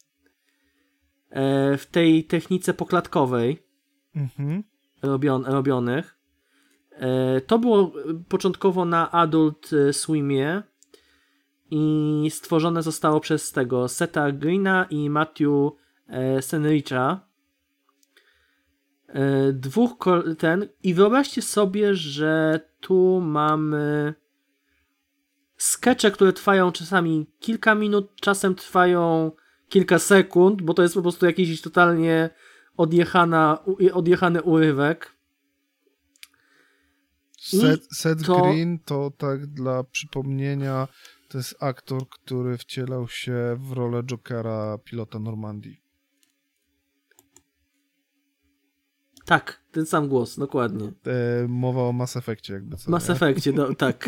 w tej technice poklatkowej robionych. To było początkowo na Adult Swimie i stworzone zostało przez tego Setha Greena i Matthew Senricha. I wyobraźcie sobie, że tu mamy skecze, które trwają czasami kilka minut, czasem trwają kilka sekund, bo to jest po prostu jakiś totalnie odjechany urywek. Seth Green to tak dla przypomnienia, to jest aktor, który wcielał się w rolę Jokera pilota Normandii. Tak, ten sam głos, dokładnie. Mowa o Mass Effectie jakby co. Mass Effectie, tak.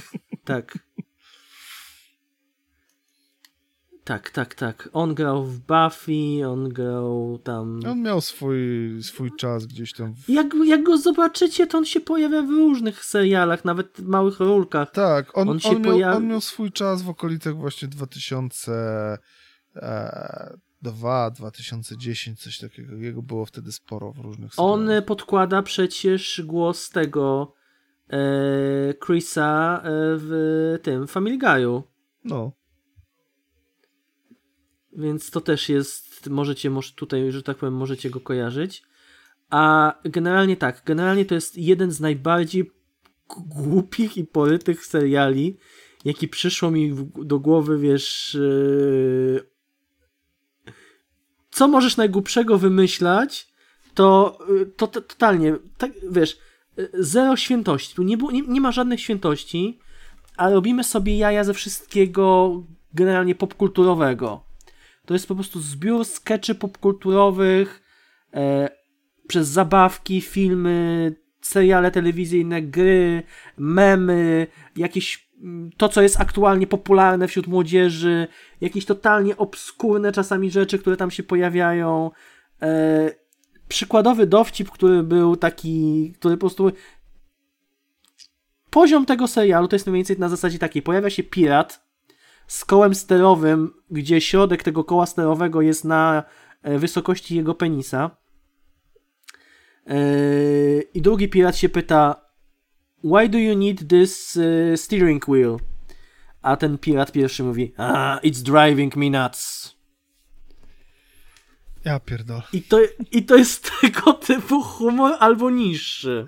Tak. On grał w Buffy, on grał tam... On miał swój czas gdzieś tam. Jak go zobaczycie, to on się pojawia w różnych serialach, nawet w małych rolkach. Tak, on miał swój czas w okolicach właśnie 2002, 2010, coś takiego. Jego było wtedy sporo w różnych serialach. On podkłada przecież głos tego Chrisa w tym Family Guy'u. No. Więc to też jest, może tutaj, że tak powiem, możecie go kojarzyć. A generalnie to jest jeden z najbardziej głupich i porytych seriali, jaki przyszło mi do głowy, wiesz... Co możesz najgłupszego wymyślać, to totalnie, tak, wiesz, zero świętości. Tu nie ma żadnych świętości, a robimy sobie jaja ze wszystkiego generalnie popkulturowego. To jest po prostu zbiór skeczy popkulturowych przez zabawki, filmy, seriale telewizyjne, gry, memy, jakieś to, co jest aktualnie popularne wśród młodzieży, jakieś totalnie obskurne czasami rzeczy, które tam się pojawiają. Przykładowy dowcip, który był taki, który po prostu... Poziom tego serialu to jest mniej więcej na zasadzie takiej. Pojawia się pirat z kołem sterowym, gdzie środek tego koła sterowego jest na wysokości jego penisa. I drugi pirat się pyta: why do you need this steering wheel? A ten pirat pierwszy mówi: it's driving me nuts. Ja pierdolę. I to jest tego typu humor albo niższy.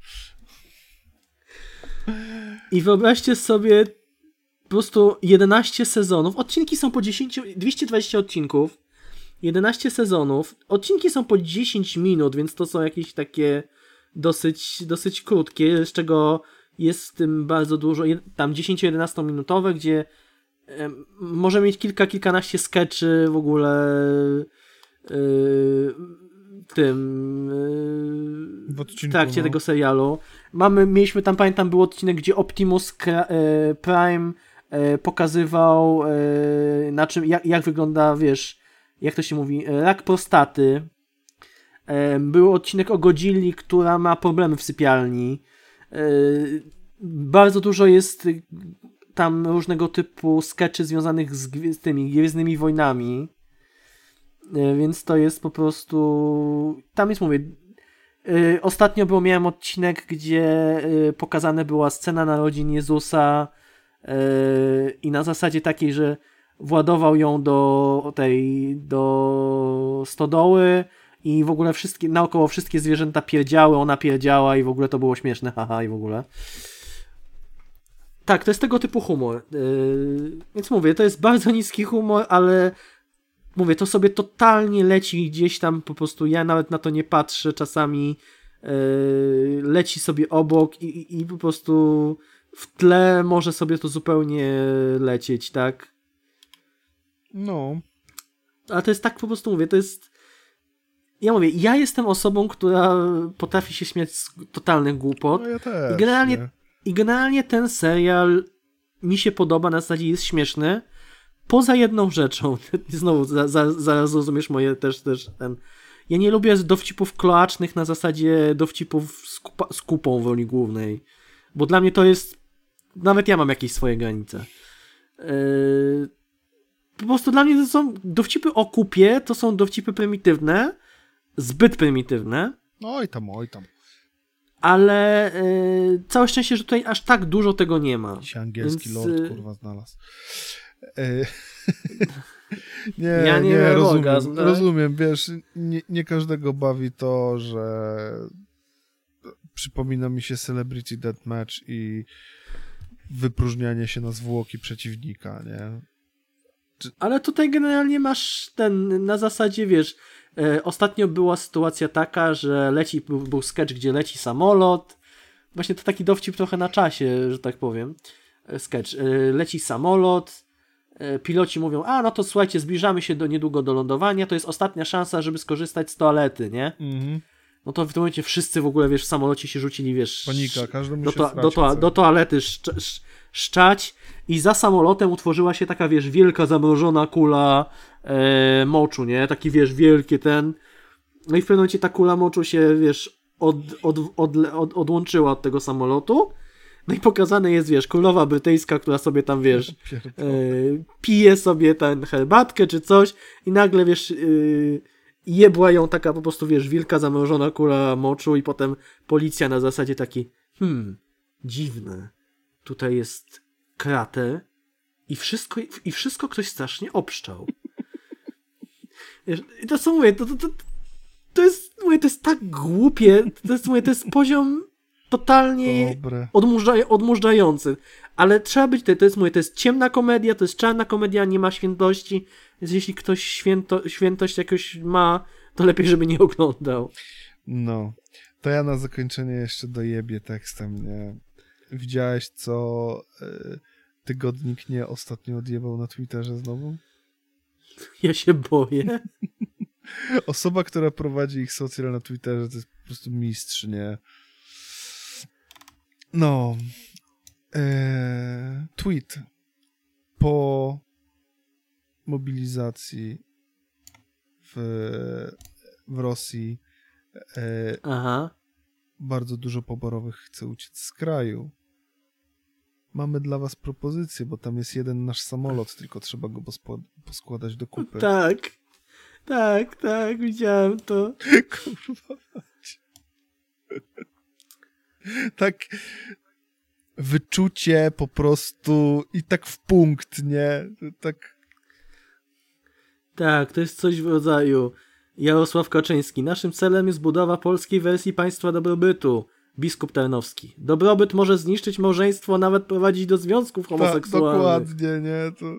I wyobraźcie sobie po prostu 11 sezonów. Odcinki są po 220 odcinków. 11 sezonów. Odcinki są po 10 minut, więc to są jakieś takie dosyć krótkie, z czego jest w tym bardzo dużo, tam 10-11 minutowe, gdzie może mieć kilkanaście skeczy w ogóle w trakcie tego serialu. Mieliśmy tam, pamiętam, był odcinek, gdzie Optimus Prime pokazywał na czym, jak wygląda, wiesz, jak to się mówi, rak prostaty. Był odcinek o Godzilli, która ma problemy w sypialni. Bardzo dużo jest tam różnego typu skeczy związanych z tymi Gwiezdnymi Wojnami. Więc to jest po prostu... Tam jest, mówię... Ostatnio miałem odcinek, gdzie pokazana była scena narodzin Jezusa i na zasadzie takiej, że władował ją do stodoły i w ogóle naokoło wszystkie zwierzęta pierdziały, ona pierdziała i w ogóle to było śmieszne, haha, i w ogóle. Tak, to jest tego typu humor. Więc mówię, to jest bardzo niski humor, ale mówię, to sobie totalnie leci gdzieś tam, po prostu ja nawet na to nie patrzę, czasami leci sobie obok i po prostu w tle może sobie to zupełnie lecieć, tak? No. Ale to jest tak, po prostu mówię, to jest... Ja mówię, ja jestem osobą, która potrafi się śmiać z totalnych głupot. No ja też. I generalnie ten serial mi się podoba, na zasadzie jest śmieszny. Poza jedną rzeczą, znowu zaraz zrozumiesz moje też ten... Ja nie lubię dowcipów kloacznych na zasadzie dowcipów z kupą w roli głównej. Bo dla mnie to jest nawet ja mam jakieś swoje granice. Po prostu dla mnie to są dowcipy o kupie, to są dowcipy prymitywne, zbyt prymitywne. Oj tam. Ale całe szczęście, że tutaj aż tak dużo tego nie ma. Się angielski Więc, lord, kurwa, znalazł. Ja nie miałem orgazm, tak? Rozumiem, wiesz, nie każdego bawi to, że przypomina mi się Celebrity Deathmatch i wypróżnianie się na zwłoki przeciwnika, nie? Ale tutaj generalnie masz na zasadzie, wiesz, ostatnio była sytuacja taka, że był sketch, gdzie leci samolot. Właśnie to taki dowcip trochę na czasie, że tak powiem. Sketch. Leci samolot, piloci mówią, no to słuchajcie, zbliżamy się niedługo do lądowania, to jest ostatnia szansa, żeby skorzystać z toalety, nie? Mhm. No to w tym momencie wszyscy w ogóle, wiesz, w samolocie się rzucili, wiesz... Panika, każdy musi do toalety szczać i za samolotem utworzyła się taka, wiesz, wielka zamrożona kula moczu, nie? Taki, wiesz, wielkie No i w pewnym momencie ta kula moczu się, wiesz, odłączyła od tego samolotu. No i pokazane jest, wiesz, królowa brytyjska, która sobie tam, wiesz, pije sobie herbatkę czy coś i nagle, wiesz, jebła ją taka po prostu, wiesz, wielka zamrożona kula moczu i potem policja na zasadzie taki, dziwne, tutaj jest krater i wszystko ktoś strasznie obszczał. Wiesz, i to co mówię, to jest tak głupie, to jest poziom totalnie odmurzający. Ale trzeba być, to jest ciemna komedia, to jest czarna komedia, nie ma świętości, więc jeśli ktoś świętość jakoś ma, to lepiej, żeby nie oglądał. No, to ja na zakończenie jeszcze dojebię tekstem, nie? Widziałeś, co tygodnik nie ostatnio odjebał na Twitterze znowu? Ja się boję. Osoba, która prowadzi ich socjal na Twitterze, to jest po prostu mistrz, nie? No. Tweet. Po mobilizacji w Rosji bardzo dużo poborowych chce uciec z kraju. Mamy dla was propozycję, bo tam jest jeden nasz samolot, tylko trzeba go poskładać do kupy. Tak, widziałem to. Kurwa. Tak wyczucie po prostu i tak w punkt, nie? Tak, to jest coś w rodzaju Jarosław Kaczyński. Naszym celem jest budowa polskiej wersji państwa dobrobytu. Biskup Tarnowski. Dobrobyt może zniszczyć małżeństwo, nawet prowadzić do związków homoseksualnych. Dokładnie, nie? To...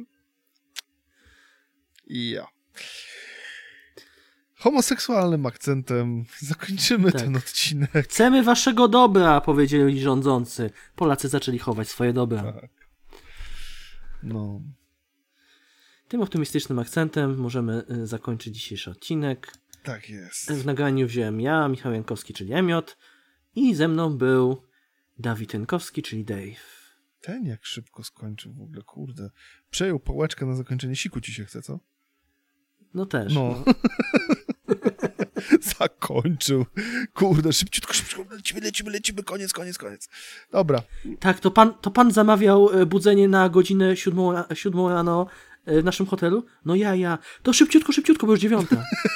Ja. Homoseksualnym akcentem zakończymy ten odcinek. Chcemy waszego dobra, powiedzieli rządzący. Polacy zaczęli chować swoje dobra. Tak. No. Tym optymistycznym akcentem możemy zakończyć dzisiejszy odcinek. Tak jest. W nagraniu wziąłem ja, Michał Jankowski, czyli Emiot, i ze mną był Dawid Jankowski, czyli Dave. Ten jak szybko skończył w ogóle, kurde. Przejął pałeczkę na zakończenie. Siku ci się chce, co? No też. No. Zakończył. Kurde, szybciutko, lecimy, koniec. Dobra. Tak, to pan zamawiał budzenie na godzinę 7 rano w naszym hotelu? No ja. To szybciutko, bo już 9.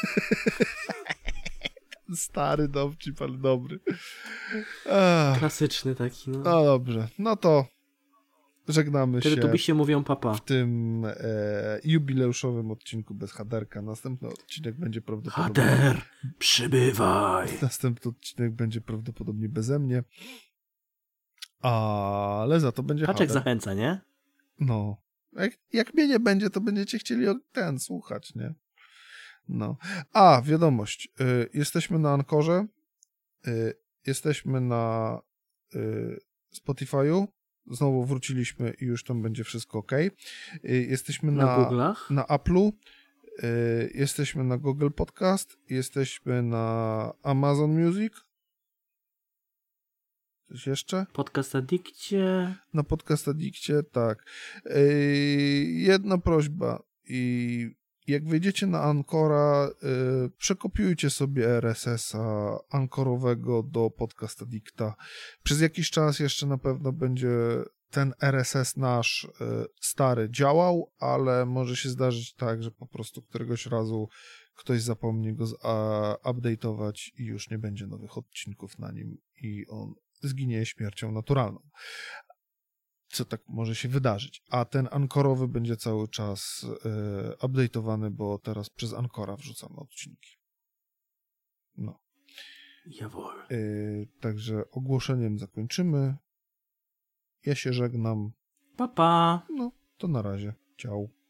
Stary dowcip, ale dobry. Klasyczny taki. No dobrze. No to żegnamy się. Teletubisie mówią papa. W tym jubileuszowym odcinku bez haderka. Następny odcinek będzie prawdopodobnie... Hader, przybywaj! Następny odcinek będzie prawdopodobnie beze mnie. Ale za to będzie Paczek hader. zachęca, nie? No. Jak mnie nie będzie, to będziecie chcieli słuchać, nie? No. Wiadomość. Jesteśmy na Ankorze. Jesteśmy na Spotify'u. Znowu wróciliśmy i już tam będzie wszystko ok. Jesteśmy na Google'ach? Na Apple'u. Jesteśmy na Google Podcast. Jesteśmy na Amazon Music. Coś jeszcze? Podcast Addictie. Na Podcast Addictie, tak. Jedna prośba. Jak wejdziecie na Ankora, przekopiujcie sobie RSS-a ankorowego do Podcast Addicta. Przez jakiś czas jeszcze na pewno będzie ten RSS nasz stary działał, ale może się zdarzyć tak, że po prostu któregoś razu ktoś zapomni go update'ować i już nie będzie nowych odcinków na nim i on zginie śmiercią naturalną. Co tak może się wydarzyć. A ten Ankorowy będzie cały czas update'owany, bo teraz przez Ankora wrzucamy odcinki. No. Jawohl. Także ogłoszeniem zakończymy. Ja się żegnam. Pa, pa. No, to na razie. Ciao.